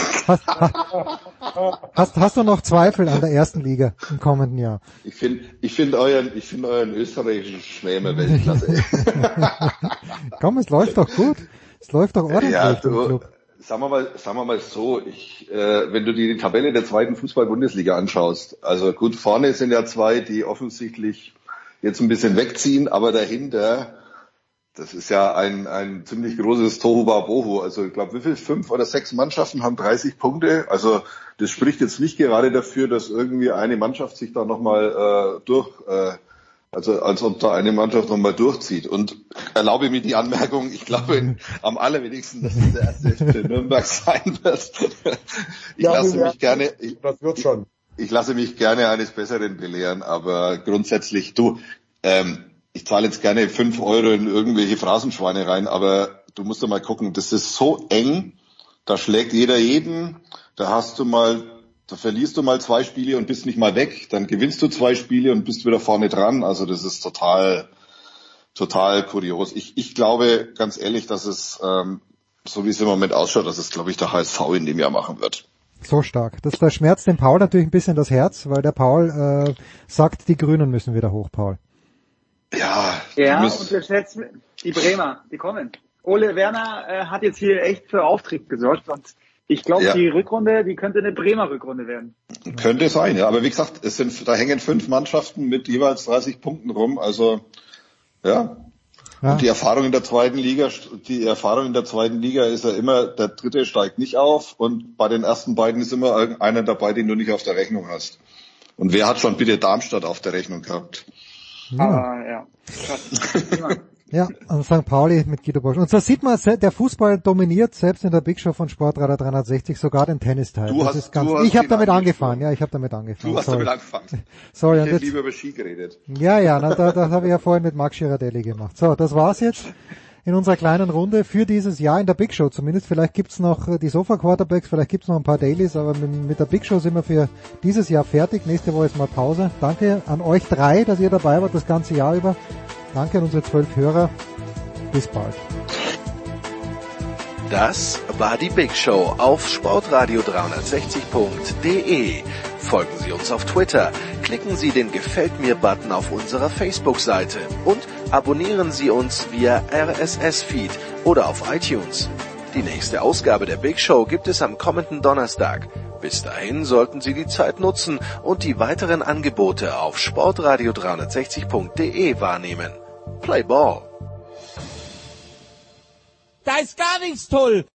du noch Zweifel an der ersten Liga im kommenden Jahr? Ich finde euren österreichischen Schmäh Weltklasse. Komm, es läuft doch gut. Es läuft doch ordentlich. Ja, sagen wir mal so, wenn du dir die Tabelle der 2. Fußball-Bundesliga anschaust, also gut, vorne sind ja 2, die offensichtlich jetzt ein bisschen wegziehen, aber dahinter, das ist ja ein ziemlich großes Tohuwabohu. Also ich glaube, 5 oder 6 Mannschaften haben 30 Punkte. Also das spricht jetzt nicht gerade dafür, dass irgendwie eine Mannschaft sich da nochmal Also als ob da eine Mannschaft nochmal durchzieht. Und erlaube mir die Anmerkung, ich glaube am allerwenigsten, dass es der erste FC Nürnberg sein wird. Ich lasse mich gerne eines Besseren belehren, aber grundsätzlich, ich zahle jetzt gerne 5 Euro in irgendwelche Phrasenschweine rein, aber du musst doch mal gucken, das ist so eng, da schlägt jeder jeden, da verlierst du mal 2 Spiele und bist nicht mal weg, dann gewinnst du 2 Spiele und bist wieder vorne dran, also das ist total kurios. Ich glaube, ganz ehrlich, dass es, so wie es im Moment ausschaut, dass es, glaube ich, der HSV in dem Jahr machen wird. So stark. Da schmerzt dem Paul natürlich ein bisschen das Herz, weil der Paul sagt, die Grünen müssen wieder hoch, Paul. Ja, und wir schätzen die Bremer, die kommen. Ole Werner hat jetzt hier echt für Auftrieb gesorgt und ich glaube, die Rückrunde, die könnte eine Bremer Rückrunde werden. Könnte sein, ja. Aber wie gesagt, da hängen 5 Mannschaften mit jeweils 30 Punkten rum. Also, ja. Und die Erfahrung in der zweiten Liga ist ja immer, der Dritte steigt nicht auf und bei den ersten beiden ist immer einer dabei, den du nicht auf der Rechnung hast. Und wer hat schon bitte Darmstadt auf der Rechnung gehabt? Ja. Ja, und St. Pauli mit Guido Bosch. Und so sieht man, der Fußball dominiert selbst in der Big Show von Sportradar 360 sogar den Tennisteil. Ich habe damit angefangen. Du hast damit angefangen. Sorry. Ich hätte lieber über Ski geredet. Ja, da habe ich ja vorhin mit Max Girardelli gemacht. So, das war's jetzt in unserer kleinen Runde für dieses Jahr in der Big Show zumindest. Vielleicht gibt's noch die Sofa-Quarterbacks, vielleicht gibt's noch ein paar Dailies, aber mit der Big Show sind wir für dieses Jahr fertig. Nächste Woche ist mal Pause. Danke an euch 3, dass ihr dabei wart das ganze Jahr über. Danke an unsere 12 Hörer. Bis bald. Das war die Big Show auf sportradio360.de. Folgen Sie uns auf Twitter, klicken Sie den Gefällt mir-Button auf unserer Facebook-Seite und abonnieren Sie uns via RSS-Feed oder auf iTunes. Die nächste Ausgabe der Big Show gibt es am kommenden Donnerstag. Bis dahin sollten Sie die Zeit nutzen und die weiteren Angebote auf sportradio360.de wahrnehmen. Play ball! Da ist gar nichts toll!